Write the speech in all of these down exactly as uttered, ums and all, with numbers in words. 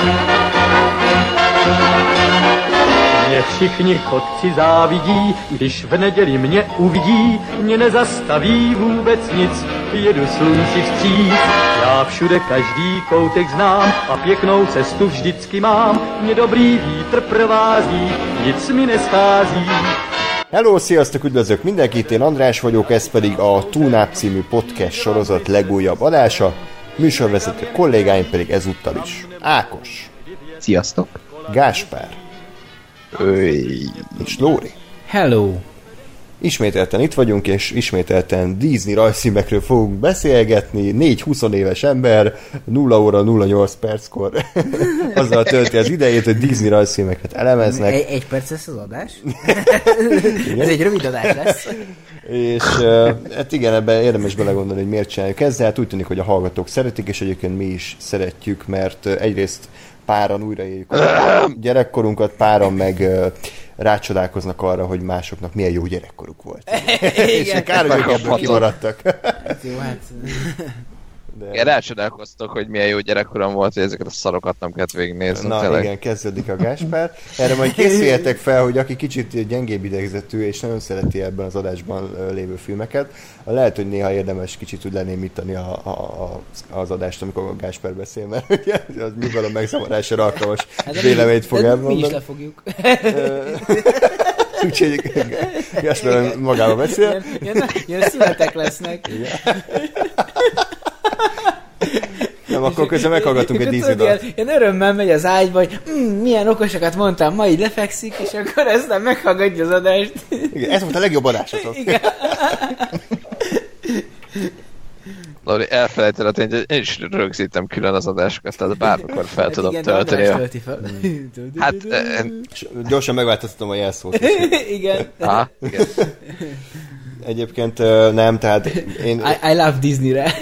Mě všichni chodci závidí, když v neděli mě uvidí, mě nezastaví vůbec nic, jedu slunci vstříc. Já všude každý koutek znám a pěknou cestu vždycky mám, mě dobrý vítr provází, nic mi neschází. Hello, sziasztok, üdvözlök mindenkit, én András vagyok, ez pedig a Tune-Up című podcast sorozat legújabb adása, műsorvezető kollégáim pedig ezúttal is. Ákos. Sziasztok. Gáspár. Öy. És Lóri. Hello. Ismételten itt vagyunk, és ismételten Disney rajzfilmekről fogunk beszélgetni. Négy huszonéves ember, nulla óra nulla nyolc perckor azzal tölti az idejét, hogy Disney rajzfilmeket elemeznek. Egy, egy perc lesz az adás? Ez egy rövid adás lesz. És uh, hát igen, ebben érdemes belegondolni, hogy miért csináljuk ezzel. Hát úgy tűnik, hogy a hallgatók szeretik, és egyébként mi is szeretjük, mert uh, egyrészt páran újraéljük a gyerekkorunkat, páran meg uh, rácsodálkoznak arra, hogy másoknak milyen jó gyerekkoruk volt. És kár, hogy ebből kimaradtak. Hát jó, hát... De... Igen, rácsodálkoztok, hogy milyen jó gyerekkorom volt, hogy ezeket a szarokat nem kellett végignézni. Na tényleg. Igen, kezdődik a Gáspár. Erre majd készüljetek fel, hogy aki kicsit gyengébb idegzetű, és nagyon szereti ebben az adásban lévő filmeket, lehet, hogy néha érdemes kicsit úgy lenémítani a, a, a, az adást, amikor a Gáspár beszél, mert ugye, az nyugalom megzavarásra alkalmas hát, véleményt fog elmondani. Mi is lefogjuk. Úgyhogy Gáspár magával beszél. Ilyen, ilyen, ilyen születek lesznek. Nem, akkor közben meghallgatunk egy Disney dalt. Ilyen, ilyen örömmel megy az ágyba, hogy mm, milyen okosakat mondtam, ma így lefekszik, és akkor aztán meghallgatja az adást. Igen, ez volt a legjobb adásotok. Igen. Lori, elfelejted a tényt, hogy én is rögzítem külön az adásokat, tehát bármikor fel hát tudom igen, tölteni. Tölti fel. Hát... Eh, gyorsan megváltoztatom a jelszót. Igen. Aha, igen. Egyébként nem, tehát én... I, I love Disney-re.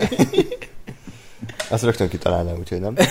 Azt rögtön kitalálnám, úgyhogy nem.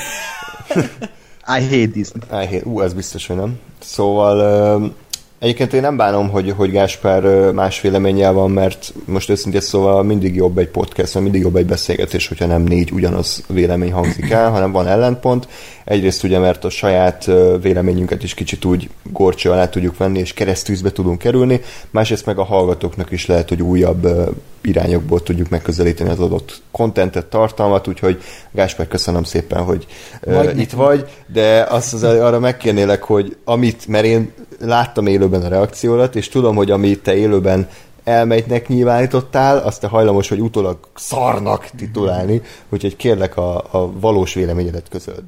I hate Disney. I hate... Ú, ez biztos, hogy nem. Szóval... Egyébként én nem bánom, hogy, hogy Gáspár más véleménnyel van, mert most őszintén szóval mindig jobb egy podcast, mindig jobb egy beszélgetés, hogyha nem négy ugyanaz vélemény hangzik el, hanem van ellenpont. Egyrészt ugye, mert a saját véleményünket is kicsit úgy górcső alá tudjuk venni, és keresztűzbe tudunk kerülni, másrészt meg a hallgatóknak is lehet, hogy újabb irányokból tudjuk megközelíteni az adott contentet, tartalmat, úgyhogy Gáspár, köszönöm szépen, hogy uh, itt vagy, de azt az, arra megkérnélek, hogy amit, mert én láttam élőben a reakciódat, és tudom, hogy amit te élőben elmegynek nyilvánítottál, azt te hajlamos, hogy utólag szarnak titulálni, úgyhogy kérlek a, a valós véleményedet közöld.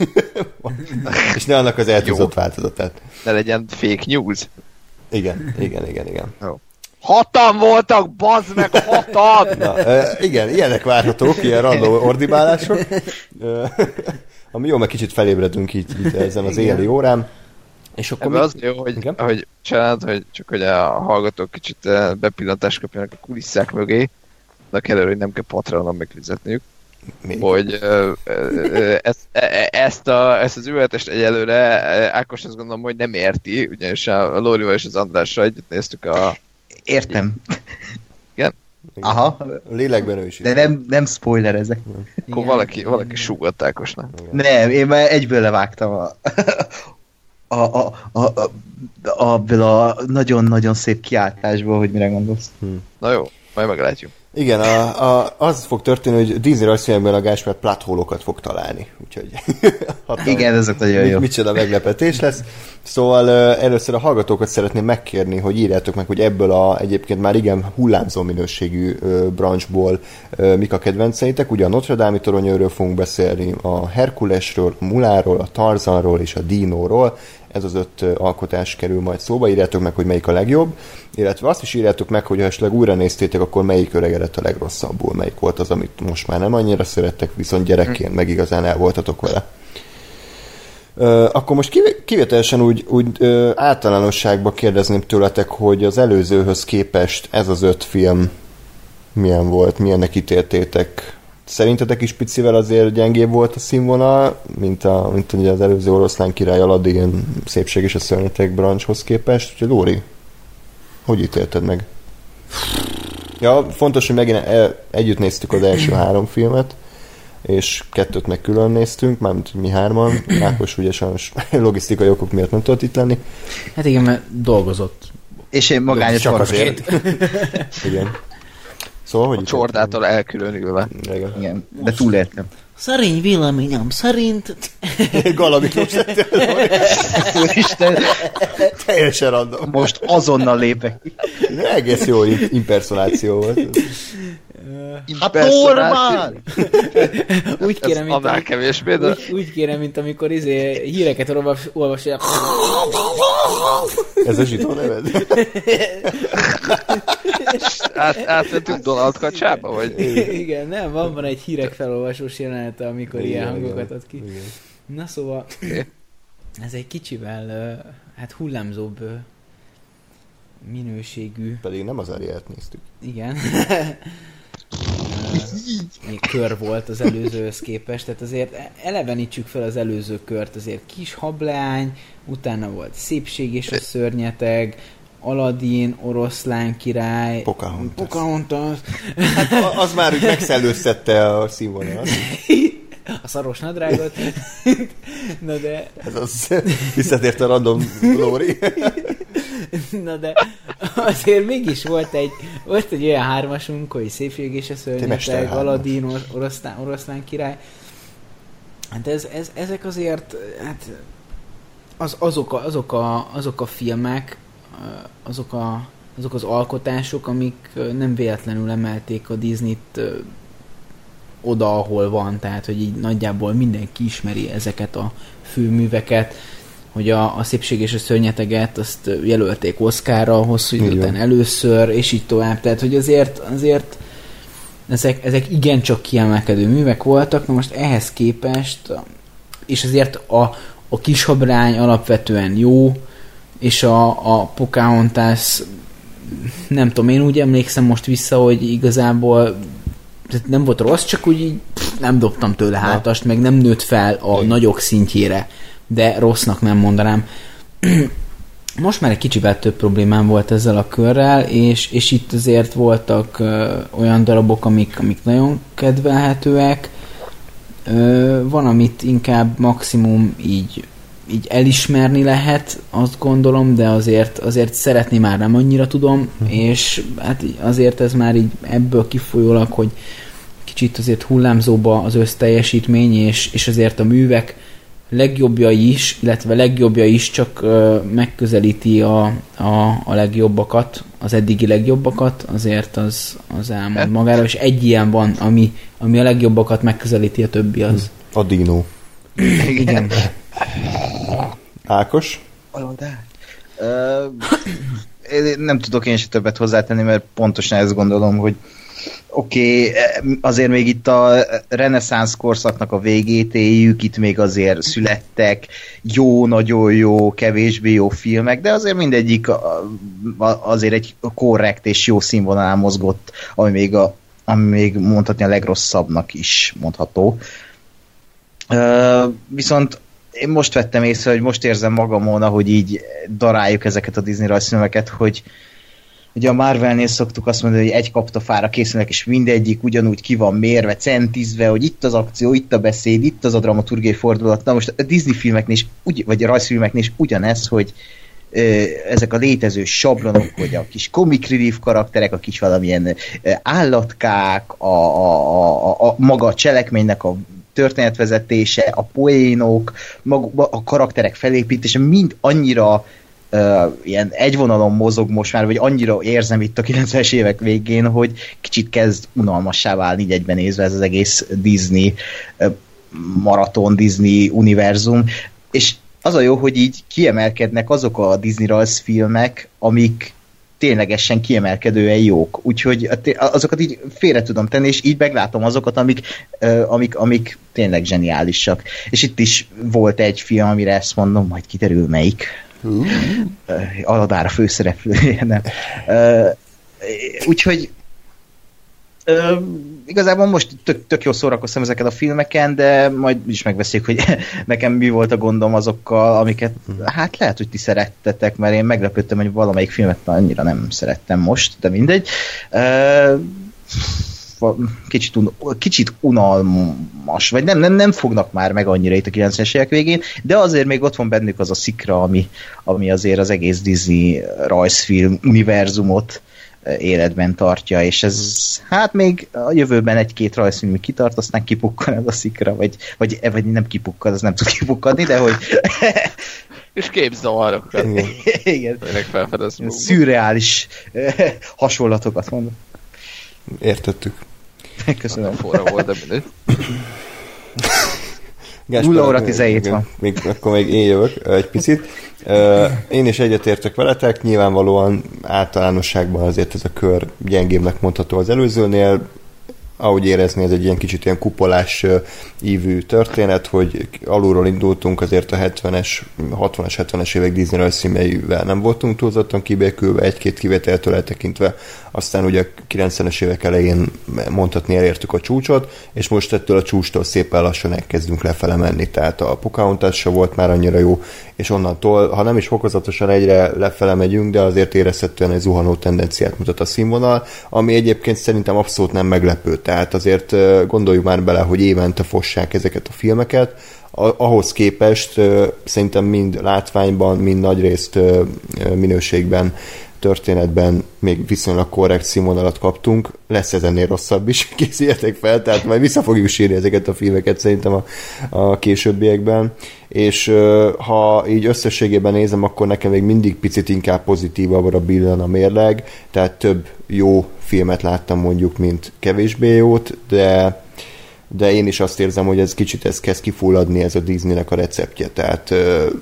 És ne annak az eltúzott változatát. Ne legyen fake news. Igen, igen, igen, igen. Jó. Hatan voltak, bazd meg, hatan! Na, e, igen, ilyenek várhatók, ilyen random ordibálások. E, ami jó, meg kicsit felébredünk így, így ezen az éjjeli órán. És akkor ebben az jó, hogy, hogy csináld, hogy csak hogy a hallgatók kicsit bepillantást kapjanak a kulisszák mögé, de kellene, hogy nem kell Patreonon megfizetniük. Még? Hogy ö, ö, ezt, ezt, a, ezt az üvöltést egyelőre Ákos azt gondolom, hogy nem érti, ugyanis a Lórival és az Andrással együtt néztük a... Értem. Igen? Aha. Lélekben ő is. De nem, nem spoiler ezek. Akkor valaki, valaki súgott Ákosnak. Nem, én már egyből levágtam a... A, a, a, a, a, a nagyon-nagyon szép kiáltásból, hogy mire gondolsz. Hmm. Na jó, majd meglátjuk. Igen, a, a, az fog történni, hogy Disney rajzfilmekben a Gáspár plathólokat fog találni. Úgyhogy igen, ezek nagyon jó. Micsoda meglepetés lesz. Szóval uh, először a hallgatókat szeretném megkérni, hogy írjátok meg, hogy ebből a egyébként már igen hullámzó minőségű uh, branchból uh, mik a kedvenceitek. Ugye a Notre Dame-i toronyőről fogunk beszélni, a Herkulesről, a Muláról, a Tarzanról és a Dinóról. Ez az öt alkotás kerül majd szóba, írjátok meg, hogy melyik a legjobb, illetve azt is írjátok meg, hogy ha esetleg újra néztétek, akkor melyik öreg lett a legrosszabbul, melyik volt az, amit most már nem annyira szerettek, viszont gyerekként meg igazán el voltatok vele. Uh, akkor most kivételesen úgy, úgy uh, általánosságban kérdezném tőletek, hogy az előzőhöz képest ez az öt film milyen volt, milyennek ítéltétek? Szerintetek is picivel azért gyengébb volt a színvonal, mint, a, mint ugye az előző Oroszlán király, Aladdin, Szépség és a szörnyetek branchhoz képest? Úgyhogy Lóri, hogy ítélted meg? Ja, fontos, hogy megint együtt néztük az első három filmet, és kettőt meg külön néztünk, mármint mi hárman. Ákos ugye sajnos logisztikai okok miatt nem tudott itt lenni. Hát igen, mert dolgozott. És én magányos csak azért. Igen. Szóval, hogy a csordától elkülönülve. Igen. Igen, de túléltem. Szerény véleményem szerint... Galamiklós Úristen, teljesen random. most azonnal lépek ki. Egész jó impersonáció volt. Hát normál! Úgy kérem, mint, annál kevésbé, de... úgy, úgy kérem, mint amikor izé, híreket olvas, olvasja. Ez a zsidó neved? Át, átmentünk Donald kacsába, vagy? Igen, nem, van, van egy hírek felolvasós jelenete, amikor igen, ilyen hangokat igen, ad ki. Igen. Na szóval, ez egy kicsivel, hát hullámzóbb minőségű. Pedig nem az Arielt néztük. Igen. Még kör volt az előzőhöz képest, tehát azért elevenítsük fel az előző kört, azért Kis hableány, utána volt Szépség és a szörnyeteg, Aladdin, Oroszlán király, Pocahontas. Pocahontas. Hát az már úgy megszellőztette a színvonalat. A szaros nadrágot. Na de... Ez az visszatért a random Lóri. Na de azért mégis volt egy, volt egy olyan hármasunk, hogy Szépség és a szörnyeteg, Aladdin, oroszlán, oroszlán király. Hát ez, ez, ezek azért, hát az, azok, a, azok, a, azok a filmek, azok, a, azok az alkotások, amik nem véletlenül emelték a Disneyt oda, ahol van, tehát hogy így nagyjából mindenki ismeri ezeket a főműveket, hogy a, a Szépség és a szörnyeteget azt jelölték Oscarra hosszú idő után először, és így tovább, tehát hogy azért, azért ezek, ezek igencsak kiemelkedő művek voltak, na most ehhez képest, és azért a, a Kishabrány alapvetően jó, és a, a Pocahontas, nem tudom, én úgy emlékszem most vissza, hogy igazából nem volt rossz, csak úgy így pff, nem dobtam tőle hátast, meg nem nőtt fel a igen. nagyok szintjére, de rossznak nem mondanám. Most már egy kicsivel több problémám volt ezzel a körrel, és, és itt azért voltak ö, olyan darabok, amik, amik nagyon kedvelhetőek. Ö, van, amit inkább maximum így így elismerni lehet, azt gondolom, de azért, azért szeretni már nem annyira tudom, hm. és hát azért ez már így ebből kifolyólag, hogy kicsit azért hullámzóba az összteljesítmény, és, és azért a művek legjobbja is, illetve legjobbja is csak uh, megközelíti a, a, a legjobbakat, az eddigi legjobbakat, azért az, az elmond magára, és egy ilyen van, ami, ami a legjobbakat megközelíti, a többi az. A Dino. Igen. Ákos? Alondár. Uh, nem tudok én se többet hozzátenni, mert pontosan ezt gondolom, hogy oké, okay, azért még itt a reneszánsz korszaknak a végét éljük, itt még azért születtek jó, nagyon jó, kevésbé jó filmek, de azért mindegyik azért egy korrekt és jó színvonalán mozgott, ami még, a, ami még mondhatni a legrosszabbnak is mondható. Uh, viszont én most vettem észre, hogy most érzem magamon, ahogy így daráljuk ezeket a Disney rajzfilmeket, hogy ugye a Marvelnél szoktuk azt mondani, hogy egy kaptafára készülnek, és mindegyik ugyanúgy ki van mérve, centizve, hogy itt az akció, itt a beszéd, itt az a dramaturgiai fordulat. Na most a Disney filmeknél is, vagy a rajzfilmeknél is ugyanez, hogy ö, ezek a létező sablonok, hogy a kis comic relief karakterek, a kis valamilyen állatkák, a, a, a, a maga a cselekménynek a történetvezetése, a poénok, maga, a karakterek felépítése mind annyira uh, ilyen egyvonalon mozog most már, vagy annyira érzem itt a kilencvenes évek végén, hogy kicsit kezd unalmassá válni így egyben nézve ez az egész Disney uh, maraton, Disney univerzum, és az a jó, hogy így kiemelkednek azok a Disney rajzfilmek, amik ténylegesen kiemelkedően jók. Úgyhogy azokat így félre tudom tenni, és így meglátom azokat, amik, amik, amik tényleg zseniálisak. És itt is volt egy film, amire ezt mondom, majd kiderül melyik. Uh. Aladár a főszereplője, nem. Úgyhogy Uh, igazából most tök, tök jól szórakoztam ezeken a filmeken, de majd is megbeszéljük, hogy nekem mi volt a gondom azokkal, amiket hát lehet, hogy ti szerettetek, mert én meglepődtem, hogy valamelyik filmet annyira nem szerettem most, de mindegy. Uh, kicsit, un, kicsit unalmas, vagy nem, nem, nem fognak már meg annyira itt a kilencvenes évek végén, de azért még ott van bennük az a szikra, ami, ami azért az egész Disney rajzfilm univerzumot életben tartja, és ez hát még a jövőben egy-két rajzfilmű kitart, aztán kipukkan ez a szikra, vagy, vagy, vagy nem kipukkad, az nem tud kipukkadni, de hogy és képzavarokat. Igen. Szürreális hasonlatokat mondom. Értettük. Köszönöm. Forra volt, de mindegy. nulla óra tizenhét van. Még, akkor még én jövök egy picit. Én is egyetértek veletek, nyilvánvalóan általánosságban azért ez a kör gyengébbnek mondható az előzőnél. Ahogy érezni, ez egy ilyen kicsit ilyen kupolás ívű történet, hogy alulról indultunk, azért a hetvenes, hatvanas, hetvenes évek Disney rajzfilmjeivel nem voltunk túlzottan kibékülve, egy-két kivételtől eltekintve, aztán ugye a kilencvenes évek elején mondhatni elértük a csúcsot, és most ettől a csúcstól szépen lassan elkezdünk lefele menni, tehát a Pocahontas se volt már annyira jó, és onnantól, ha nem is fokozatosan egyre lefele megyünk, de azért érezhetően egy zuhanó tendenciát mutat a színvonal, ami egyébként szerintem abszolút nem meglepő. Tehát azért gondoljuk már bele, hogy évente fossák ezeket a filmeket. Ahhoz képest szerintem mind látványban, mind nagyrészt minőségben, történetben még viszonylag korrekt színvonalat kaptunk. Lesz ez ennél rosszabb is, készüljetek fel, tehát majd vissza fogjuk sírni ezeket a filmeket szerintem a, a későbbiekben. És ha így összességében nézem, akkor nekem még mindig picit inkább pozitívabbra billen a mérleg, tehát több jó filmet láttam mondjuk, mint kevésbé jót, de, de én is azt érzem, hogy ez kicsit ez kezd kifulladni, ez a Disneynek a receptje, tehát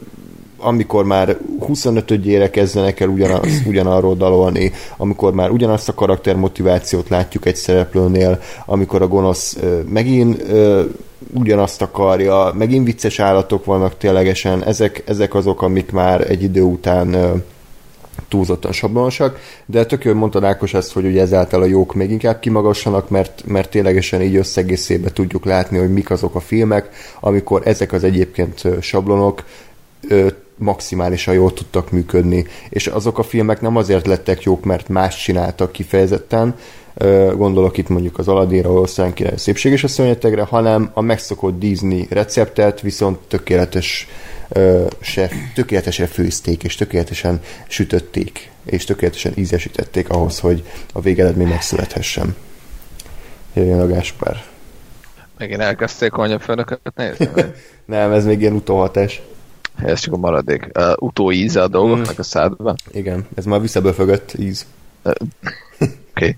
amikor már huszonötödjére kezdenek el ugyanaz, ugyanarról dalolni, amikor már ugyanazt a karaktermotivációt látjuk egy szereplőnél, amikor a gonosz ö, megint ö, ugyanazt akarja, megint vicces állatok vannak ténylegesen, ezek, ezek azok, amik már egy idő után ö, túlzottan sablonosak, de tök jól mondtad Ákos ezt, hogy ugye ezáltal a jók még inkább kimagassanak, mert, mert ténylegesen így összegészében tudjuk látni, hogy mik azok a filmek, amikor ezek az egyébként sablonok ö, maximálisan jól tudtak működni, és azok a filmek nem azért lettek jók, mert más csináltak kifejezetten, gondolok itt mondjuk az Aladdinra, Osztrán király szépség és a szörnyetegre, hanem a megszokott Disney receptet viszont tökéletes chef, tökéletesen főzték, és tökéletesen sütötték, és tökéletesen ízesítették ahhoz, hogy a végeredmény megszülethessen. Jöjjön a Gáspár. Megint elkezdték anyafőnöket nézni? Nem, ez még ilyen utóhatás. Ez csak a maradék. Uh, utóíze a dolgoknak mm. a szádban. Igen, ez már visszaböfögött íz. Uh, Oké. Okay.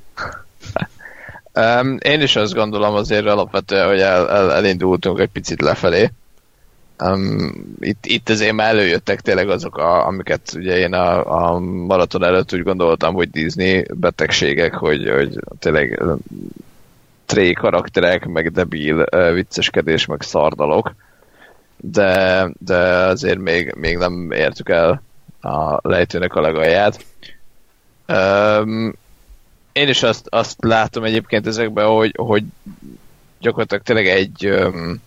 um, én is azt gondolom azért alapvetően, hogy el, el, elindultunk egy picit lefelé. Um, itt, itt azért már előjöttek tényleg azok, a, amiket ugye én a, a maraton előtt úgy gondoltam, hogy Disney betegségek, hogy, hogy tényleg tré karakterek, meg debil vicceskedés, meg szardalok. De, de azért még, még nem értük el a lejtőnek a legalját. Um, én is azt, azt látom egyébként ezekben, hogy, hogy gyakorlatilag tényleg egy um,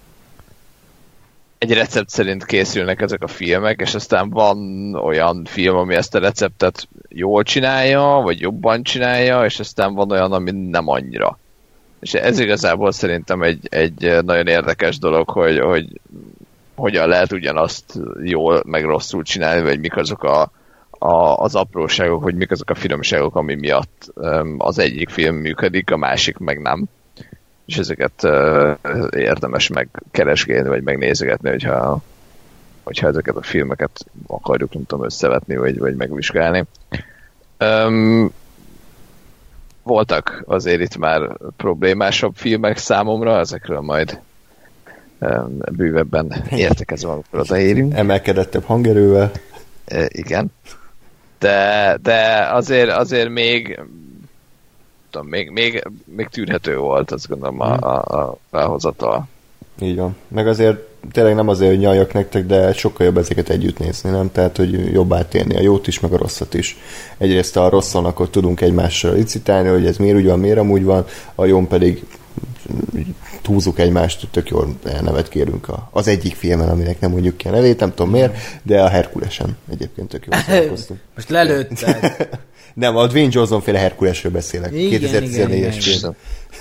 egy recept szerint készülnek ezek a filmek, és aztán van olyan film, ami ezt a receptet jól csinálja, vagy jobban csinálja, és aztán van olyan, ami nem annyira. És ez igazából szerintem egy, egy nagyon érdekes dolog, hogy, hogy hogyan lehet ugyanazt jól meg rosszul csinálni, vagy mik azok a, a, az apróságok, hogy mik azok a finomságok, ami miatt um, az egyik film működik, a másik meg nem. És ezeket uh, érdemes megkeresgélni, vagy megnézegetni, hogyha, hogyha ezeket a filmeket akarjuk, nem tudom, összevetni, vagy, vagy megvizsgálni. Um, voltak azért itt már problémásabb filmek számomra, ezekről majd um, bővebben értekezve, amikor odaérünk. Emelkedettebb hangerővel. E, igen. De, de azért, azért még tudom, még, még, még tűrhető volt, azt gondolom a, a, a felhozatal. Így van. Meg azért tényleg nem azért, hogy nyaljak nektek, de sokkal jobb ezeket együtt nézni, nem? Tehát, hogy jobb átélni a jót is, meg a rosszat is. Egyrészt a rosszon akkor tudunk egymással licitálni, hogy ez miért úgy van, miért amúgy van, a jón pedig túzzuk egymást, tök jól nevet kérünk a, az egyik filmen, aminek nem mondjuk ki a nevét, nem tudom miért, de a Herkulesen egyébként tök jól szórakoztunk. Most lelőtted. Nem, a Dwayne Johnson féle Herkulesről beszélek. Igen, kétezer-tizennégyes igen, film.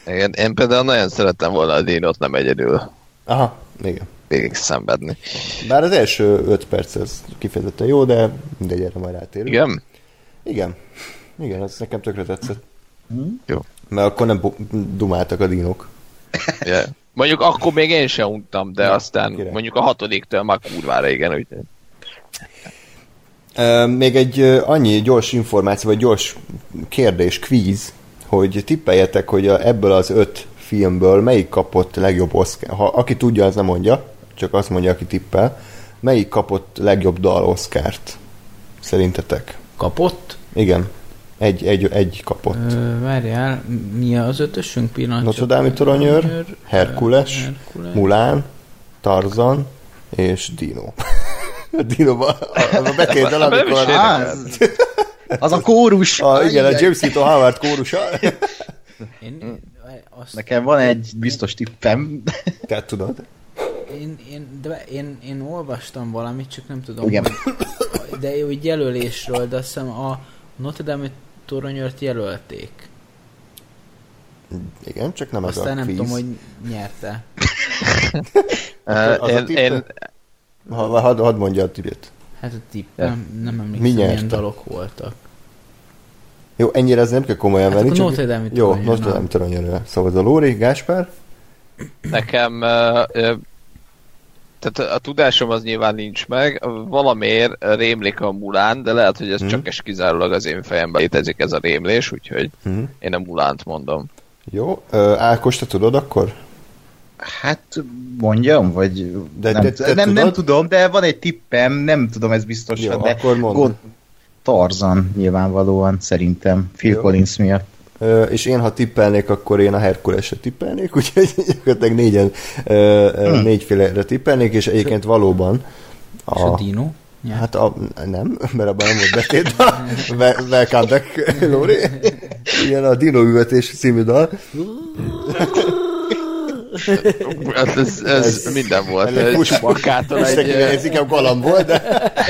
Igen, én például nagyon szerettem volna a dinót nem egyedül. Aha, igen. Végig szenvedni. Bár az első öt perc ez kifejezetten jó, de mindegy, erre majd rátérünk. Igen? Igen. Igen, ez nekem tökre tetszett. Mm. Jó. Mert akkor nem dumáltak a dinók. Yeah. Mondjuk akkor még én sem untam, de ja, aztán kire. Mondjuk a hatodiktől már kurvára igen, úgyhogy. Uh, még egy uh, annyi gyors információ, vagy gyors kérdés, kvíz, hogy tippeljetek, hogy a, ebből az öt filmből melyik kapott legjobb Oscar. Ha aki tudja, az nem mondja, csak azt mondja, aki tippel. Melyik kapott legjobb dal Oscart? Szerintetek? Kapott? Igen. Egy, egy, egy kapott. Ö, várjál, mi az ötösünk pillanat? Notre Dame toronyőr, Herkules, Herkules, Mulan, Tarzan és Dino. A Dino az a betétdal, amikor... Az, az a kórus. A, igen, a James Eaton Howard kórusa. Én, azt... Nekem van egy biztos tippem. Te tudod? Én, én, de én, én olvastam valamit, csak nem tudom, hogy, de úgy jelölésről, de azt hiszem a Notre Dame toronyőrt jelölték. Igen, csak nem az a aztán nem kvíz. tudom, hogy nyerte. az én, én... Ha, hadd had mondja a tippet. Hát a tipp, nem, nem emlékszem, milyen dalok voltak. Jó, ennyire ez nem kell komolyan hát venni. Csak... Notre Dame jó, Notre Dame toronyőr. Szóval a Lóri, Gáspár? Nekem... Uh, uh, tehát a tudásom az nyilván nincs meg, valamiért rémlik a Mulán, de lehet, hogy ez hmm. csak és kizárólag az én fejemben létezik ez a rémlés, úgyhogy hmm. én a Mulánt mondom. Jó, Ákos, te tudod akkor? Hát mondjam, vagy de, nem, de, te nem, nem tudom, de van egy tippem, nem tudom ez biztosan, jó, de akkor gond... Tarzan nyilvánvalóan szerintem, Phil jó. Collins miatt. Ö, és én, ha tippelnék, akkor én a Herkulesre tippelnék, úgyhogy gyakorlatilag négyen, ö, hmm. négyfélere tippelnék, és egyébként valóban a... És a Dino? Ja. Hát a, nem, mert abban nem volt betét, de welcome back, Lóri. Ilyen a Dino üvetés című dal. Hát ez, ez, ez minden volt. Ez, ez, egy, ez inkább galamb volt, de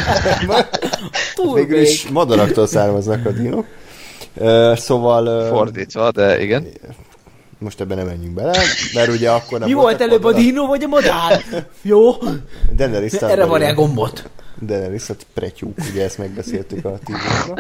végül is madaraktól származnak a dinok. Uh, szóval... Uh, Fordítva, de igen. Most ebben nem menjünk bele, mert ugye akkor nem... Mi volt előbb a dino vagy a madár? Jó? Daenerys erre van egy gombot. Daenerys, hát pretyúk, ugye ezt megbeszéltük a tízókra.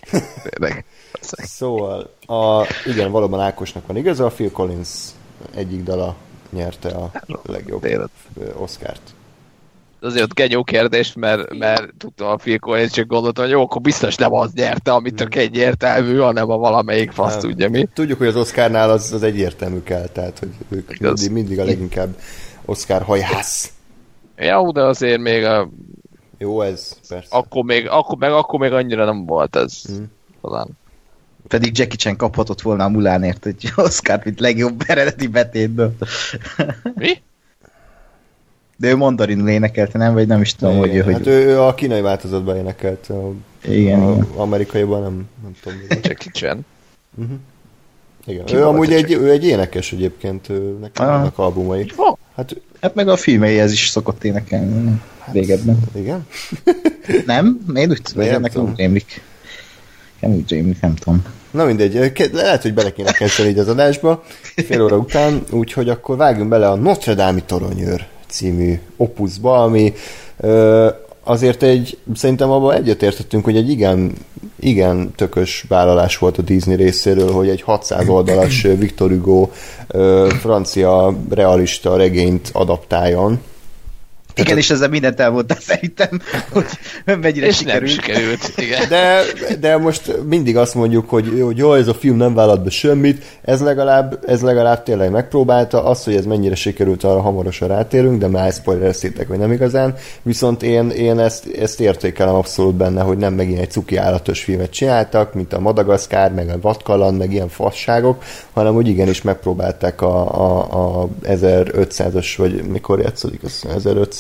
Szóval, a, igen, valóban Ákosnak van igaza, a Phil Collins egyik dala nyerte a legjobb Oscart. Azért genyó kérdés, mert, mert tudtam a Phil Collins, csak gondoltam, hogy jó, akkor biztos nem az nyerte, amit tök egyértelmű, hanem a valamelyik fasz nem. Tudja mi. Tudjuk, hogy az Oscarnál az, az egyértelmű kell, tehát hogy ők mindig, mindig a leginkább Oscar hajhász. Jó, de azért még a... Jó, ez persze. Akkor még, akkor, meg akkor még annyira nem volt ez. Hmm. Talán. Pedig Jackie Chan kaphatott volna a Mulánért egy Oscart, mint legjobb eredeti betétből. Mi? De ő mandarinul énekelte, nem? Vagy nem is tudom, igen, hogy... Hát ő, ő a kínai változatban énekelt. A, igen, a, igen. Amerikaiban nem, nem tudom. Jackie Chan. Uh-huh. Igen. Ő amúgy egy, ő egy énekes egyébként, ő neki ah. vannak albumai. Oh. Hát, hát meg a filmeihez is szokott énekelni régebben. Hát, igen? Nem? Én úgy tudom, hogy nekem úgy rémlik. Nem úgy rémlik, nem tudom. Na mindegy, lehet, hogy bele kéne kezdeni így az adásba, fél óra után, úgyhogy akkor vágjunk bele a Notre Dame toronyőr című opuszba, ami ö, azért egy, szerintem abban egyetértettünk, hogy egy igen, igen tökös vállalás volt a Disney részéről, hogy egy hatszáz oldalas Victor Hugo ö, francia realista regényt adaptáljon. Igen, tehát, és ezzel mindent elmondtál szerintem, hogy mennyire és sikerült. Nem sikerült, igen. De, de most mindig azt mondjuk, hogy, hogy jó, ez a film nem vállalt be semmit, ez legalább, ez legalább tényleg megpróbálta, az, hogy ez mennyire sikerült, arra hamarosan rátérünk, de már spoilereztétek, hogy nem igazán, viszont én, én ezt, ezt értékelem abszolút benne, hogy nem megint egy cuki állatos filmet csináltak, mint a Madagaszkár, meg a Vadkaland, meg ilyen fasságok, hanem hogy igenis megpróbálták a, a, a ezerötszázas, vagy mikor játszódik, az ezerötszáz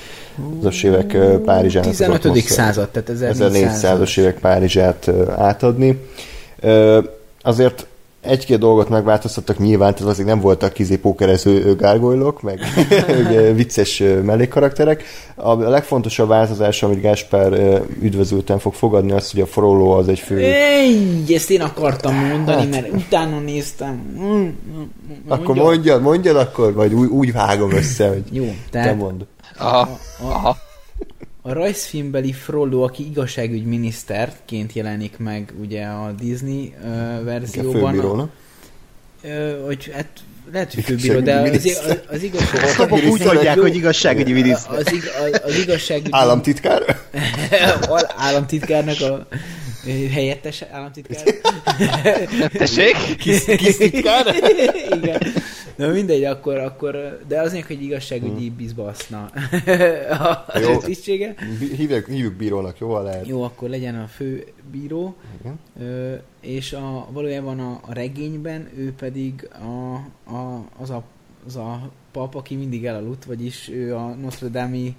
az évek Párizsának tizenötödik század, tehát ezernégyszázas évek Párizsát átadni. Azért egy-két dolgot megváltoztattak nyilván, tehát azért nem voltak kizé pókerező gárgolylok, meg vicces mellékkarakterek. A legfontosabb változás, amit Gáspár üdvözülten fog fogadni, az, hogy a Frollo az egy fő... Éj, ezt én akartam mondani, hát... mert utána néztem. Mondjad. Akkor mondjad, mondjad akkor, vagy úgy, úgy vágom össze, hogy jó, tehát te mondd. Aha, a, a, aha. A rajzfilmbeli Frollo, aki igazságügyminiszterként jelenik meg ugye a Disney uh, verzióban. A főbírónak. Uh, hogy hát lehet, hogy főbíró, de az, az, az igazságügyi... Úgy mondják, hogy igazságügyi miniszter. Az, az, az igazságügyi... Államtitkár? Államtitkárnak a helyettes államtitkár. Tessék? Kis, kis titkár? Igen. Na mindegy, akkor, akkor de azért, hogy igazságügyi hmm. bizbaszna a jó. tisztsége. Hívjuk, hívjuk bírónak, jó? Lehet. Jó, akkor legyen a fő bíró. Igen. Ö, és a, valójában a, a regényben ő pedig a, a, az, a, az a pap, aki mindig elaludt, vagyis ő a Notre Dame-i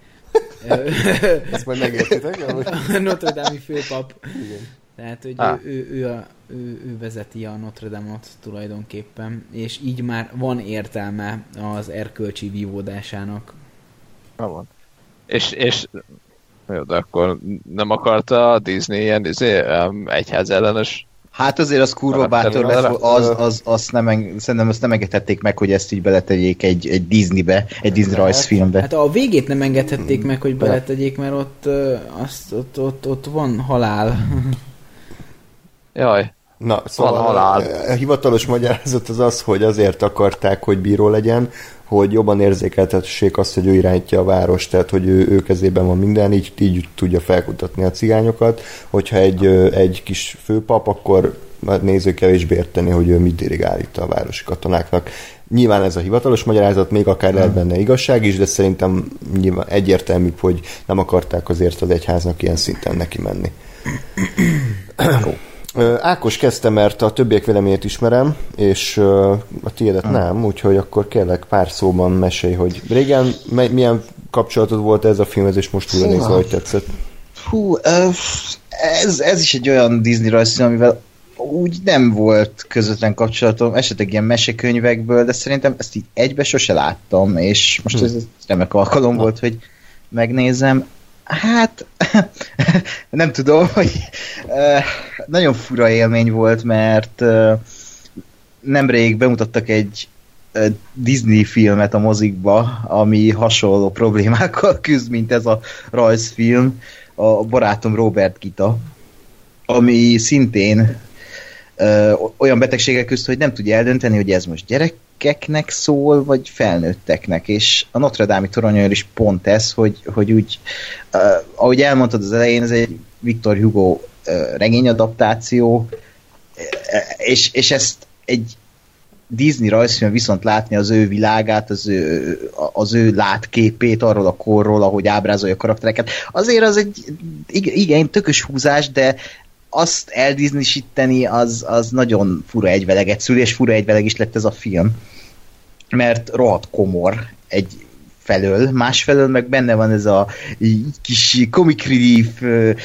ezt majd megértitek? A Notre Dame-i főpap. Igen. Tehát, hogy ah. ő, ő, ő, a, ő, ő vezeti a Notre Dame-ot tulajdonképpen, és így már van értelme az erkölcsi vívódásának. Na van. És, és jó, de akkor nem akarta a Disney ilyen izé, egyház ellenes? Hát azért az kurva bátor lesz, az, az, az nem, szerintem azt nem engedhették meg, hogy ezt így beletegyék egy, egy Disneybe, egy Disney rajzfilmbe. Hát a végét nem engedhették meg, hogy beletegyék, mert ott, azt, ott, ott, ott van halál. Jaj. Na, szóval a, a hivatalos magyarázat az az, hogy azért akarták, hogy bíró legyen, hogy jobban érzékeltessék azt, hogy ő irányítja a várost, tehát hogy ő, ő kezében van minden, így, így tudja felkutatni a cigányokat. Hogyha egy, egy kis főpap, akkor néző kevésbé érteni, hogy ő mit dirigál itt a városi katonáknak. Nyilván ez a hivatalos magyarázat, még akár lehet benne igazság is, de szerintem nyilván egyértelműbb, hogy nem akarták azért az egyháznak ilyen szinten neki menni. Ákos kezdte, mert a többiek véleményét ismerem, és a tiédet nem, úgyhogy akkor kérlek pár szóban mesélj, hogy régen milyen kapcsolatod volt ez a filmhez, és most újra nézve, hogy tetszett? Hú, ez, ez is egy olyan Disney rajzfilm, amivel úgy nem volt közvetlen kapcsolatom, esetleg ilyen mesekönyvekből, de szerintem ezt így egybe sose láttam, és most hm. ez remek alkalom Na. volt, hogy megnézem. Hát, nem tudom, hogy uh, nagyon fura élmény volt, mert uh, nemrég bemutattak egy uh, Disney filmet a mozikba, ami hasonló problémákkal küzd, mint ez a rajzfilm, a barátom Robert Gita, ami szintén uh, olyan betegségek küzd, hogy nem tudja eldönteni, hogy ez most gyerekeknek szól, vagy felnőtteknek, és a Notre Dame-i toronyról is pont ez, hogy, hogy úgy, uh, ahogy elmondtad az elején, ez egy Victor Hugo uh, regényadaptáció, uh, és, és ezt egy Disney rajzfilm viszont látni az ő világát, az ő, az ő látképét arról a korról, ahogy ábrázolja a karaktereket. Azért az egy igen, tökös húzás, de azt eldisneysíteni, az, az nagyon fura egyveleget szül, és fura egyveleg is lett ez a film. Mert rohadt komor egy felől, másfelől meg benne van ez a kis comic relief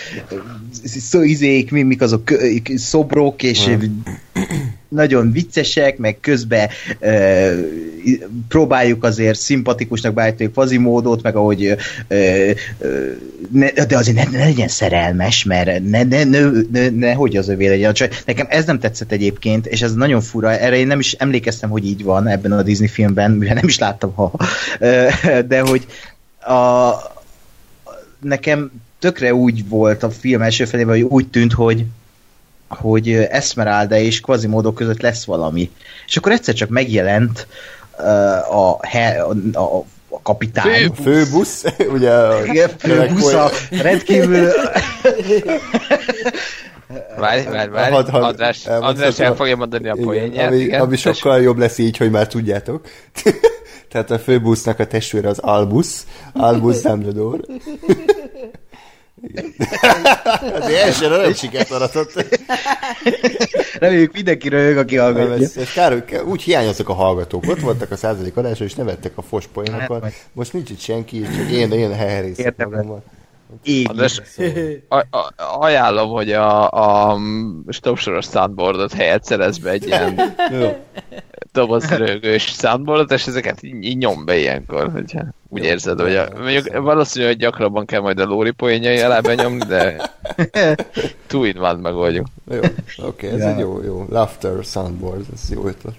szó, izék, mik azok szobrok, és hmm. nagyon viccesek, meg közben e, próbáljuk azért szimpatikusnak beállítani Quasimodo-t, meg ahogy e, e, ne, de azért ne, ne legyen szerelmes, mert ne, ne, ne, ne, ne hogy az övé legyen. Nekem ez nem tetszett egyébként, és ez nagyon fura. Erre én nem is emlékeztem, hogy így van ebben a Disney filmben, mivel nem is láttam, ha. De hogy a, nekem tökre úgy volt a film első felében, hogy úgy tűnt, hogy hogy Esmeralda és Quasimodo között lesz valami. És akkor egyszer csak megjelent uh, a, a, a, a kapitány. A főbusz, ugye? Igen, főbusz a rendkívül... Várj, várj, várj. Had, had, András, András el fogja mondani a poénját. Ami, igen, ami sokkal jobb lesz így, hogy már tudjátok. Tehát a főbusznak a testvére az Albus. Albus Dumbledore. Azért elsőre nem sikert aratott. Reméljük mindenki röhög, aki hallgatja. Ez, ez kár, úgy hiányoztak a hallgatók. Ott voltak a századik adásra, és nevettek a fos poénokat. Most nincs itt senki, csak én, én heherészek magammal. Ég. A, a, ajánlom, hogy a, a stopsoros soundboardot helyett szerez be egy ilyen dobozrögős soundboardot, és ezeket így, így nyom be ilyenkor, hogyha úgy jó, érzed, hogy a, mondjuk valószínű, hogy gyakrabban kell majd a Lóri poénjai alá benyomni, de two in one megoldjuk. Jó, oké, okay, ez ja. egy jó, jó. Laughter soundboard, ez jó ötlet.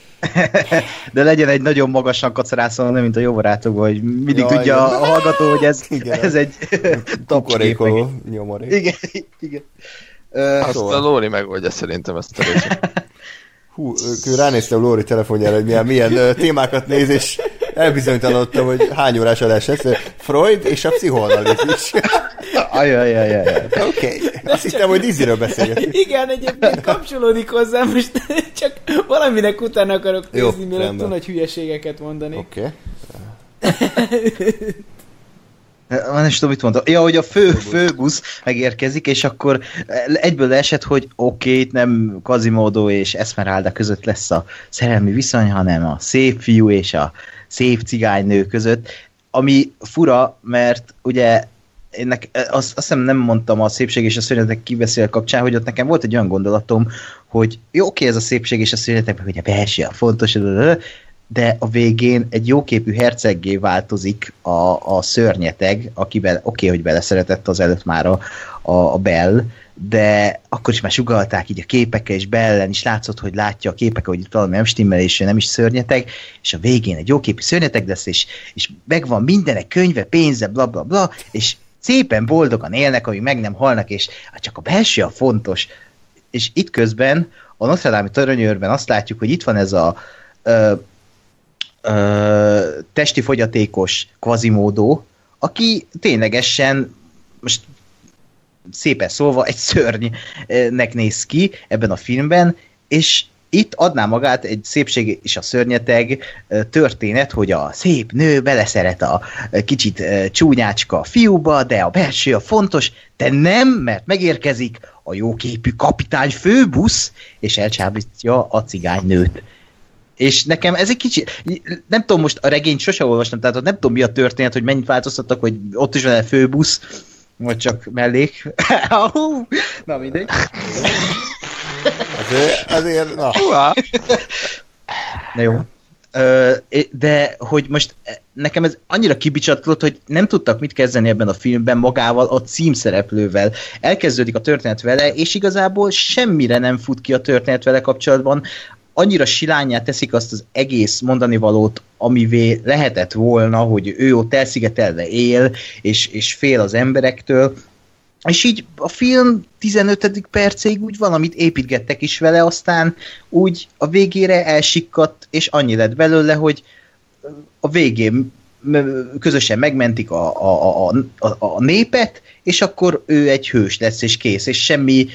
De legyen egy nagyon magasan kacarászon, nem mint a jó barátokban, hogy mindig ja, tudja igen. a hallgató, hogy ez, igen. ez egy kukorékoló nyomorék. Igen, igen. Azt szóval. A Lóri megoldja szerintem ezt a részt. Hú, ránéztem Lóri telefonjára, hogy milyen, milyen témákat néz, és elbizonytalanodtam, hogy hány órás adás lesz. Freud és a pszichoanalízis. Ajajajajaj. Oké. Okay. Azt hittem, hogy Dizzyről beszélgetünk. Igen, egyébként kapcsolódik hozzá, most csak valaminek utána akarok nézni, mielőtt túl nagy hülyeségeket mondani. Oké. Okay. Nem is tudom, mit mondtam. Ja, hogy a fő, főbusz megérkezik, és akkor egyből esett, hogy oké, okay, itt nem Quasimodo és Esmeralda között lesz a szerelmi viszony, hanem a szép fiú és a szép cigánynő között, ami fura, mert ugye ennek, azt, azt hiszem nem mondtam a szépség és a szörnyetek kibeszél kapcsán, hogy ott nekem volt egy olyan gondolatom, hogy jó, oké, ez a szépség és a szörnyetek, hogy a belső, a fontos, de a végén egy jóképű herceggé változik a, a szörnyeteg, akiben oké, hogy beleszeretett az előtt már a, a, a Bell, de akkor is már sugallták így a képekkel, és Bellen is látszott, hogy látja a képekkel, hogy itt valami nem stimmel, és nem is szörnyeteg, és a végén egy jóképű szörnyeteg lesz, és, és megvan mindenek, könyve, pénze, bla bla bla, és szépen boldogan élnek, amíg meg nem halnak, és csak a belső a fontos. És itt közben a Notre Dame-i toronyőrben azt látjuk, hogy itt van ez a ö, ö, testi fogyatékos Quasimodo, aki ténylegesen, most szépen szólva, egy szörnynek néz ki ebben a filmben, és itt adná magát egy szépség és a szörnyeteg történet, hogy a szép nő beleszeret a kicsit csúnyácska fiúba, de a belső a fontos, de nem, mert megérkezik a jóképű kapitány főbusz, és elcsábítja a cigánynőt. És nekem ez egy kicsit, nem tudom, most a regényt sose olvastam, tehát nem tudom mi a történet, hogy mennyit változtattak, hogy ott is van egy főbusz, vagy csak mellék. Na mindegy. Azért, azért, na. Na jó. De hogy most nekem ez annyira kibicsatlott, hogy nem tudtak mit kezdeni ebben a filmben magával, a címszereplővel. Elkezdődik a történet vele, és igazából semmire nem fut ki a történet vele kapcsolatban. Annyira silányát teszik azt az egész mondani valót, amivé lehetett volna, hogy ő ott elszigetelve él, és, és fél az emberektől. És így a film tizenötödik percéig úgy valamit építgettek is vele, aztán úgy a végére elsikkadt, és annyi lett belőle, hogy a végén közösen megmentik a, a, a, a, a népet, és akkor ő egy hős lesz, és kész, és semmi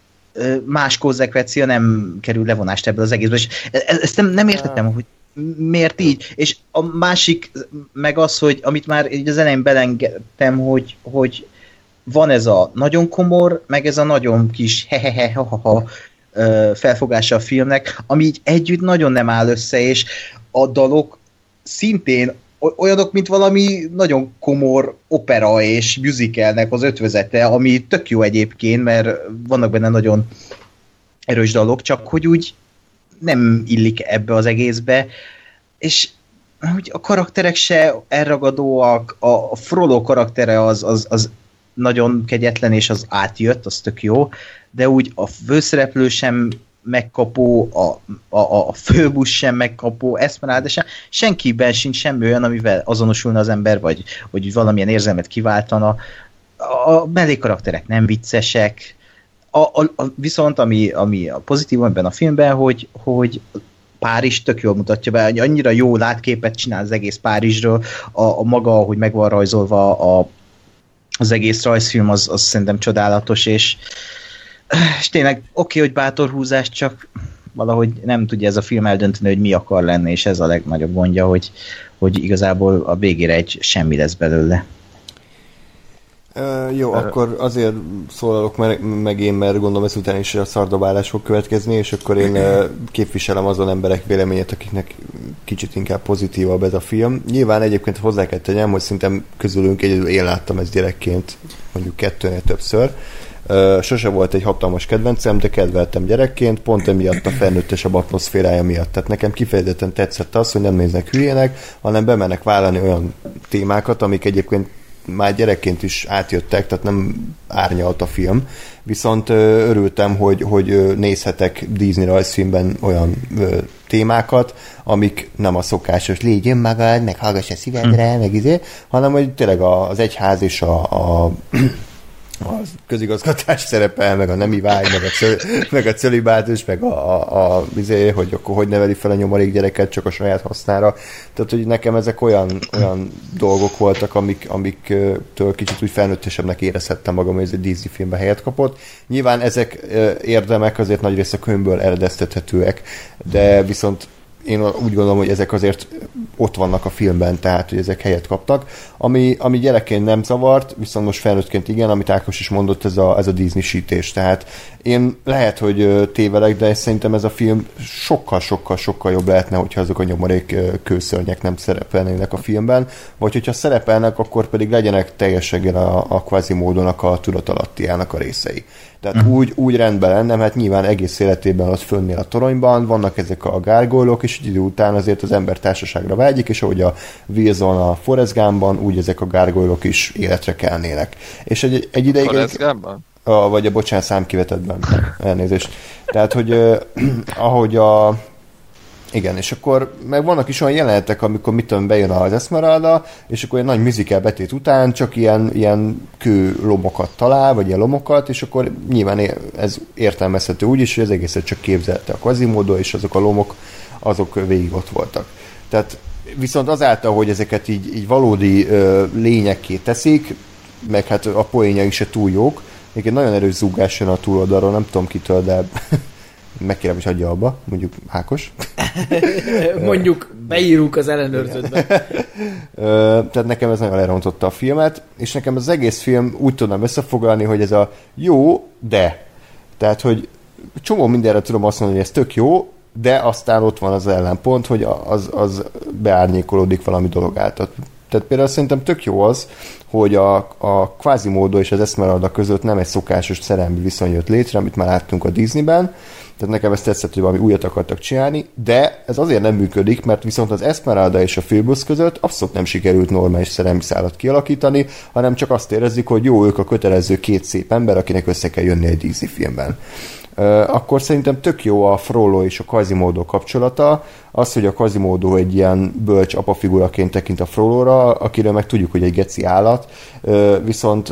más konzekvencia nem kerül levonást ebből az egészből. És ezt nem, nem értettem, hogy miért így. És a másik meg az, hogy amit már így az elején belengedtem, hogy, hogy van ez a nagyon komor, meg ez a nagyon kis hehehe, ha-ha-ha felfogása a filmnek, ami így együtt nagyon nem áll össze, és a dalok szintén olyanok, mint valami nagyon komor opera és musicalnek az ötvözete, ami tök jó egyébként, mert vannak benne nagyon erős dalok, csak hogy úgy nem illik ebbe az egészbe, és hogy a karakterek se elragadóak, a, a Frollo karaktere az, az, az nagyon kegyetlen, és az átjött, az tök jó, de úgy a főszereplő sem megkapó, a, a, a főbusz sem megkapó, Esmeralda sem, senkiben sincs semmi olyan, amivel azonosulna az ember, vagy, vagy valamilyen érzelmet kiváltana. A mellékkarakterek nem viccesek, a, a, a, viszont ami, ami a pozitív ebben a filmben, hogy, hogy Párizs tök jól mutatja be, annyira jó látképet csinál az egész Párizsről, a, a maga, ahogy meg van rajzolva a, az egész rajzfilm, az, az szerintem csodálatos, és és tényleg oké, okay, hogy bátor húzás, csak valahogy nem tudja ez a film eldönteni, hogy mi akar lenni, és ez a legnagyobb gondja, hogy, hogy igazából a végére egy semmi lesz belőle. Uh, jó, uh, akkor azért szólalok meg, meg én, mert gondolom ezután is a szardobálás fog következni, és akkor én uh, képviselem azon emberek véleményét, akiknek kicsit inkább pozitívabb ez a film. Nyilván egyébként hozzá kell tegyem, hogy szerintem közülünk egyedül én láttam ezt gyerekként, mondjuk kettőnél többször. Uh, sose volt egy hatalmas kedvencem, de kedveltem gyerekként, pont emiatt a felnőttesebb atmoszférája miatt. Tehát nekem kifejezetten tetszett az, hogy nem néznek hülyének, hanem bemennek vállalni olyan témákat, amik egyébként már gyerekként is átjöttek, tehát nem árnyalt a film. Viszont örültem, hogy, hogy nézhetek Disney rajzfilmben olyan ö, témákat, amik nem a szokásos légy önmagad, meg hallgass a szívedre, hmm. meg izé, hanem hogy tényleg az egyház és a, a a közigazgatás szerepel, meg a nemi vágy, meg a, cöl, meg a cölibátus, meg a, a, a izé, hogy akkor hogy neveli fel a nyomorék gyereket csak a saját hasznára. Tehát, hogy nekem ezek olyan, olyan dolgok voltak, amik, amiktől kicsit úgy felnőttesebbnek érezhettem magam, hogy ez egy Disney filmben helyet kapott. Nyilván ezek érdemek azért nagyrészt a könyvből eredeztethetőek, de viszont én úgy gondolom, hogy ezek azért ott vannak a filmben, tehát, hogy ezek helyet kaptak. Ami, ami gyerekként nem zavart, viszont most felnőttként igen, amit Ákos is mondott, ez a, ez a Disney-sítés. Tehát én lehet, hogy tévedek, de szerintem ez a film sokkal-sokkal-sokkal jobb lehetne, hogyha azok a nyomorék kőszörnyek nem szerepelnének a filmben, vagy hogyha szerepelnek, akkor pedig legyenek teljességgel a, a Quasimodo-nak a tudatalattiának a részei. Tehát uh-huh. úgy, úgy rendben lenne, hát nyilván egész életében ott fönnél a toronyban, vannak ezek a gárgólok, és idő után azért az ember társaságra vágyik, és ahogy a Wilson a Forrest Gumpban, úgy ezek a gárgólok is életre kelnének. És egy, egy ideig... Forrest Gumpban? A, vagy a bocsánat, számkivetetben. Elnézést. Tehát, hogy eh, ahogy a... Igen, és akkor meg vannak is olyan jelenetek, amikor mit tudom, bejön az Esmeralda, és akkor egy nagy musical betét után csak ilyen, ilyen kő lomokat talál, vagy ilyen lomokat, és akkor nyilván ez értelmezhető úgy is, hogy az egészet csak képzelte a Quasimodo, és azok a lomok, azok végig ott voltak. Tehát viszont azáltal, hogy ezeket így, így valódi ö, lényekké teszik, meg hát a poénjai se túl jók, még egy nagyon erős zúgás jön a túloldalról, nem tudom kitől, de megkérem is adja abba, mondjuk Ákos. mondjuk beírjuk az ellenőrzőtbe. Tehát nekem ez nagyon lerontotta a filmet, és nekem az egész film úgy tudnám összefoglalni, hogy ez a jó, de. Tehát, hogy csomó mindenre tudom azt mondani, hogy ez tök jó, de aztán ott van az ellenpont, hogy az, az beárnyékolódik valami dolog által. Tehát például szerintem tök jó az, hogy a, a Quasimodo és az Esmeralda között nem egy szokásos szerelmi viszony jött létre, amit már láttunk a Disneyben, tehát nekem ezt tetszett, hogy valami újat akartak csinálni, de ez azért nem működik, mert viszont az Esmeralda és a Phoebus között abszolút nem sikerült normális szerelmi szálat kialakítani, hanem csak azt érezzük, hogy jó, ők a kötelező két szép ember, akinek össze kell jönni egy Disney filmben. Uh, akkor szerintem tök jó a Frollo és a Quasimodo kapcsolata, az, hogy a Quasimodo egy ilyen bölcs apafiguraként tekint a Frollóra, akiről meg tudjuk, hogy egy geci állat, uh, viszont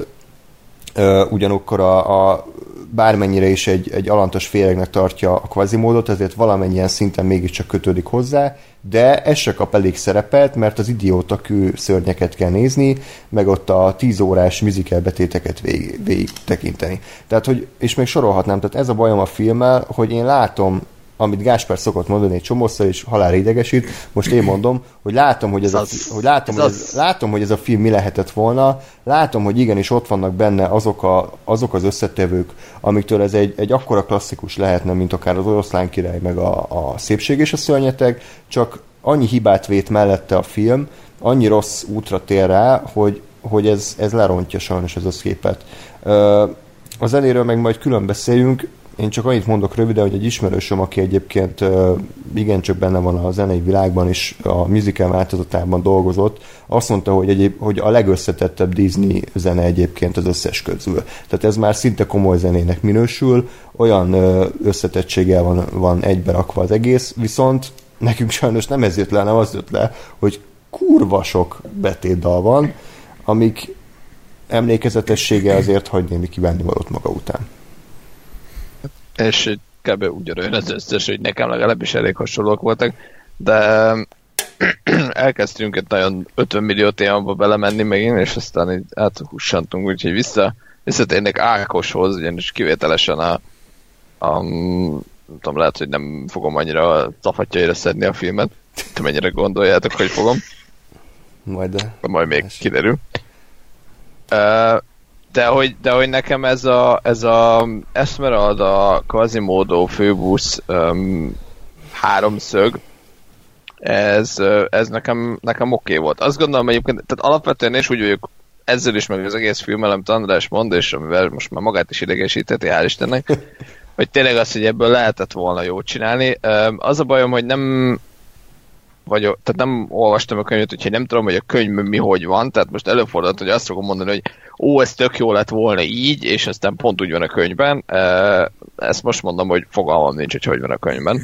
uh, ugyanakkor a, a bármennyire is egy, egy alantas féregnek tartja a Quasimodot, ezért valamennyien szinten mégiscsak kötődik hozzá, de ez se kap elég szerepet, mert az idióta kő szörnyeket kell nézni, meg ott a tíz órás musical betéteket végig, végig tekinteni. Tehát, hogy, és még sorolhatnám, tehát ez a bajom a filmmel, hogy én látom, amit Gáspár szokott mondani egy csomószor, és halálra idegesít, most én mondom, hogy látom, hogy ez, ez, a, hogy látom, ez, hogy ez, látom, hogy ez a film mi lehetett volna, látom, hogy igenis ott vannak benne azok, a, azok az összetevők, amiktől ez egy, egy akkora klasszikus lehetne, mint akár az Oroszlán király, meg a, a Szépség és a szörnyeteg, csak annyi hibát vét mellette a film, annyi rossz útra tér rá, hogy, hogy ez, ez lerontja sajnos ez a képet. Az eléről meg majd külön beszéljünk. Én csak annyit mondok röviden, hogy egy ismerősöm, aki egyébként uh, igencsak benne van a zenei világban, és a musical változatában dolgozott, azt mondta, hogy, egyéb, hogy a legösszetettebb Disney zene egyébként az összes közül. Tehát ez már szinte komoly zenének minősül, olyan uh, összetettséggel van, van egybe rakva az egész, viszont nekünk sajnos nem ez jött le, hanem az jött le, hogy kurva sok betétdal van, amik emlékezetessége azért hagy némi kivenni valót maga után. És kb. Ugyanolyan az összes, hogy nekem legalábbis elég hasonlók voltak, de elkezdtünk egy nagyon ötven millió témába belemenni megint, és aztán így áthussantunk, úgyhogy vissza, visszatérnek Ákoshoz, ugyanis kivételesen a, a nem tudom, lehet, hogy nem fogom annyira zafatjaira szedni a filmet, te mennyire gondoljátok, hogy fogom. Majd de. Majd még kiderül. Uh, De hogy, de hogy nekem ez a, ez a Esmeralda, Quasimodo, Phoebus um, háromszög, ez, ez nekem, nekem oké okay volt. Azt gondolom egyébként, tehát alapvetően is úgy vagyok ezzel is, meg az egész filmmel, amit András mond, és amivel most már magát is idegesíteti, hál' Istennek, hogy tényleg az, hogy ebből lehetett volna jót csinálni. Az a bajom, hogy nem vagyok, tehát nem olvastam a könyvet, úgyhogy nem tudom, hogy a könyvben mi hogy van, tehát most előfordult, hogy azt fogom mondani, hogy ó, ez tök jó lett volna így, és aztán pont úgy van a könyvben. Ezt most mondom, hogy fogalmam nincs, hogy hogy van a könyvben.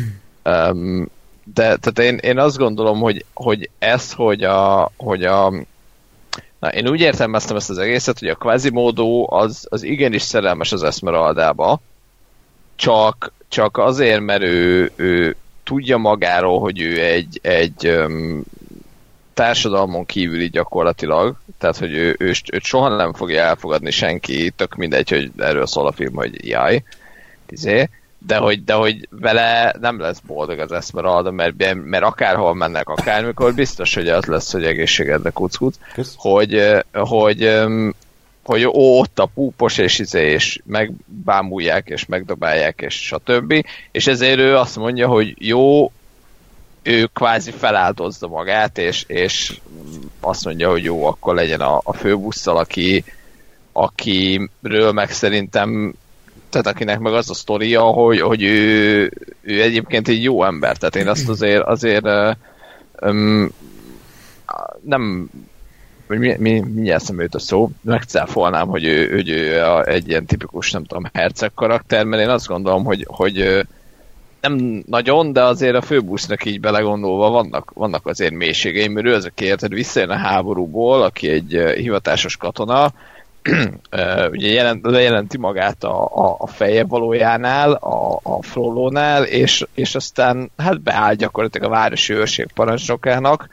De tehát én, én azt gondolom, hogy, hogy ez, hogy a, hogy a na, én úgy értelmeztem ezt az egészet, hogy a Quasimodo az, az igenis szerelmes az Esmeraldába, csak, csak azért, mert ő, ő tudja magáról, hogy ő egy, egy um, társadalmon kívüli gyakorlatilag, tehát, hogy ő, ő, őt soha nem fogja elfogadni senki, tök mindegy, hogy erről szól a film, hogy jaj, izé, de hogy, de hogy vele nem lesz boldog az Esmeralda, mert, mert akárhol mennek, akármikor, biztos, hogy az lesz, hogy egészségedre kuckuc, hogy, hogy, hogy ó, ott a púpos, és, izé, és megbámulják, és megdobálják, és stb. És ezért ő azt mondja, hogy jó, ő kvázi feláldozza magát, és, és azt mondja, hogy jó, akkor legyen a, a főbusszal, aki, akiről meg szerintem, tehát akinek meg az a sztoria, hogy, hogy ő, ő egyébként egy jó ember, tehát én azt azért, azért um, nem, mi, mi, mindjárt szembe jut a szó, megcáfolnám, hogy ő, hogy ő egy ilyen tipikus, nem tudom, herceg karakter, mert én azt gondolom, hogy, hogy nem nagyon, de azért a főbusznak így belegondolva vannak, vannak azért mélységei, mert ő az, aki érted, visszajön a háborúból, aki egy hivatásos katona, ugye jelent, jelenti magát a, a, a feje valójánál, a, a Frollónál, és, és aztán hát beáll gyakorlatilag a városi őrség parancsnokának,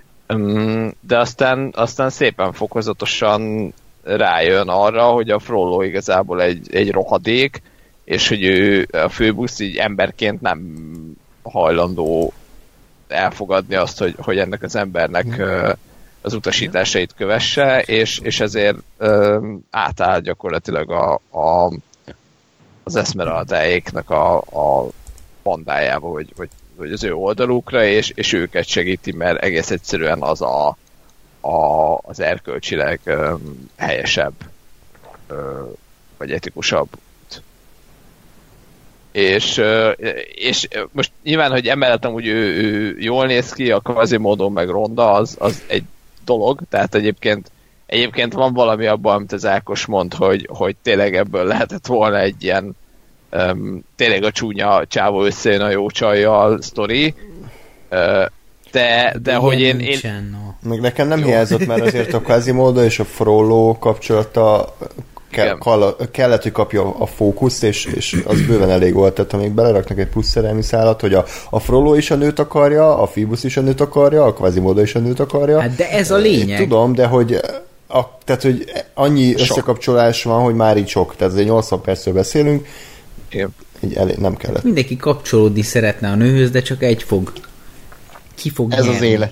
de aztán, aztán szépen fokozatosan rájön arra, hogy a Frollo igazából egy, egy rohadék, és hogy ő a főbusz így emberként nem hajlandó elfogadni azt, hogy, hogy ennek az embernek az utasításait kövesse, és, és ezért ö, átáll gyakorlatilag a, a, az Esmeraldáéknak a, a bandájába, vagy, vagy, vagy az ő oldalukra, és, és őket segíti, mert egész egyszerűen az a, a, az erkölcsileg ö, helyesebb, ö, vagy etikusabb. És, és most nyilván, hogy emellett amúgy ő, ő jól néz ki, a Quasimodo meg ronda, az, az egy dolog, tehát egyébként, egyébként van valami abban, amit az Ákos mond, hogy, hogy tényleg ebből lehetett volna egy ilyen um, tényleg a csúnya csávó összejön a jó csajjal sztori, uh, de, de hogy én... én... Még nekem nem hiányzott, mert azért a Quasimodo és a Frollo kapcsolata Ke- kellett, hogy kapja a fókuszt, és, és az bőven elég volt, tehát ha még beleraknak egy plusz szerelmi szálat, hogy a, a Frollo is a nőt akarja, a Phoebus is a nőt akarja, a Quasimodo is a nőt akarja. Hát de ez a lényeg. Én tudom, de hogy, a, tehát, hogy annyi sok összekapcsolás van, hogy már így sok, tehát ez egy nyolcvan percről beszélünk, így elég, nem kellett. Mindenki kapcsolódni szeretne a nőhöz, de csak egy fog. Ki fog Ez nyerni. Az élet.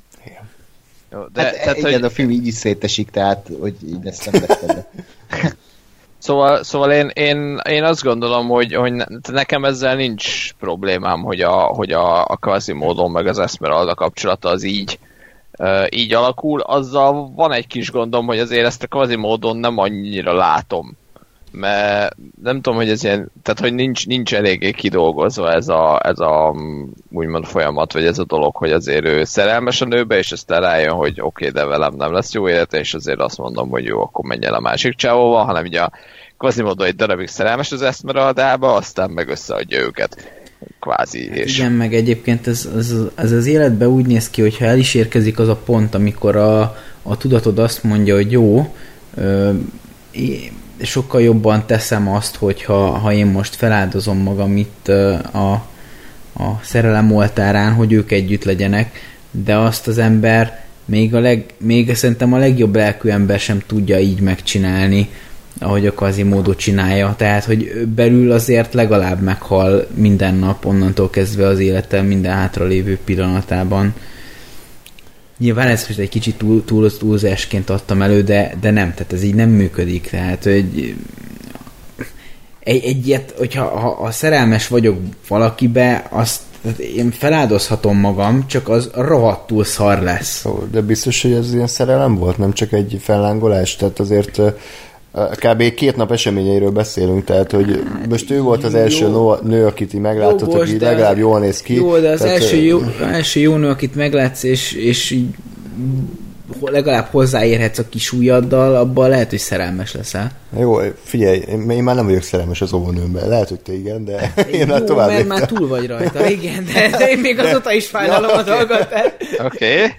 Jó, de, hát, tehát, igen, hogy... a film így is szétesik, tehát, hogy így lesz nem lesz. Szóval, szóval én, én, én azt gondolom, hogy, hogy nekem ezzel nincs problémám, hogy a, hogy a, a Quasimodo meg az Esmeralda kapcsolata az így, uh, így alakul. Azzal van egy kis gondom, hogy azért ezt a Quasimodon nem annyira látom. Mert nem tudom, hogy ez ilyen, tehát hogy nincs, nincs eléggé kidolgozva ez a, ez a úgymond folyamat, vagy ez a dolog, hogy azért ő szerelmes a nőbe, és aztán rájön, hogy oké, okay, de velem nem lesz jó élete, és azért azt mondom, hogy jó, akkor menj el a másik csávóval, hanem ugye a Quasimodo egy darabig szerelmes az Esmeraldába, aztán meg összeadja őket. Kvázi. És... Igen, meg egyébként ez, ez, ez az életben úgy néz ki, hogyha el is érkezik az a pont, amikor a, a tudatod azt mondja, hogy jó, ö, sokkal jobban teszem azt, hogyha ha én most feláldozom magam itt a, a szerelem oltárán, hogy ők együtt legyenek, de azt az ember még, a leg, még szerintem a legjobb lelkű ember sem tudja így megcsinálni, ahogy a Quasimodo csinálja. Tehát, hogy belül azért legalább meghal minden nap, onnantól kezdve az élete minden hátralévő pillanatában. nyilván ezt most egy kicsit túl, túl, túlzásként adtam elő, de, de nem, tehát ez így nem működik, tehát hogy egy, egy ilyet, hogyha ha, ha szerelmes vagyok valakibe, azt én feláldozhatom magam, csak az rohadtul szar lesz. Ó, de biztos, hogy ez ilyen szerelem volt, nem csak egy fellángolás, tehát azért kb. Két nap eseményeiről beszélünk, tehát, hogy most ő volt az első jó, nő, akit így meglátott, aki legalább jól néz ki. Jó, de az tehát, első, jó, első jó nő, akit meglátsz, és, és így legalább hozzáérhetsz a kis ujjaddal, abban lehet, hogy szerelmes leszel. Jó, figyelj, én, én már nem vagyok szerelmes az óvónőmben. Lehet, hogy te igen, de én jó, már tovább mert már túl vagy rajta, igen, de, de én még azóta is fájlalom ja, a dolgot. Oké. Okay.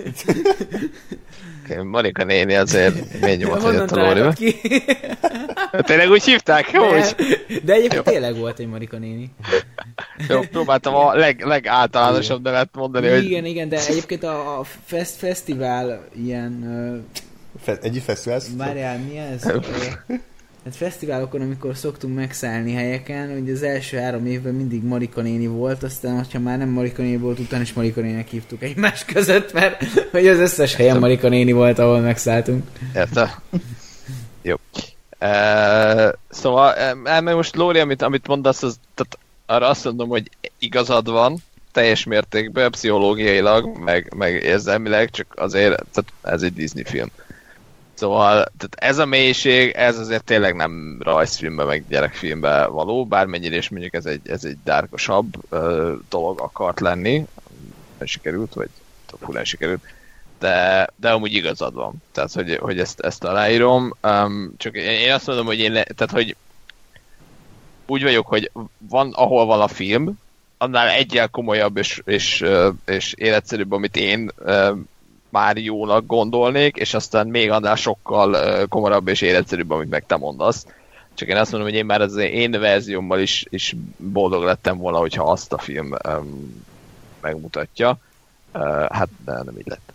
Okay, Marika néni azért mély nyomot hagyott a lóriba. Tényleg úgy hívták? Jó, de, úgy. De egyébként tényleg volt egy Marika néni. Jó, próbáltam a leg, legáltalánosabb nevet mondani, igen, hogy... Igen, igen, de egyébként a, a fest, fesztivál ilyen... Fe, egy fesztivál? Várjál, mi ez? Hát fesztiválokon, amikor szoktunk megszállni helyeken, ugye az első három évben mindig Marika néni volt, aztán, hogyha már nem Marika néni volt, utána is Marika néninek hívtuk egymás között, mert hogy az összes helyen Marika néni volt, ahol megszálltunk. Érte. Jó. Uh, szóval, uh, most Lóri, amit, amit mondasz, az, tehát arra azt mondom, hogy igazad van, teljes mértékben, pszichológiailag, meg, meg érzelmileg, csak azért, tehát ez egy Disney film. Szóval tehát ez a mélység, ez azért tényleg nem rajzfilmben, meg gyerekfilmben való, bármennyire is mondjuk ez egy, ez egy dárkosabb uh, dolog akart lenni, nem sikerült, vagy fullán sikerült, de, de amúgy igazad van. Tehát, hogy, hogy ezt, ezt aláírom. Um, csak én, én azt mondom, hogy én, le, tehát, hogy úgy vagyok, hogy van, ahol van a film, annál egyel komolyabb és, és, és életszerűbb, amit én uh, már jónak gondolnék, és aztán még annál sokkal uh, komolyabb és életszerűbb, amit meg te mondasz. Csak én azt mondom, hogy én már az én verziómmal is, is boldog lettem volna, hogyha azt a film um, megmutatja. Uh, hát de nem így lett.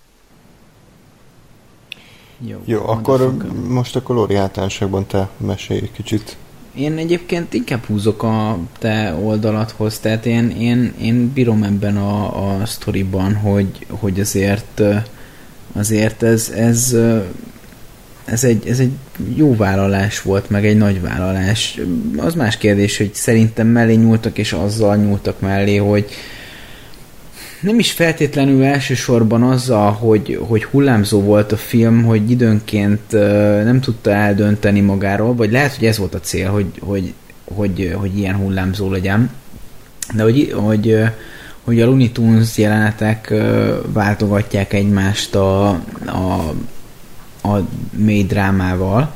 Jó, Jó akkor most akkor Lóri általánosságban te mesélj egy kicsit. Én egyébként inkább húzok a te oldalathoz, tehát én, én, én bírom ebben a, a sztoriban, hogy, hogy azért, azért ez, ez, ez, egy, ez egy jó vállalás volt, meg egy nagy vállalás. Az más kérdés, hogy szerintem mellé nyúltak, és azzal nyúltak mellé, hogy nem is feltétlenül elsősorban azzal, hogy, hogy hullámzó volt a film, hogy időnként uh, nem tudta eldönteni magáról, vagy lehet, hogy ez volt a cél, hogy, hogy, hogy, hogy ilyen hullámzó legyen, de hogy, hogy, hogy a Looney Tunes jelenetek uh, váltogatják egymást a, a, a mély drámával.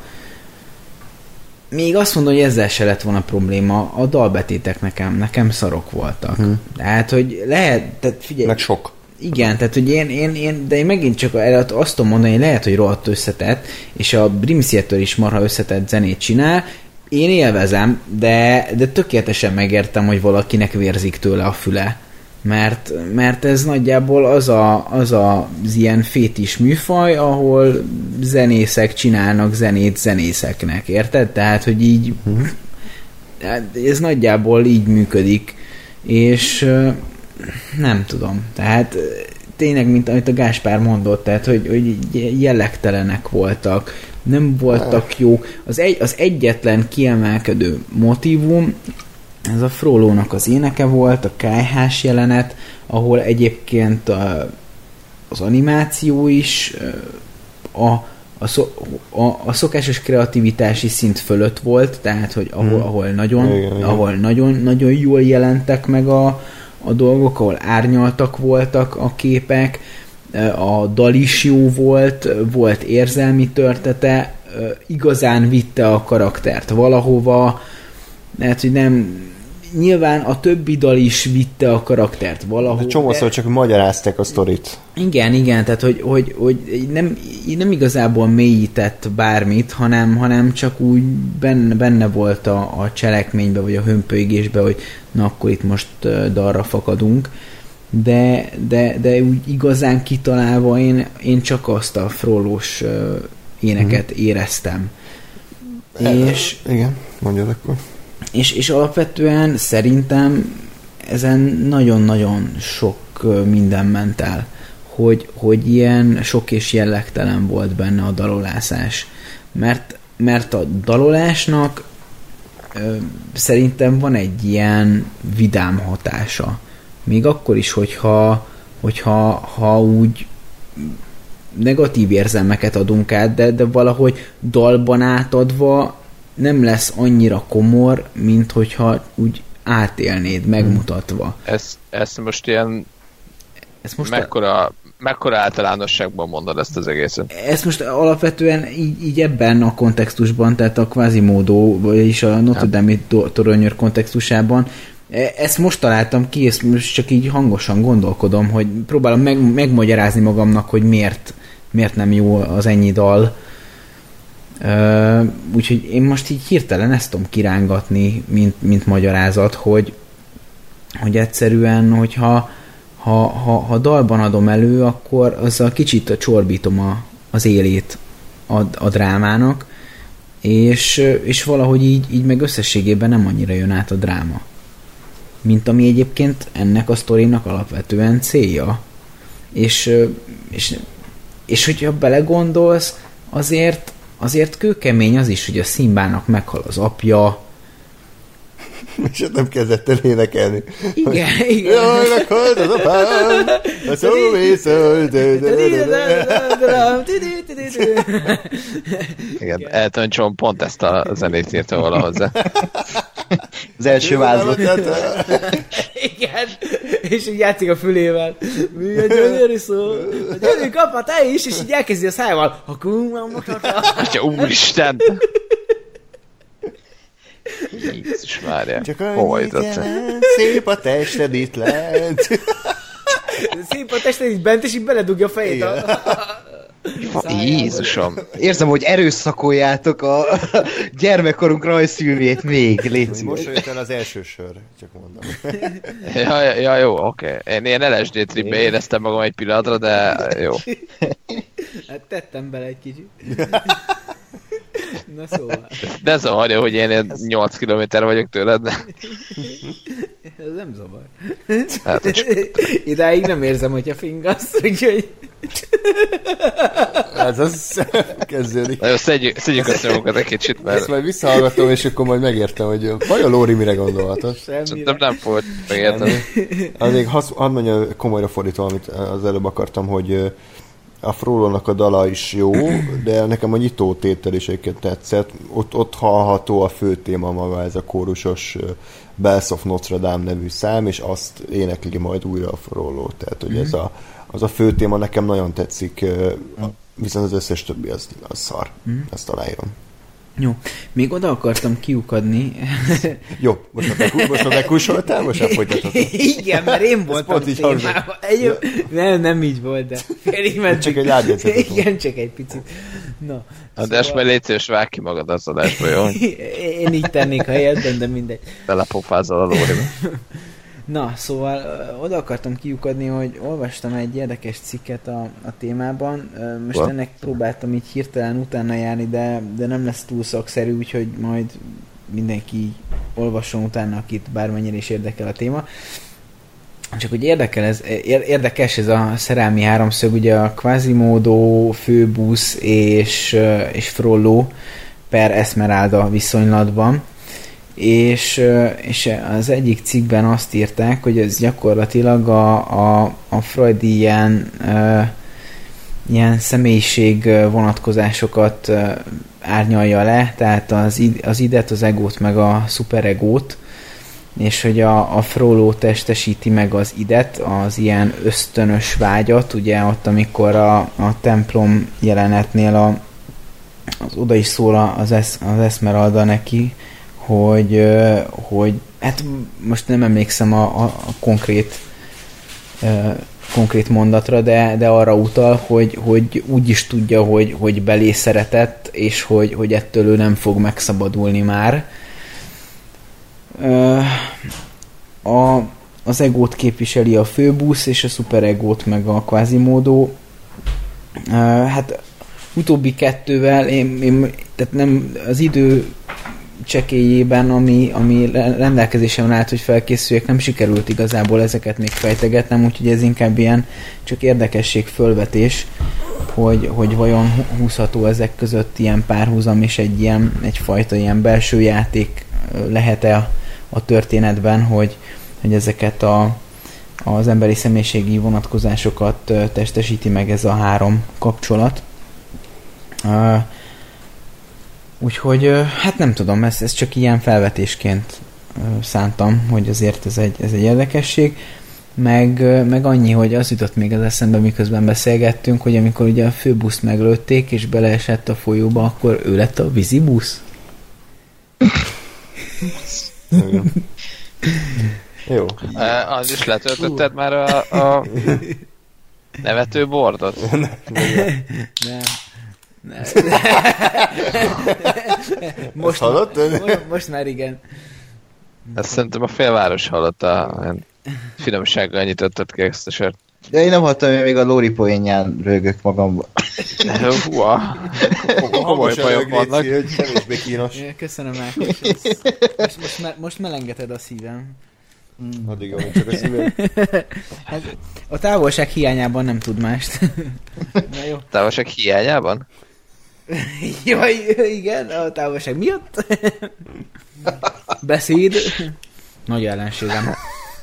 Még azt mondom, hogy ezzel se lett volna probléma, a dalbetétek nekem, nekem szarok voltak. Hmm. Tehát, hogy lehet, tehát figyelj. Meg sok. Igen, tehát, hogy én, én, én de én megint csak előtt azt tudom mondani, hogy lehet, hogy rohadt összetett, és a Dream Theater is marha összetett zenét csinál, én élvezem, de, de tökéletesen megértem, hogy valakinek vérzik tőle a füle. Mert, mert ez nagyjából az, a, az a, az ilyen fétis műfaj, ahol zenészek csinálnak zenét zenészeknek, érted? Tehát, hogy így ez nagyjából így működik, és nem tudom, tehát tényleg, mint amit a Gáspár mondott, tehát, hogy, hogy jellegtelenek voltak, nem voltak jó. Az, egy, az egyetlen kiemelkedő motívum, ez a Frollo-nak az éneke volt, a kályhás jelenet, ahol egyébként a, az animáció is a, a, szо, a, a szokásos kreativitási szint fölött volt, tehát, hogy ahol, hmm. ahol, nagyon, igen, igen. ahol nagyon, nagyon jól jelentek meg a, a dolgok, ahol árnyaltak voltak a képek, a dal is jó volt, volt érzelmi története, igazán vitte a karaktert valahova, lehet, hogy nem... Nyilván a többi dal is vitte a karaktert valahol. Csomószor de... csak magyarázták a sztorit. Igen, igen, tehát hogy, hogy, hogy nem, nem igazából mélyített bármit, hanem, hanem csak úgy benne, benne volt a, a cselekménybe, vagy a hömpölygésbe, hogy na akkor itt most dalra fakadunk. De, de, de úgy igazán kitalálva én, én csak azt a Frollo-s éneket mm. éreztem. E, és... Igen, mondjad akkor. És, és alapvetően szerintem ezen nagyon-nagyon sok minden ment el, hogy, hogy ilyen sok és jellegtelen volt benne a dalolászás. Mert, mert a dalolásnak ö, szerintem van egy ilyen vidám hatása. Még akkor is, hogyha, hogyha ha úgy negatív érzelmeket adunk át, de, de valahogy dalban átadva nem lesz annyira komor, mint hogyha úgy átélnéd, megmutatva. Ez, ez most ilyen ez most mekkora, a... mekkora általánosságban mondod ezt az egészet? Ezt most alapvetően így, így ebben a kontextusban, tehát a Quasimodo, vagyis a Notre Dame toronyőr kontextusában, ezt most találtam ki, és most csak így hangosan gondolkodom, hogy próbálom meg, megmagyarázni magamnak, hogy miért, miért nem jó az ennyi dal. Uh, úgyhogy én most így hirtelen ezt tudom kirángatni, mint, mint magyarázat, hogy, hogy egyszerűen, hogyha ha, ha, ha dalban adom elő, akkor azzal kicsit csorbítom a, az élét a, a drámának, és, és valahogy így, így meg összességében nem annyira jön át a dráma. Mint ami egyébként ennek a sztorinak alapvetően célja. És, és, és hogyha belegondolsz, azért azért kőkemény az is, hogy a Szimbának meghal az apja. És nem kezdett el énekelni. Igen, igen. Jaj, meghalt az apám, a szó viszol. Igen, Elton John pont ezt a zenét írta valahozzá. Az első vázlat. Igen, és így játszik a fülével. Mi a gyönyörű szó. Gyerünk, apa, te is, és így elkezdi a szájával. A Atya, úristen! Jézus Mária. Csak annyit jelent, szép a tested itt lent. Szép a tested itt bent, és így beledugja a fejét a... Jézusom. Érzem, hogy erőszakoljátok a gyermekkorunk rajzfilmjét még, légy szíves. Most jött el az első sör, csak mondom. Ja, ja, ja jó, oké. Okay. Én ilyen el es dé tripbe éreztem magam egy pillanatra, de jó. Hát tettem bele egy kicsit. Na szóval. De zavarja, hogy én nyolc kilométer vagyok tőled, de... Ez nem zavar. Hát, idáig nem érzem, hogyha fingasz, úgyhogy... Ez az kezdődik. Na jó, szedjük, szedjük a szemokat egy kicsit, mert... Ezt majd visszahallgatom, és akkor majd megértem, hogy vajon Lóri mire gondolhatott. Szerintem nem volt megérteni. Azért hadd mondja, komolyra fordítva, amit az előbb akartam, hogy a Frollo-nak a dala is jó, de nekem a nyitótétel is egyébként tetszett. Ott, ott hallható a fő téma maga, ez a kórusos Bells of Notre Dame nevű szám, és azt énekli majd újra a Frollo. Tehát, hogy ez a, az a fő téma nekem nagyon tetszik, viszont az összes többi az, az szar. Ezt aláírom. Jó, még oda akartam kiukadni. Jó, most már most megkúsoltál, most már folytathatom. Igen, mert én voltam témában. Egy, nem, nem így volt, de félig mentünk. Csak egy lábjegyzetet. Igen, csak egy picit. Na, Na, de most már légy szíves, vágj ki magad az adásba, jó? Én így tennék a helyetben, de mindegy. Belepofázol a Lóriba. Na, szóval ö, oda akartam kiukadni, hogy olvastam egy érdekes cikket a, a témában. Ö, most What? ennek próbáltam így hirtelen utána járni, de, de nem lesz túl szakszerű, úgyhogy majd mindenki olvasson utána, akit bármennyire is érdekel a téma. Csak hogy érdekel ez, érdekes ez a szerelmi háromszög, ugye a Quasimodo, Phoebus és, és Frollo per Esmeralda viszonylatban. És, és az egyik cikkben azt írták, hogy ez gyakorlatilag a, a, a freudi ilyen, e, ilyen személyiség vonatkozásokat e, árnyalja le, tehát az, az idet, az egót, meg a szuperegót, és hogy a, a Frollo testesíti meg az idet, az ilyen ösztönös vágyat, ugye ott, amikor a, a templom jelenetnél a, az oda is szól az, esz, az Esmeralda neki, hogy, hogy hát most nem emlékszem a, a, a konkrét konkrét mondatra, de, de arra utal, hogy, hogy úgy is tudja, hogy, hogy belé szeretett, és hogy, hogy ettől ő nem fog megszabadulni már. A, az egót képviseli a Phoebus, és a szuperegót meg a Quasimodo. Hát utóbbi kettővel én, én, tehát nem az idő csekélyében, ami, ami rendelkezésemre állt, hogy felkészüljek, nem sikerült igazából ezeket még fejtegetnem, úgyhogy ez inkább ilyen csak érdekesség fölvetés, hogy, hogy vajon húzható ezek között ilyen párhuzam és egy ilyen, egyfajta ilyen belső játék lehet-e a, a történetben, hogy, hogy ezeket a, az emberi személyiségi vonatkozásokat testesíti meg ez a három kapcsolat. Uh, úgyhogy hát nem tudom, ezt, ezt csak ilyen felvetésként uh, szántam, hogy azért ez egy, ez egy érdekesség. Meg, meg annyi, hogy az jutott még az eszembe, miközben beszélgettünk, hogy amikor ugye a főbuszt meglőtték, és beleesett a folyóba, akkor ő lett a vízibusz. Jó. Uh, az is letöltötted már a, a nevetőbordot? Nem. Nem. Most, most, most már igen. Ezt szerintem a félváros hallotta. Finomsággal nyitottad ki ezt a sört. De én nem hallottam, hogy még a Lóri poénján rögök magamban. Húha! Komoly bajok vannak. Kevésbé kínos. Köszönöm, Ákos. Most, most, me, most melengeted a szívem. Addig jó, csak a szívem. Hát, a távolság hiányában nem tud mást. Na jó. Távolság hiányában? Jaj, igen, a távolság miatt. Beszéd. Nagy ellenségem.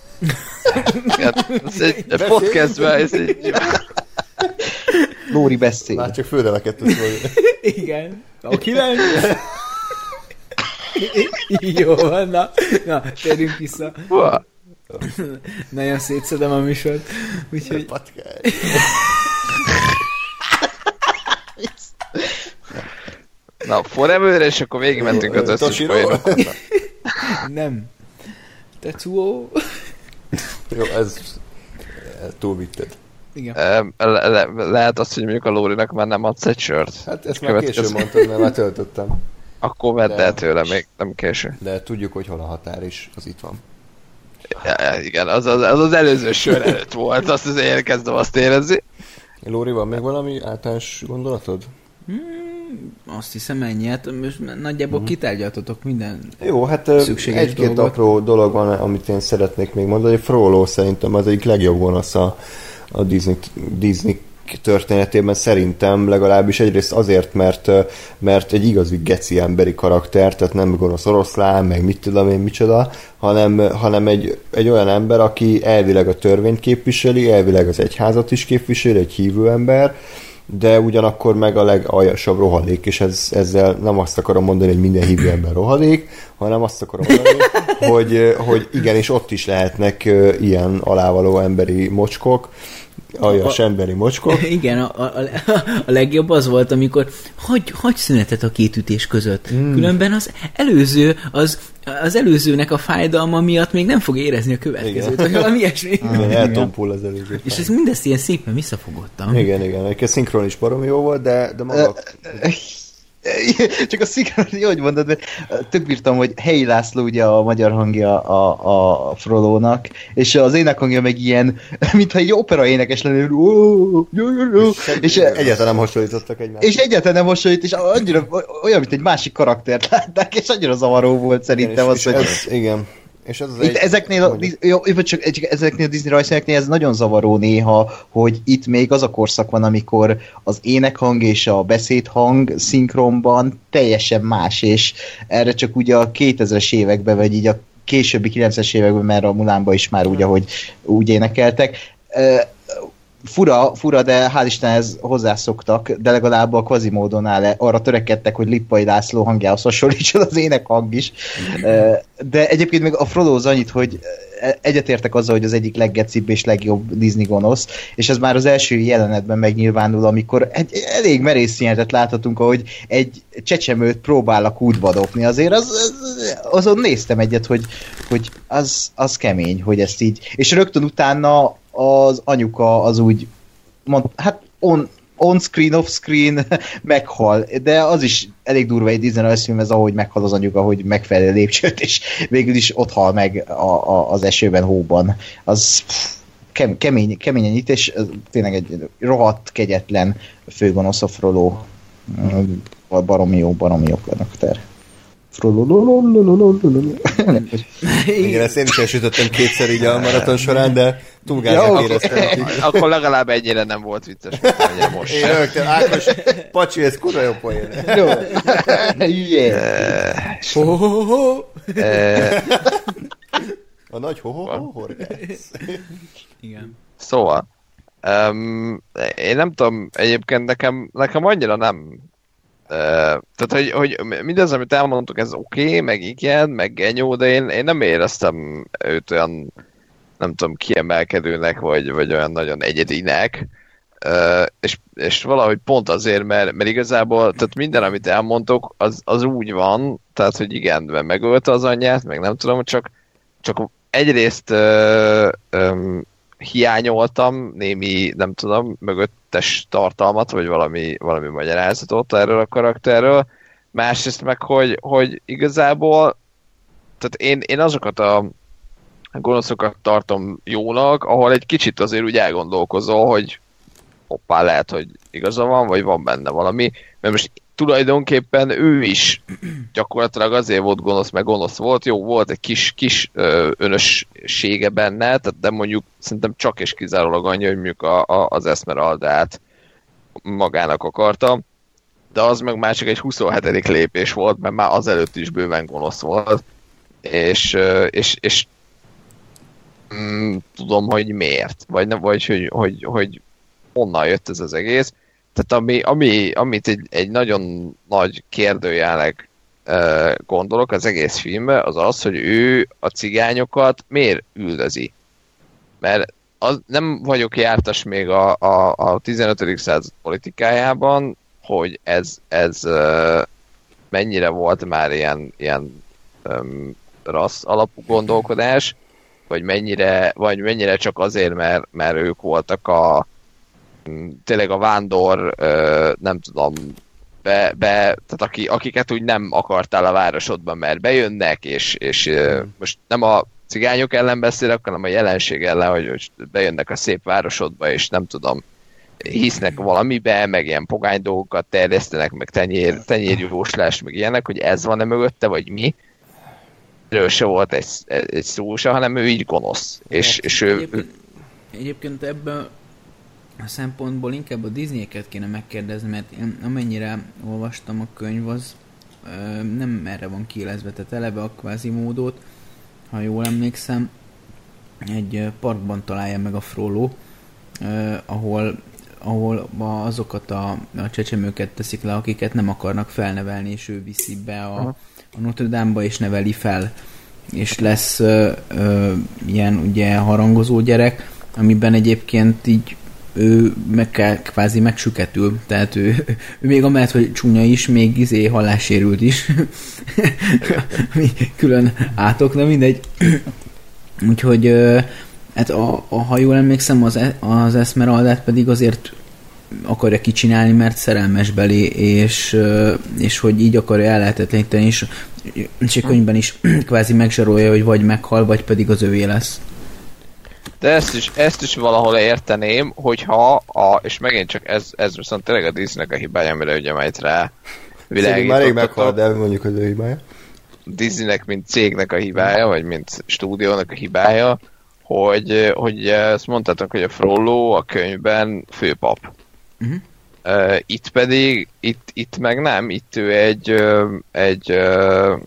Ez egy podcastben, ez egy... Lóri beszél. Már csak fődeleket tudsz volni. Igen. A kilenc. Jó van, na. Na, térjünk vissza. Hua. Nagyon szétszedem a műsort. Úgyhogy... Patkány. Na, forever, és akkor végigmentünk az összes poénokon. Nem. Tetsuo. Jó, ez túlvitted. Igen. Le, le, lehet azt, hogy mondjuk a Lórinak már nem adsz egy sört. Hát ezt már később mondtad, mert már töltöttem. Akkor vedd el tőle, még nem késő. De tudjuk, hogy hol a határ is, az itt van. Ja, igen, az az, az az előző sör előtt volt, azt azért elkezdem azt érezni. Lóri, van még valami általános gondolatod? Hmm, azt hiszem ennyi, hát most nagyjából mm. kitárgyaltatok minden jó, hát egy-két dolgot. apró dolog van, amit én szeretnék még mondani. Frollo szerintem az egyik legjobb gonosz a, a Disney, Disney történetében, szerintem legalábbis egyrészt azért, mert, mert egy igazi geci emberi karakter, tehát nem gonosz oroszlán, meg mit tudom én micsoda, hanem, hanem egy, egy olyan ember, aki elvileg a törvényt képviseli, elvileg az egyházat is képviseli, egy hívő ember, de ugyanakkor meg a legaljasabb rohadék, és ez, ezzel nem azt akarom mondani, hogy minden hívő ember rohadék, hanem azt akarom mondani, hogy, hogy igenis ott is lehetnek ilyen alávaló emberi mocskok, aljas emberi mocskok. Igen, a, a, a legjobb az volt, amikor hagy, hagy szünetet a két ütés között. Mm. Különben az előző, az, az előzőnek a fájdalma miatt még nem fog érezni a következőt, vagy valami ilyesmi. Igen, eltompul az előző. És ez mindezt ilyen szépen visszafogottam. Igen, igen. Egy szinkron is baromi jó volt, de, de maga... Csak a szinkron, jó, hogy mondod, mert tök bírtam, hogy Helyi László ugye a magyar hangja a, a Frollónak, és az énekhangja meg ilyen, mintha egy opera énekes lenne, és egyáltalán nem hasonlítottak egymásra. És egyáltalán nem hasonlít, és annyira olyan, mint egy másik karaktert látták, és annyira zavaró volt szerintem igen, az, hogy... Ez, igen. És az az egy... ezeknél, a, jó, csak, csak ezeknél a Disney rajzfilmeknél ez nagyon zavaró néha, hogy itt még az a korszak van, amikor az énekhang és a beszédhang szinkronban teljesen más, és erre csak ugye a kétezres években, vagy így a későbbi kilencvenes években, mert a Mulánban is már úgy, ahogy úgy énekeltek. Fura, fura, de hál' Istenhez hozzászoktak, de legalább a Quasimodo-nál arra törekedtek, hogy Lippai László hangjához hasonlítson az énekhang is. De egyébként még a Frodo az annyit, hogy egyetértek azzal, hogy az egyik leggecibb és legjobb Disney gonosz, és ez már az első jelenetben megnyilvánul, amikor egy elég merész jelenetet láthatunk, ahogy egy csecsemőt próbál a kútba dobni. Azért az, az, azon néztem egyet, hogy, hogy az, az kemény, hogy ezt így... És rögtön utána az anyuka az úgy mond, hát on, on screen, off screen meghal, de az is elég durva egy Disney rajzfilm, ez ahogy meghal az anyuka, hogy megfelelő lépcsőt, és végül is ott hal meg a, a, az esőben, hóban. Az kem, kemény, keményen itt, és tényleg egy rohadt kegyetlen főgonosz a Frollo. Baromi jó, baromi jó karakter. Igen, ezt én is elsütöttem kétszer így a maraton során, de túl gáznak éreztem. Akkor legalább ennyire nem volt vicces, mint amennyire most. Én rögtön, Ákos, Pacsi, ez kurva jó poén. Jó. A nagy ho-ho-ho horgász. Igen. Szóval, um, én nem tudom, egyébként nekem, nekem annyira nem... Uh, tehát, hogy, hogy mindez, amit elmondtuk, ez oké, okay, meg igen, meg genyó, de én, én nem éreztem őt olyan, nem tudom, kiemelkedőnek, vagy, vagy olyan nagyon egyedinek. Uh, és, és valahogy pont azért, mert, mert igazából, tehát minden, amit elmondtok, az, az úgy van, tehát, hogy igen, mert megölte az anyját, meg nem tudom, csak, csak egyrészt uh, um, hiányoltam némi, nem tudom, mögöttes tartalmat, vagy valami, valami magyarázatot erről a karakterről. Másrészt meg, hogy, hogy igazából tehát én, én azokat a gonoszokat tartom jónak, ahol egy kicsit azért úgy elgondolkozol, hogy hoppá, lehet, hogy igaza van, vagy van benne valami, mert most tulajdonképpen ő is gyakorlatilag azért volt gonosz, meg gonosz volt, jó, volt egy kis, kis ö, önössége benne, tehát de mondjuk szerintem csak és kizárólag annyi, hogy mondjuk a, a, az Esmeraldát magának akarta, de az meg már csak egy huszonhetedik lépés volt, mert már azelőtt is bőven gonosz volt, és, és, és mm, tudom, hogy miért, vagy, nem, vagy hogy, hogy, hogy honnan jött ez az egész. Tehát ami, ami, amit egy, egy nagyon nagy kérdőjelnek uh, gondolok az egész filmben, az az, hogy ő a cigányokat miért üldözi. Mert az, nem vagyok jártas még a, a, a tizenötödik század politikájában, hogy ez, ez uh, mennyire volt már ilyen, ilyen um, rassz alapú gondolkodás, vagy mennyire, vagy mennyire csak azért, mert, mert ők voltak a tényleg a vándor, nem tudom, be, be, tehát aki, akiket úgy nem akartál a városodban, mert bejönnek, és, és most nem a cigányok ellen beszélek, hanem a jelenség ellen, hogy bejönnek a szép városodba, és nem tudom, hisznek valamibe, meg ilyen pogány dolgokat terjesztenek, meg tenyér, tenyérjóslás, meg ilyenek, hogy ez van-e mögötte, vagy mi. Erről se volt egy, egy szó se, hanem ő így gonosz. És, és ő... Egyébként, egyébként ebben a szempontból inkább a Disney-eket kéne megkérdezni, mert én amennyire olvastam, a könyv az ö, nem erre van kiélezve, tehát eleve a kvázi módot, ha jól emlékszem, egy ö, parkban találja meg a Frollo, ö, ahol, ahol azokat a, a csecsemőket teszik le, akiket nem akarnak felnevelni, és ő viszi be a, a Notre Dame-ba, és neveli fel. És lesz ö, ö, ilyen ugye harangozó gyerek, amiben egyébként így ő meg kell, kvázi megsüketül, tehát ő, ő még amellett, hogy csúnya is, még izé hallássérült is. Mi külön átok, de mindegy. Úgyhogy hát a, a, ha jól emlékszem, az, az Esmeraldát pedig azért akarja kicsinálni, mert szerelmes belé, és, és hogy így akarja ellehetetleníteni, és, és a könyvben is kvázi megzsarolja, hogy vagy meghal, vagy pedig az övé lesz. De ezt is, ezt is valahol érteném, hogyha, a, és megint csak ez, ez viszont tényleg a Disneynek a hibája, amire ugye majd rá világítottak. Már rég meghalt, de mondjuk az ő hibája. Disneynek, mint cégnek a hibája, vagy mint stúdiónak a hibája, hogy, hogy ezt mondtátok, hogy a Frollo a könyvben főpap. Uh-huh. Uh, itt pedig, itt, itt meg nem, itt ő egy, egy uh,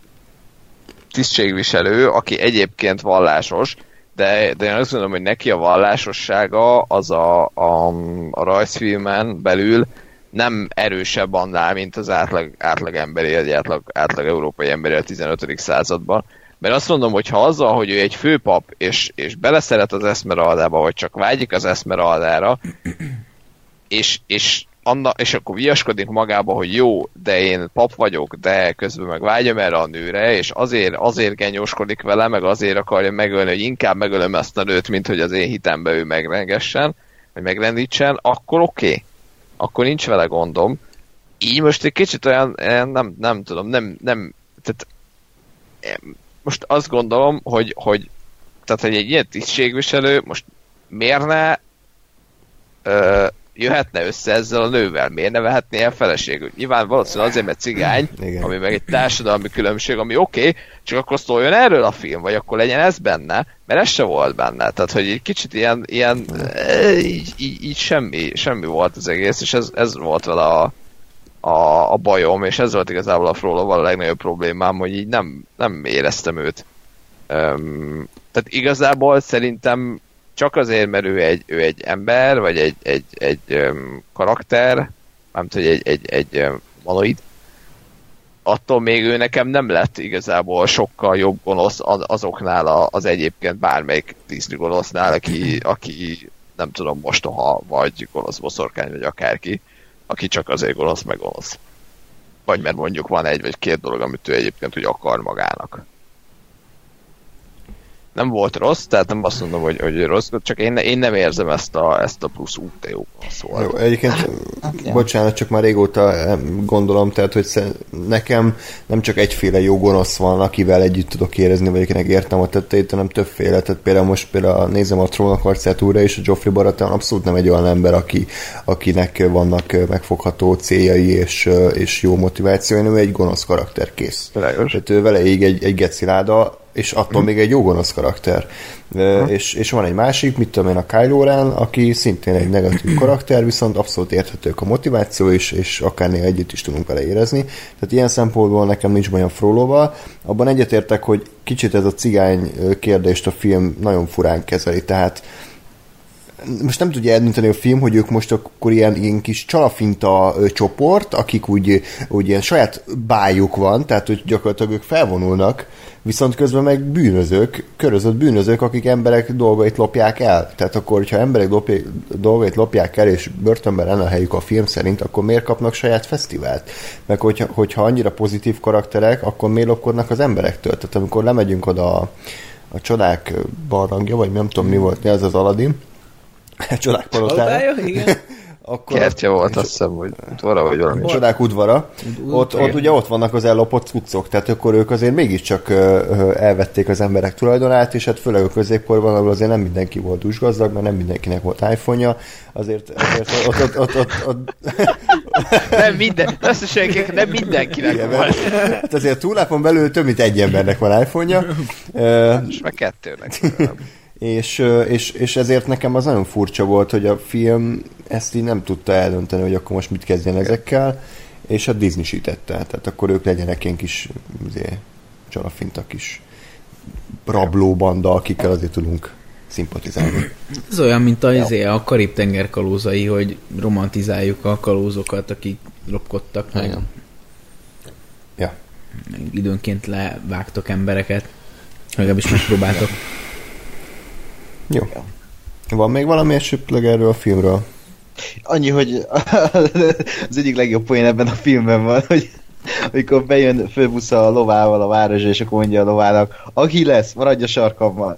tisztségviselő, aki egyébként vallásos, De, de én azt mondom, hogy neki a vallásossága az a, a, a rajzfilmen belül nem erősebb annál, mint az átlag, átlag emberi, egy átlag, átlag európai emberi a tizenötödik században. Mert azt mondom, hogy ha azzal, hogy ő egy főpap, és, és beleszeret az Esmeraldába, vagy csak vágyik az Esmeraldára, és, és, anna, és akkor viaskodik magába, hogy jó, de én pap vagyok, de közben meg vágyom erre a nőre, és azért, azért genyóskodik vele, meg azért akarja megölni, hogy inkább megölöm ezt a nőt, mint hogy az én hitembe ő megrengessen, vagy megrendítsen, akkor oké. Okay. Akkor nincs vele gondom. Így most egy kicsit olyan, nem, nem tudom, nem, nem, tehát most azt gondolom, hogy, hogy tehát, hogy egy ilyen tisztségviselő most miért ne ö, jöhetne össze ezzel a nővel, miért ne vehetné el feleségül? Nyilván valószínűleg azért, mert cigány, igen. Ami meg egy társadalmi különbség, ami oké, okay, csak akkor szóljon erről a film, vagy akkor legyen ez benne, mert ez se volt benne. Tehát, hogy egy kicsit ilyen, ilyen így, így, így semmi, semmi volt az egész, és ez, ez volt vele a, a, a bajom, és ez volt igazából a Frollo-val a legnagyobb problémám, hogy így nem, nem éreztem őt. Um, tehát igazából szerintem csak azért, mert ő egy, ő egy ember, vagy egy, egy, egy um, karakter, nem tudom, egy, egy, egy um, monoid, attól még ő nekem nem lett igazából sokkal jobb gonosz azoknál az egyébként bármelyik Disney gonosznál, aki, aki nem tudom, mostoha, vagy gonosz boszorkány, vagy akárki, aki csak azért gonosz, meg gonosz. Vagy mert mondjuk van egy vagy két dolog, amit ő egyébként úgy akar magának. Nem volt rossz, tehát nem azt mondom, hogy, hogy rossz, csak én, én nem érzem ezt a, ezt a plusz ú té ó-ban szóval. Jó, egyébként, okay. Bocsánat, csak már régóta gondolom, tehát, hogy nekem nem csak egyféle jó gonosz van, akivel együtt tudok érezni, vagy akinek értem a tetteit, hanem többféle. Tehát például most például nézem a Trónok harcát újra, és a Joffrey Baratheon abszolút nem egy olyan ember, aki, akinek vannak megfogható céljai és, és jó motivációi, hanem egy gonosz karakter, kész. Lejos. Tehát ő vele ég egy, egy geciláda, és attól mm. még egy jó gonosz karakter. Mm. És, és van egy másik, mit tudom én, a Kylo Ren, aki szintén egy negatív karakter, viszont abszolút érthetők a motiváció is, és akár néha együtt is tudunk vele érezni. Tehát ilyen szempontból nekem nincs olyan Frollo-val. Abban egyetértek, hogy kicsit ez a cigány kérdést a film nagyon furán kezeli, tehát most nem tudja eldönteni a film, hogy ők most akkor ilyen, ilyen kis csalafinta ö, csoport, akik úgy, úgy ilyen saját bájuk van, tehát hogy gyakorlatilag ők felvonulnak, viszont közben meg bűnözők, körözött bűnözők, akik emberek dolgait lopják el. Tehát akkor, hogyha emberek lopják, dolgait lopják el, és börtönben lenne a helyük a film szerint, akkor miért kapnak saját fesztivált? Meg hogyha, hogyha annyira pozitív karakterek, akkor miért lopkodnak az emberektől? Tehát amikor lemegyünk oda a, a csodák barlangja, vagy nem tudom mi volt, ez az Aladdin, a csodák palotája. Igen. Akkor kertje volt, azt hiszem, hogy udvara, vagy valami. A csodák udvara. Ott, ott ugye ott vannak az ellopott cuccok, tehát akkor ők azért mégiscsak elvették az emberek tulajdonát, és hát főleg a középkorban, ahol azért nem mindenki volt dúsgazdag, mert nem mindenkinek volt iPhone-ja, azért, azért ott, ott, ott, ott, ott... Nem minden, összességek nem mindenkinek igen, volt. Hát azért túlápon belül több mint egy embernek van iPhone-ja. És meg kettőnek. És, és, és ezért nekem az nagyon furcsa volt, hogy a film ezt így nem tudta eldönteni, hogy akkor most mit kezdjen ezekkel, és a Disney-sítette. Tehát akkor ők legyenek ilyen kis csalafinta kis rablóbanda, akikkel azért tudunk szimpatizálni. Ez olyan, mint a, ja. a Karib-tenger kalózai, hogy romantizáljuk a kalózokat, akik lopkodtak meg. Ja. ja. Időnként levágtok embereket. Legalábbis megpróbáltok. Jó. Van még valami esetleg erről a filmről? Annyi, hogy az egyik legjobb poén ebben a filmben van, hogy amikor bejön, fölbusza a lovával a városra, és akkor mondja a lovának, aki lesz, maradj a sarkammal.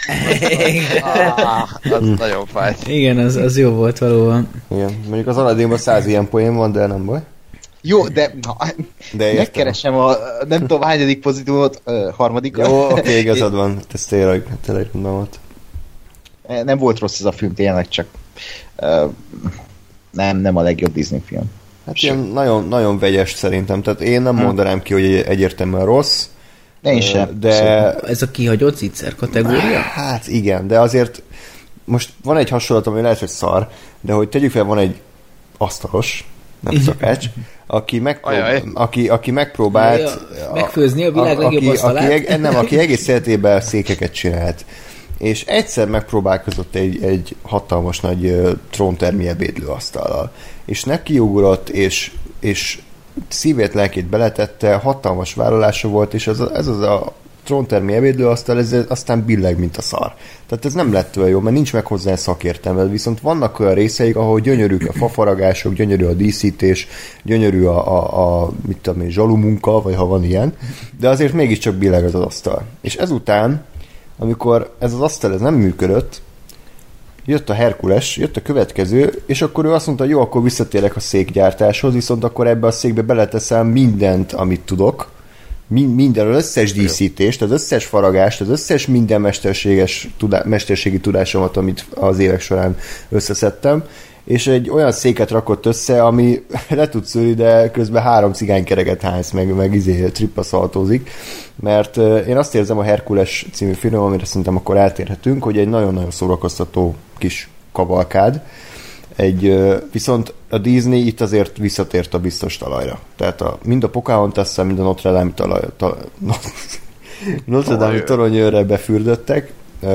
ah, az hmm. nagyon fájt. Igen, az, az jó volt valóban. Igen, mondjuk az Aladdinban száz ilyen poén van, de nem baj. Jó, de, de megkeresem a nem tudom hányadik pozitívot, uh, harmadik. Jó, oké, okay, igazad van. Ez tényleg, tényleg nem volt. Nem volt rossz ez a film, tényleg, csak uh, nem, nem a legjobb Disney film. Hát ilyen nagyon, nagyon vegyes szerintem, tehát én nem hmm. mondanám ki, hogy egyértelműen rossz. Én sem. De... Ez a kihagyott zicser kategória? Hát igen, de azért most van egy hasonlat, ami lehet, hogy szar, de hogy tegyük fel, van egy asztalos, nem szakács, aki, megprób- aki, aki megpróbált ja, megfőzni a világ legjobb aki, asztalát. Aki, nem, aki egész életében székeket csinált. És egyszer megpróbálkozott egy, egy hatalmas nagy uh, tróntermi ebédlőasztallal. És nekiugrott, és, és szívét, lelkét beletette, hatalmas vállalása volt, és ez, ez az a tróntermi ebédlőasztal, ez aztán billeg, mint a szar. Tehát ez nem lett olyan jó, mert nincs meg hozzá szakértelme, viszont vannak olyan részeik, ahol gyönyörűk a fafaragások, gyönyörű a díszítés, gyönyörű a, a, a mit tudom én, zsalumunka, vagy ha van ilyen, de azért mégiscsak billeg az az asztal. És ezután, amikor ez az asztal ez nem működött, jött a Herkules, jött a következő, és akkor ő azt mondta, hogy jó, akkor visszatérek a székgyártáshoz, viszont akkor ebbe a székbe beleteszem mindent, amit tudok, minden, az összes díszítést, az összes faragást, az összes minden mesterséges tudá- mesterségi tudásomat, amit az évek során összeszedtem, és egy olyan széket rakott össze, ami le tudsz ülni, de közben három cigánykereket hánysz, meg, meg izé trippaszaltózik, mert én azt érzem a Herkules című film, amire szerintem akkor eltérhetünk, hogy egy nagyon-nagyon szórakoztató kis kavalkád, egy, viszont a Disney itt azért visszatért a biztos talajra. Tehát a, mind a Pocahontas-szel, mind a Notre Dame talaj, ta, Notre Dame toronyőrre befürdöttek,